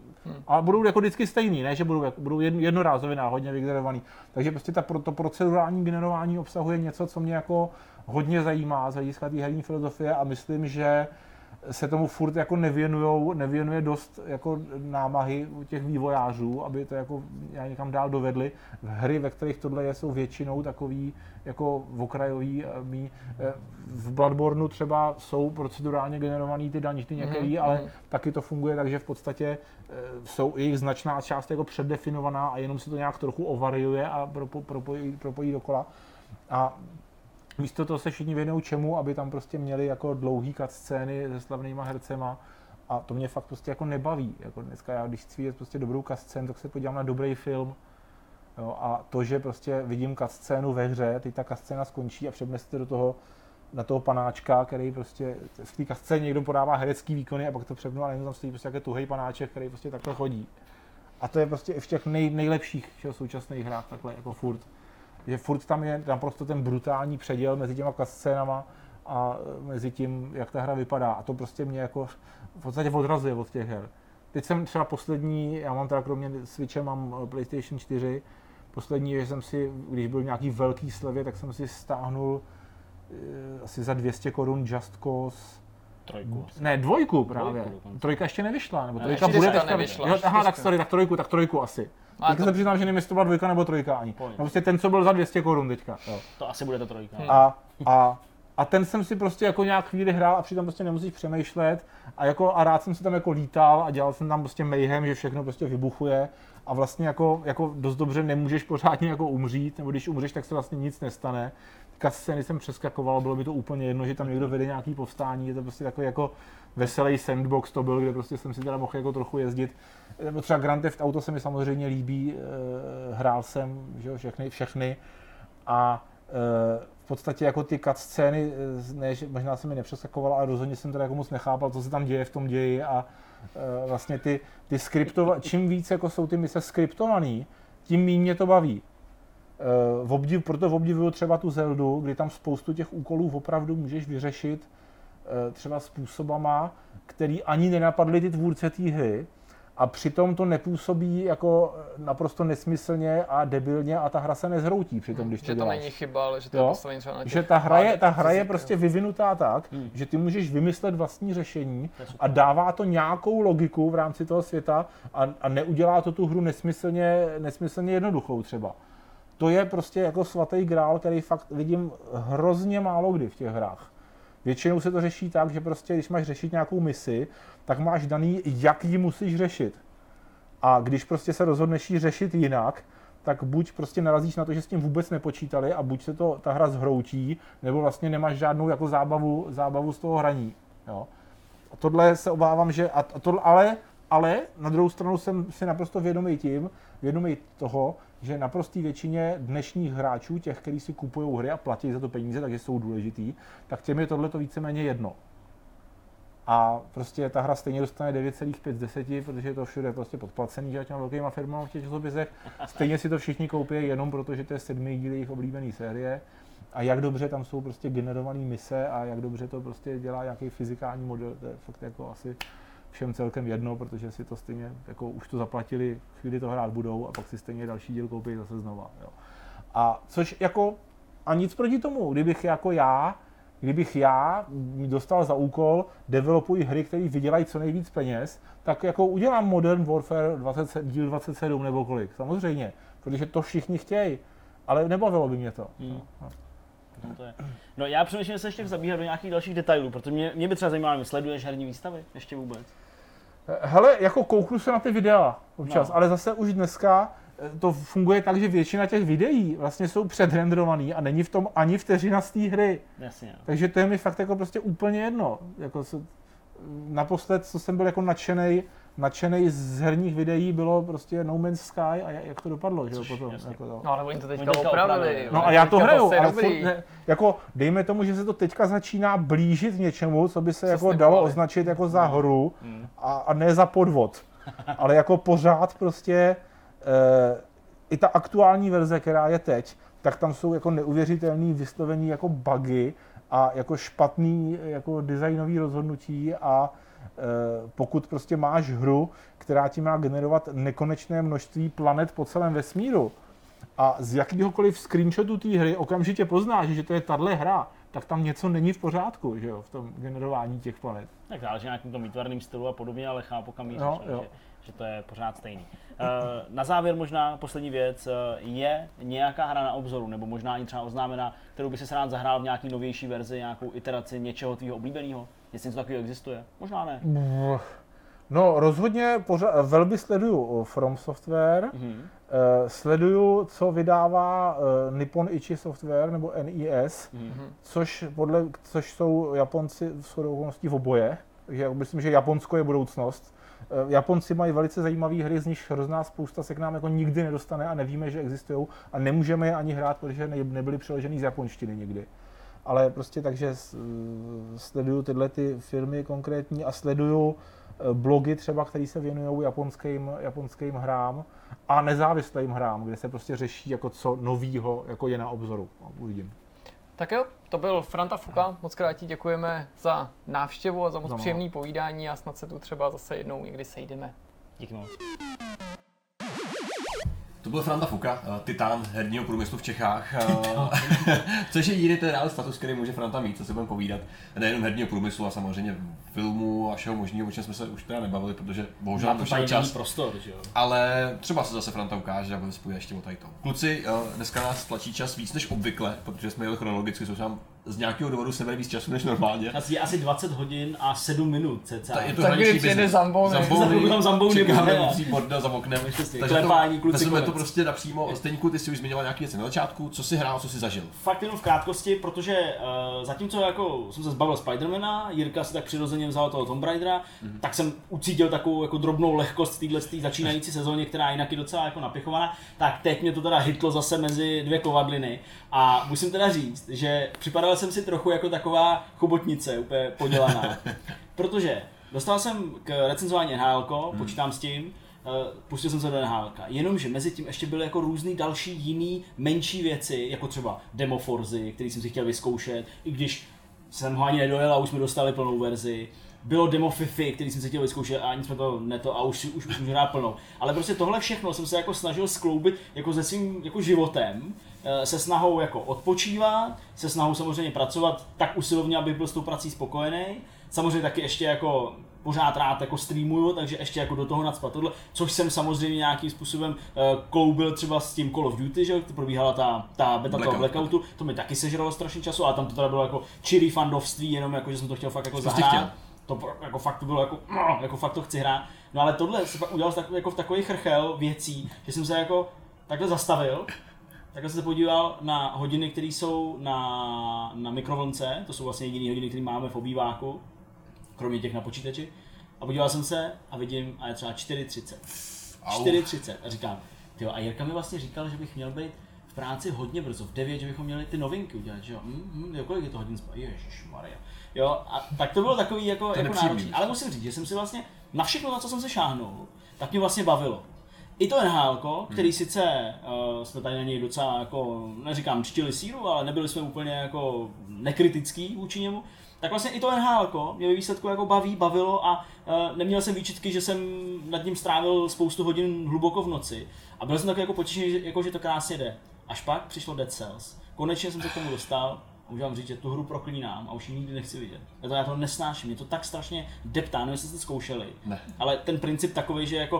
A budou jako vždycky stejný, ne, že budou, budou jednorázově náhodně vygenerovaný. Takže prostě ta, to procedurální generování obsahuje něco, co mě jako hodně zajímá z hlediska té herní filozofie a myslím, že se tomu furt jako nevěnujou, nevěnuje dost jako námahy u těch vývojářů, aby to jako někam dál dovedli. Hry, ve kterých tohle je, jsou většinou takový jako okrajový. Mý, v Bloodborneu třeba jsou procedurálně generovaný ty daně, ty některý, mm-hmm. ale taky to funguje, takže v podstatě jsou jejich značná část jako předdefinovaná a jenom se to nějak trochu ovariuje a propo, propojí, propojí dokola. A místo toho se všichni věnují čemu, aby tam prostě měli jako dlouhý cutscény se slavnýma hercema a to mě fakt prostě jako nebaví. Jako dneska já, když chci vidět prostě dobrou cutscénu, tak se podívám na dobrý film. Jo, a to, že prostě vidím cutscénu ve hře, teď ta cutscéna skončí a přenesete do toho na toho panáčka, který prostě v té cutscéně někdo podává herecký výkony a pak to přepnu a tam stojí prostě jako tuhej panáček, který prostě takhle chodí. A to je prostě i v těch nej, nejlepších současných hrách takhle jako furt. Že furt tam je naprosto ten brutální předěl mezi těma cutscénama a mezi tím, jak ta hra vypadá. A to prostě mě jako v podstatě odrazuje od těch her. Teď jsem třeba poslední, já mám teda kromě Switche, mám PlayStation čtyři, poslední, že jsem si, když byl nějaký velký slevě, tak jsem si stáhnul e, asi za dvě stě korun Just Cause. Trojku. Ne, dvojku právě. Dvojku, trojka ještě nevyšla, nebo Ne, trojka bude teďka. Nevyšla, Jo, aha, tak sorry, tak trojku, tak trojku asi. Teďka se přiznám, že nevím, jestli to byla dvojka nebo trojka ani. No prostě ten, co byl za dvě stě korun teďka. Jo. To asi bude ta trojka. Hmm. A, a, a ten jsem si prostě jako nějak chvíli hrál a přitom prostě nemusíš přemýšlet a, jako, a rád jsem si tam jako lítal a dělal jsem tam prostě mayhem, že všechno prostě vybuchuje a vlastně jako, jako dost dobře nemůžeš pořádně jako umřít, nebo když umřeš, tak se vlastně nic nestane. Cutscény jsem přeskakoval, bylo mi to úplně jedno, že tam někdo vede nějaký povstání, je to prostě takový jako veselý sandbox to byl, kde prostě jsem si teda mohl jako trochu jezdit. Nebo třeba Grand Theft Auto se mi samozřejmě líbí, hrál jsem, že jo, všechny, všechny a v podstatě jako ty cutscény, ne, možná se mi nepřeskakovala, ale rozhodně jsem teda jako moc nechápal, co se tam děje v tom ději a vlastně ty, ty skriptova, čím víc jako jsou ty mise skriptovaný, tím méně mě to baví. V obdiv, proto obdivuju třeba tu Zeldu, kdy tam spoustu těch úkolů opravdu můžeš vyřešit třeba způsobama, který ani nenapadly ty tvůrce té hry a přitom to nepůsobí jako naprosto nesmyslně a debilně a ta hra se nezhroutí přitom, když to že děláš. to není chyba, ale že to je postavení třeba na těch že ta hra je, ta hra je fyzik, prostě jo. vyvinutá tak, hmm. že ty můžeš vymyslet vlastní řešení a dává to nějakou logiku v rámci toho světa a, a neudělá to tu hru nesmyslně, nesmyslně jednoduchou třeba. To je prostě jako svatý grál, který fakt vidím hrozně málo kdy v těch hrách. Většinou se to řeší tak, že prostě když máš řešit nějakou misi, tak máš daný, jak ji musíš řešit. A když prostě se rozhodneš ji řešit jinak, tak buď prostě narazíš na to, že s tím vůbec nepočítali a buď se to ta hra zhroutí, nebo vlastně nemáš žádnou jako zábavu, zábavu z toho hraní. Jo. A tohle se obávám, že a to, ale, ale na druhou stranu jsem si naprosto vědomý tím, vědomý toho, že naprostý většině dnešních hráčů, těch, kteří si kupují hry a platí za to peníze, takže jsou důležitý, tak těm je tohleto víceméně jedno. A prostě ta hra stejně dostane devět celá pět z deseti, protože je to všude prostě podplacený, že těma velkýma firmama v těch časopisech. Stejně si to všichni koupí jenom proto, že to je sedmý díl jejich oblíbený série. A jak dobře tam jsou prostě generované mise a jak dobře to prostě dělá nějaký fyzikální model, to je fakt jako asi všem celkem jedno, protože si to stejně, jako už to zaplatili, chvíli to hrát budou a pak si stejně další díl koupí zase znova. Jo. A což jako, a nic proti tomu, kdybych jako já, kdybych já dostal za úkol developuji hry, které vydělají co nejvíc peněz, tak jako udělám Modern Warfare dvacet, díl dvacet sedm nebo kolik, samozřejmě, protože to všichni chtějí. ale nebavilo by mě to. Hmm. No, to je. No já přemýšlím, že se ještě zabíhat do nějakých dalších detailů, protože mě, mě by třeba zajímalo, sleduješ herní výstavy ještě vůbec? Hele, jako kouknu se na ty videa občas, No. ale zase už dneska to funguje tak, že většina těch videí vlastně jsou předrenderovaný a není v tom ani vteřina z té hry. Jasně. No. Takže to je mi fakt jako prostě úplně jedno. Jako se, naposled, co jsem byl jako nadšenej, nadšenej z herních videí, bylo prostě No Man's Sky a jak to dopadlo, že jo, potom. Jako to. No ale oni to teďka, Oni teďka opravili. opravili. No a já to Teďka hraju, zase ale dobrý. furt ne, jako dejme tomu, že se to teďka začíná blížit něčemu, co by se Co jako jste dalo bavili. označit jako za hru Hmm. a, a ne za podvod. Ale jako pořád prostě e, i ta aktuální verze, která je teď, tak tam jsou jako neuvěřitelný vyslovení jako bugy a jako špatný jako designový rozhodnutí a e, pokud prostě máš hru, která ti má generovat nekonečné množství planet po celém vesmíru a z jakýhokoliv screenshotu té hry okamžitě poznáš, že to je tahle hra, tak tam něco není v pořádku, že jo, v tom generování těch planet. Tak záleží na nějakým tom výtvarným stylu a podobně, ale chápu, kam míříš, No, že, jo. že to je pořád stejný. Uh, na závěr možná poslední věc, uh, je nějaká hra na obzoru, nebo možná ani třeba oznámená, kterou by si se rád zahrál v nějaký novější verzi, nějakou iteraci něčeho tvýho oblíbeného? Jestli něco takového existuje? Možná ne. No rozhodně pořád, velmi sleduju From Software, Mhm. uh, sleduju, co vydává uh, Nippon Ichi Software nebo N I S, Mhm. což, podle, což jsou Japonci v shodou okolností v oboje, takže já myslím, že Japonsko je budoucnost. Uh, Japonci mají velice zajímavé hry, z nich hrozná spousta se k nám jako nikdy nedostane a nevíme, že existují a nemůžeme je ani hrát, protože ne, nebyly přeložený z japonštiny nikdy. Ale prostě takže uh, sleduju tyhle ty firmy konkrétní a sleduju blogy třeba, které se věnují japonským, japonským hrám a nezávislým hrám, kde se prostě řeší, jako co novýho jako je na obzoru. Uvidím. Tak jo, to byl Franta Fuka, moc krát ti děkujeme za návštěvu a za moc Za příjemný povídání a snad se tu třeba zase jednou někdy sejdeme. Díky moc. To byl Franta Fuka, titán herního průmyslu v Čechách. Což je jediný ten reálný status, který může Franta mít, co se budeme povídat. Nejenom herního průmyslu a samozřejmě filmu a všeho možného, o čem jsme se už teda nebavili, protože bohužel Má to došel tady čas. prostor, že jo? Ale třeba se zase Franta ukáže a bude spojit ještě o tady to. Kluci, dneska nás tlačí čas víc než obvykle, protože jsme jeli chronologicky, což nám z nějakého důvodu sebere víc času než normálně. Asi je asi dvacet hodin a sedm minut cca. Ta- je to Tak hraniční kdy přijede business. Zamboni. Zamboni, Tam Zamboni čekáme bude. musí bordel za oknem. Přesně, Takže klepání, to, kluci, vezmeme to konec. prostě napřímo. Stejníku, ty jsi už zmiňoval nějaké věci na začátku, co jsi hrál, co jsi zažil. Fakt jenom v krátkosti, protože uh, zatímco jako jsem se zbavil Spidermana, Jirka si tak přirozeně vzal toho Tomb Raidera, mm-hmm. tak jsem ucítil takovou jako drobnou lehkost v téhle začínající sezóně, která jinak je docela jako napěchovaná, tak teď mě to teda hitlo zase mezi dvě kovadliny a musím teda říct, že připadal jsem si trochu jako taková chobotnice, úplně podělaná, protože dostal jsem k recenzování N H L ko, mm. počítám s tím, pustil jsem se do N H L ka, jenomže mezi tím ještě byly jako různý další jiný menší věci, jako třeba demo Forzy, který jsem si chtěl vyzkoušet, i když jsem ho ani nedojel a už jsme dostali plnou verzi. Bylo demo Fifi, který jsem si chtěl vyzkoušet a ani jsme to neto a už, už, už můžu hrát plnou. Ale prostě tohle všechno jsem se jako snažil skloubit jako se svým jako životem, se snahou jako odpočívat, se snahou samozřejmě pracovat tak usilovně, abych byl s tou prací spokojený. Samozřejmě taky ještě jako pořád rád jako streamuju, takže ještě jako do toho nacpat tohle, což jsem samozřejmě nějakým způsobem uh, kloubil třeba s tím Call of Duty, že to probíhala ta, ta beta toho Blackoutu, to mi taky sežralo strašně času a tam to teda bylo jako chilly fandovství, jenom jako, že jsem to chtěl fakt jako zahrát. To jako fakt to bylo jako, jako fakt to chci hrát. No ale tohle se pak udělal jako v takový chrchel věcí, že jsem se jako takhle zastavil, takhle jsem se podíval na hodiny, které jsou na, na mikrovlnce, to jsou vlastně jediné hodiny, které máme v obýváku, kromě těch na počítači. A podíval jsem se a vidím, a je třeba čtyři třicet. čtyři třicet a říkám, tyjo, a Jirka mi vlastně říkal, že bych měl být v práci hodně brzo, v devět, že bychom měli ty novinky udělat, že jo, hm, hm, jo, kolik je to hodin spát, ježišmarja. Jo, a tak to bylo takový jako, jako náročný, ale musím říct, že jsem si vlastně na všechno, na co jsem se šáhnul, tak mě vlastně bavilo. I to N H L ko, který hmm. sice uh, jsme tady na něj docela jako, neříkám čtili síru, ale nebyli jsme úplně jako nekritický vůči němu, tak vlastně i to N H L ko mě ve výsledku jako baví, bavilo a uh, neměl jsem výčitky, že jsem nad ním strávil spoustu hodin hluboko v noci a byl jsem takový jako potěšený, že, jako, že to krásně jde. Až pak přišlo Dead Cells. Konečně jsem se k tomu dostal a můžu vám říct, že tu hru proklínám a už ji nikdy nechci vidět. Já to, já to nesnáším, mě to tak strašně deptá, nevím, jestli jste to zkoušeli, ne. Ale ten princip takový, že jako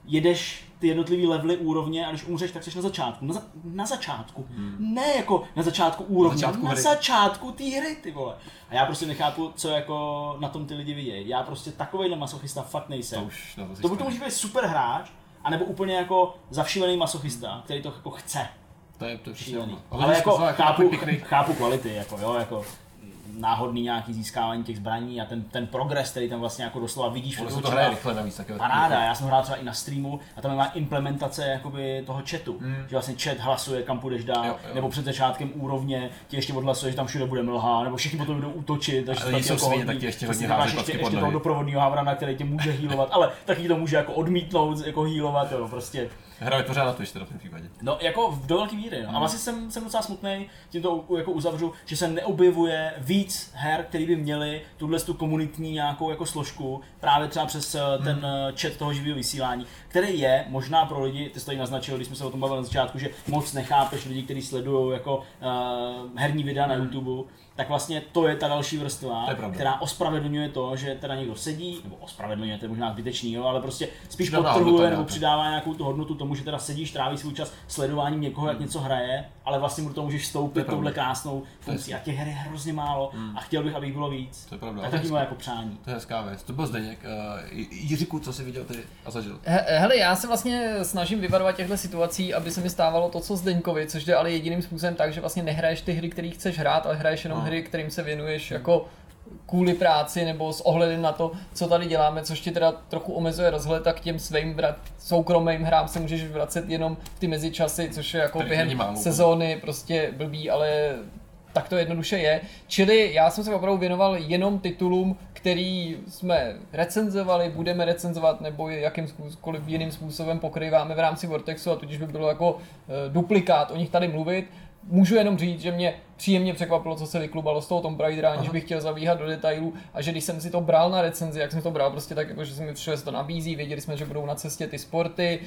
jedeš ty jednotlivý levely úrovně a když umřeš, tak jsi na začátku. Na, za, na začátku. Hmm. Ne jako na začátku úrovně, na začátku, na začátku té hry, ty vole. A já prostě nechápu, co jako na tom ty lidi vidějí. Já prostě takovejhle masochista fakt nejsem. To už, no, to to buď to může být super hráč, anebo úplně jako zavšílený masochista, který to jako chce. To je to šílený. Ale, ale jako chápu, chápu kvality, jako jo, jako náhodný nějaký získávání těch zbraní a ten, ten progres, který tam vlastně jako doslova vidíš. On to hraje rychle navíc. Tak paráda, já jsem hrál třeba i na streamu a tam má implementace jakoby toho chatu, hmm. že vlastně chat hlasuje, kam půjdeš dál, jo, jo. Nebo před začátkem úrovně ti ještě odhlasuje, že tam všude bude mlha, nebo všichni potom budou útočit, takže ale jsou svině, tak ti ještě hodně hází ještě, ještě toho doprovodního havrana, který tě může healovat, ale taky to může jako odmítnout, jako healovat, jo, prostě. Hraje pořád na Twitch teda v tom případě. No jako do velké míry, no. Hmm. A vlastně jsem, jsem docela smutnej, tím to jako uzavřu, že se neobjevuje víc her, který by měli tuhle tu komunitní nějakou jako složku, právě třeba přes hmm. ten chat toho živého vysílání, který je možná pro lidi, ty jsi tady naznačil, když jsme se o tom bavili na začátku, že moc nechápeš lidi, kteří sledují jako uh, herní videa na hmm. YouTube, tak vlastně to je ta další vrstva, která ospravedlňuje to, že teda někdo sedí, nebo ospravedlňuje, to je možná zbytečný, jo, ale prostě spíš podtrhuje nebo přidává nějakou tu hodnotu tomu, že teda sedíš, tráví svůj čas sledováním někoho, jak něco hraje, ale vlastně mu do toho můžeš vstoupit touhle krásnou funkcí. A těch her je hrozně málo hmm. a chtěl bych, aby jich bylo víc. To je pravda. Tak taky moje jako přání. To je hezká věc. To byl Zdeněk. Uh, Jiříku, co jsi viděl ty a zažil? He, hele, já se vlastně snažím vyvarovat těchto situací, aby se mi stávalo to, co Zdeňkovi, což jde ale jediným způsobem tak, že vlastně nehraješ ty hry, které chceš hrát, ale hraješ jenom no. hry, kterým se věnuješ jako kvůli práci nebo s ohledem na to, co tady děláme, což ti teda trochu omezuje rozhled, tak těm svým vrat, soukromým hrám se můžeš vracet jenom v ty mezičasy, což je jako během sezóny prostě blbý, ale tak to jednoduše je. Čili já jsem se opravdu věnoval jenom titulům, který jsme recenzovali, budeme recenzovat nebo jakýmkoliv jiným způsobem pokrýváme v rámci Vortexu a tudíž by bylo jako uh, duplikát o nich tady mluvit. Můžu jenom říct, že mě příjemně překvapilo, co se vyklubalo z toho Tomb Raidera, aniž bych chtěl zabíhat do detailů a že když jsem si to bral na recenzi, jak jsem to bral prostě tak, jako, že jsem mi přišel, že se to nabízí, věděli jsme, že budou na cestě ty sporty,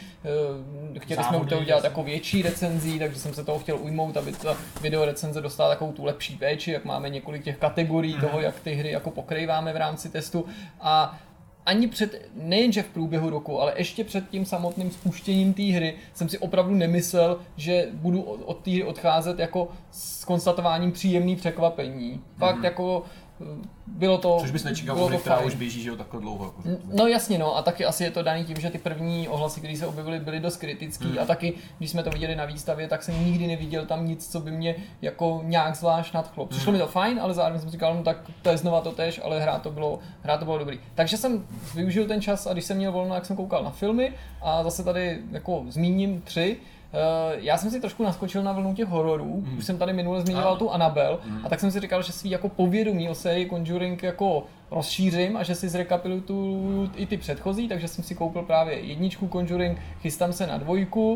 chtěli Závody, jsme to udělat jako větší recenzí, takže jsem se toho chtěl ujmout, aby ta video recenze dostala takovou tu lepší péči, jak máme několik těch kategorií toho, jak ty hry jako pokrýváme v rámci testu a ani před, nejenže v průběhu roku, ale ještě před tím samotným spuštěním té hry jsem si opravdu nemyslel, že budu od té hry odcházet jako s konstatováním příjemný překvapení. Fakt mm-hmm. jako bylo to Což bys nečekal, bylo to která už běží, že jo, takhle dlouho. Jako. No jasně, no a taky asi je to daný tím, že ty první ohlasy, které se objevily, byly dost kritický hmm. a taky, když jsme to viděli na výstavě, tak jsem nikdy neviděl tam nic, co by mě jako nějak zvlášť nadchlo. Přišlo hmm. mi to fajn, ale zároveň jsem říkal, no tak to je znova to tež, ale hrát to bylo, hrát to bylo dobrý. Takže jsem využil ten čas a když jsem měl volno, tak jsem koukal na filmy a zase tady jako zmíním tři. Uh, já jsem si trošku naskočil na vlnu těch hororů, mm. už jsem tady minule zmiňoval ah. tu Annabelle mm. a tak jsem si říkal, že svý jako povědomí o sérii Conjuring jako rozšířím a že si zrekapituluju i ty předchozí, takže jsem si koupil právě jedničku Conjuring, chystám se na dvojku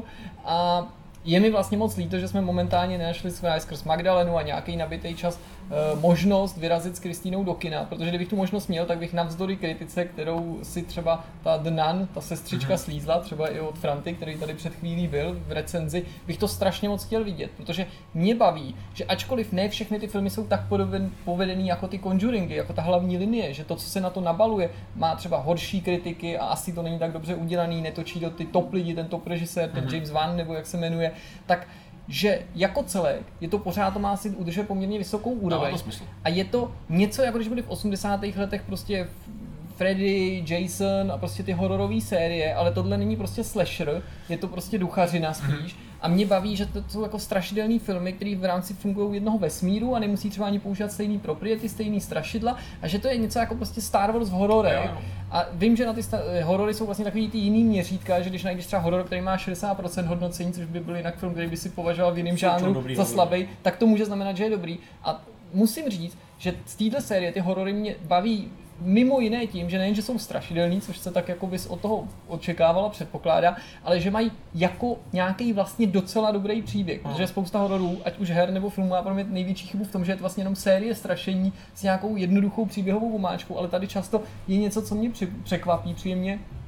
a je mi vlastně moc líto, že jsme momentálně nenašli skrz Magdalenu a nějaký nabitý čas e, možnost vyrazit s Kristýnou do kina, protože kdybych tu možnost měl, tak bych navzdory kritice, kterou si třeba ta The Nun, ta sestřička mm-hmm. slízla, třeba i od Franty, který tady před chvílí byl v recenzi, bych to strašně moc chtěl vidět, protože mě baví, že ačkoliv ne všechny ty filmy jsou tak povedený jako ty Conjuringy, jako ta hlavní linie, že to, co se na to nabaluje, má třeba horší kritiky a asi to není tak dobře udělaný, netočí to ty top lidi, ten top režisér, ten mm-hmm. James Wan, nebo jak se jmenuje, tak že jako celek je to pořád, to má si udržet poměrně vysokou úroveň a je to něco, jako když byly v osmdesátých letech prostě Freddy, Jason a prostě ty hororové série, ale tohle není prostě slasher, je to prostě duchařina spíš. A mě baví, že to jsou jako strašidelné filmy, které v rámci fungují jednoho vesmíru a nemusí třeba ani používat stejný propriety, stejný strašidla a že to je něco jako prostě Star Wars v hororech. A vím, že na ty sta- horory jsou vlastně takový ty jiný měřítka, že když najdeš třeba horor, který má šedesát procent hodnocení, což by byl jinak film, který by si považoval v jiném žánru za slabý, tak to může znamenat, že je dobrý. A musím říct, že z této série ty horory mě baví mimo jiné tím, že nejen, že jsou strašidelný, což se tak jako bys od toho očekávala, předpokládá, ale že mají jako nějaký vlastně docela dobrý příběh, protože je spousta hororů, ať už her nebo filmů, má pro mě největší chybu v tom, že je to vlastně jenom série strašení s nějakou jednoduchou příběhovou omáčkou, ale tady často je něco, co mě překvapí příjemně.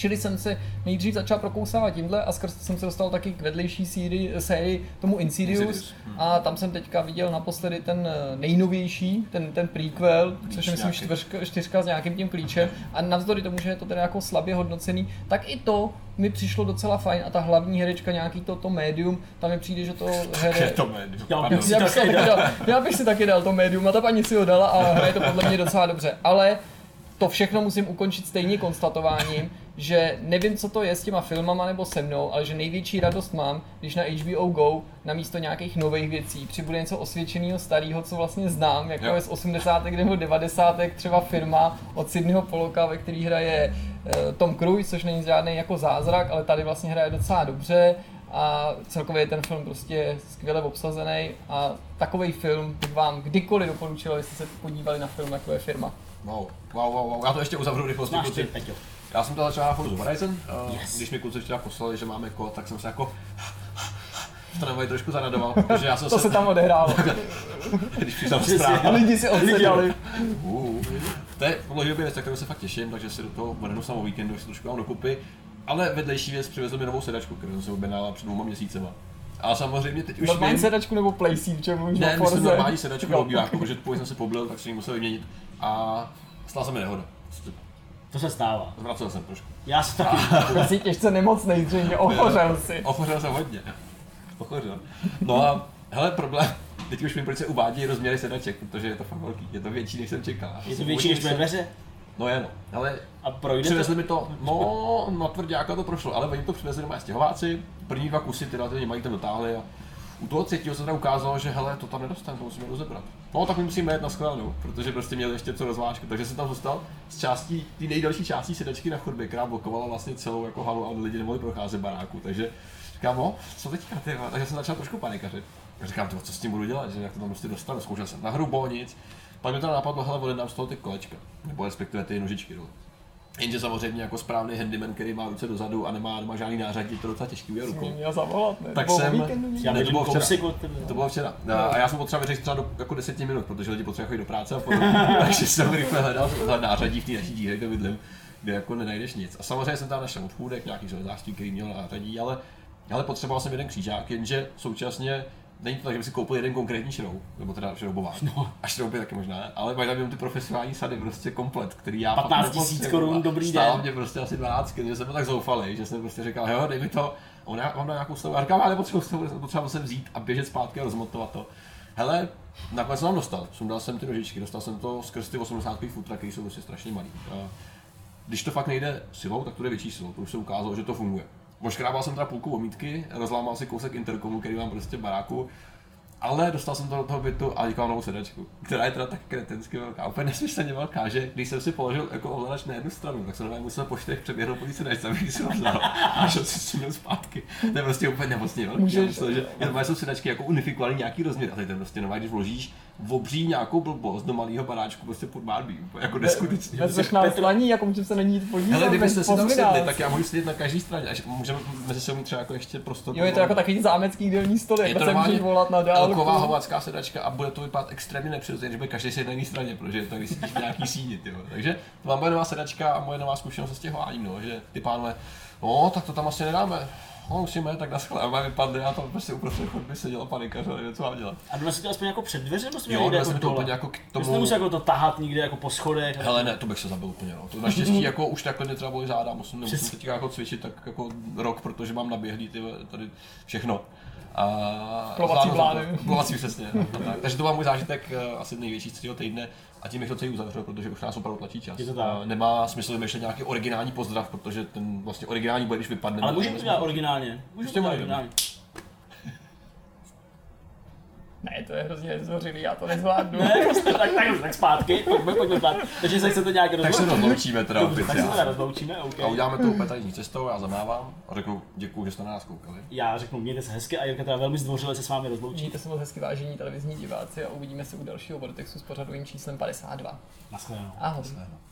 Čili jsem se nejdřív začal prokousávat tímhle a skrz jsem se dostal taky k vedlejší sérii, sérii tomu Insidious, Insidious. A tam jsem teďka viděl naposledy ten nejnovější, ten, ten prequel, což je myslím čtyřka, čtyřka s nějakým tím klíčem a navzdory tomu, že je to teda jako slabě hodnocený, tak i to mi přišlo docela fajn a ta hlavní herečka, nějaký to, to médium, tam mi přijde, že to hraje... Je to médium. Já, bych si taky dal, já bych si taky dal to médium a ta paní si ho dala a hraje to podle mě docela dobře, ale to všechno musím ukončit stejně konstatováním, že nevím, co to je s těma filmama nebo se mnou, ale že největší radost mám, když na H B O Go namísto nějakých nových věcí přibude něco osvědčeného starého, co vlastně znám, jako jo. je z osmdesátek nebo devadesátek třeba firma od Sydneyho Pollocka, ve který hraje uh, Tom Cruise, což není žádný jako zázrak, ale tady vlastně hraje docela dobře a celkově je ten film prostě skvěle obsazený a takovej film bych vám kdykoliv doporučil, abyste se podívali na film, jako je Firma. Wow, wow, wow, wow. Já to ještě uzavřu rychlosti. Já jsem to začal na Forza Horizon, yes. Když mi kluci včera poslali, že máme kód, tak jsem se jako v tramvaji trošku zanadoval, protože já jsem to se... se tam odehrálo. Když přišel zpráva. Lidi si odseděli. Uh, to je podle věc, na kterou se fakt těším, takže si do toho bude samou víkendu, si trošku mám dokupy. Ale vedlejší věc, přivezl mi novou sedačku, kterou jsem si objednal před dvěma měsícema. A samozřejmě teď už normální vím... sedačku nebo PlayStation, čemu už ne, myslím normální sedačku do obýváku, protože tu jsem se poblil, tak jsem ji musel vyměnit. A stala se mi nehoda. To se stává. Zvracel jsem trošku. Já si taky. Já jsi těžce nemocnej, zřejmě ochořel si. Ochořel jsem hodně. Ochořel. No a hele, problém. Teď už mi proč se uvádí rozměry sedaček, protože je to fakt velký. Je to větší, než jsem čekal. Je to větší, než moje dveře? No je no, ale a projde přivezli to? mi to, no na tvrďáka to prošlo, ale oni to přivezli doma stěhováci, první dva kusy teda ty mají tam dotáhli a u toho třetího se teda ukázalo, že hele, to tam nedostane, to musíme rozebrat. No tak my musíme jet na shledanou, protože prostě měli ještě co rozvážku, takže jsem tam zůstal s částí, ty nejdelší částí sedačky na chodbě, která blokovala vlastně celou jako halu a lidi nemohli procházet baráku, takže říkám, no, co teďka, ty, takže jsem začal trošku panikařit. Říkám, tyvo, co s tím budu dělat, že jak to tam prostě dostanu, zkoušel jsem na hrubo, nic. Pak mi to napadlo, hele, odjednám z toho ty kolečka, nebo respektive ty nožičky dole. Jenže samozřejmě jako správný handyman, který má ruce dozadu a nemá, nemá žádný nářadí, to docela těžký udělat rukou. Já zavolat, ne? Tak jsem, ne, to bylo včera. Kousik, to bylo včera. No. A já jsem potřeboval vyřešit třeba do jako deseti minut, protože lidi potřebují chodit do práce a podobně. Takže jsem rychle hledal nářadí v té naší díře, kde bydlím, kde jako nenajdeš nic. A samozřejmě jsem tam našel obchůdek, nějaký železářství, který měl nářadí, ale, ale potřeboval jsem jeden křížák, jenže současně není to tak, že by si koupil jeden konkrétní šroub, nebo teda šroubovák. No. A šrouby taky možná, ale mají tam jenom ty profesionální sady, prostě komplet, který já patnáct tisíc korun, dobrý den. Stálo mě prostě asi dvanáct, že jsem byl tak zoufalý, že jsem prostě říkal, jo, dej mi to, on mám na nějakou stavu, a říkám, já nepotřebuji stavu, potřeboval jsem vzít a běžet zpátky a rozmontovat to. Hele, nakonec jsem tam dostal, sundal jsem ty nožičky, dostal jsem to skrz ty osmdesátkový futra, který jsou prostě strašně malý. Když to fakt nejde silou, tak to jde větší silou, to už se ukázalo, že to funguje. Oškrábal jsem teda půlku omítky, rozlámal si kousek interkomu, který mám prostě v baráku, ale dostal jsem to do toho bytu a díkal novou sedačku, která je teda tak kretensky velká, úplně nesmyslně velká, že když jsem si položil jako ovladač na jednu stranu, tak jsem normálně musel po čtyřech přeběhnout po té sedačce, abych si ho vzal a šel si s tím zpátky. To je prostě úplně nemocně velký. Můžeš, myslel, že normálně jsou sedačky jako unifikovaný nějaký rozměr a tady ten prostě normálně, když vložíš v obří nějakou blbost do malého baráčku prostě pod Barbie, jako neskutečně. Vezmeš na slaní, jako můžeme se na ní podívat. Hele, kdybyste si tam sedli, tak já můžu sedět na každé straně, až můžeme mezi sebou mít třeba jako ještě prostor. Jo, je to jako takový zámecký jídelní stol, jak se můžeš volat na dálku. Elková hovadská sedačka a bude to vypadat extrémně nepřirozeně, když bude každý sedět na jiné straně, protože je to když sedíš nějaký síni, jo. Takže to má moje nová sedačka a moje nová zkušenost se stěhováním, no, že ty pánové, no, tak to tam asi nedáme. No, musíme, tak naschle. A má vypadne, já tam prostě uprostřed chodby seděla panika, že nevím, co mám dělat. A dnes si to aspoň jako před dveře, musíme jo, jít jako to úplně jako k tomu... Jsi nemusel jako to tahat nikde jako po schodech. Hele, ne, to bych se zabil úplně, no. To naštěstí jako už takhle mě třeba boli záda, musím, musím teď jako cvičit tak jako rok, protože mám naběhlý ty, tady všechno. A plovací plány. Plovací přesně. Tak. Takže to byl můj zážitek asi největší z celého týdne a tím bych to celý uzavřel, protože už nás opravdu tlačí čas. Nemá smysl vymýšlet nějaký originální pozdrav, protože ten vlastně originální bude, když vypadne. Ale můžeme to dělat originálně. Můžeme to dělat originálně. Ne, to je hrozně zhořilý, já to nezvládnu. Ne, prostě, tak, tak, tak zpátky, pojďme, pojďme zpátky. Takže se chcete nějak rozloučit. Tak se rozloučíme teda opět. Tak se teda rozloučíme, OK. A uděláme to úplně tajní cestou, já zamávám a řeknu děkuju, že jste na nás koukali. Já řeknu, mějte se hezky a Jirka teda velmi zdvořile se s vámi rozloučí. Mějte se moc hezky, vážení televizní diváci, a uvidíme se u dalšího Vortexu s pořadovým číslem padesát dva. Naschledanou. Ahoj.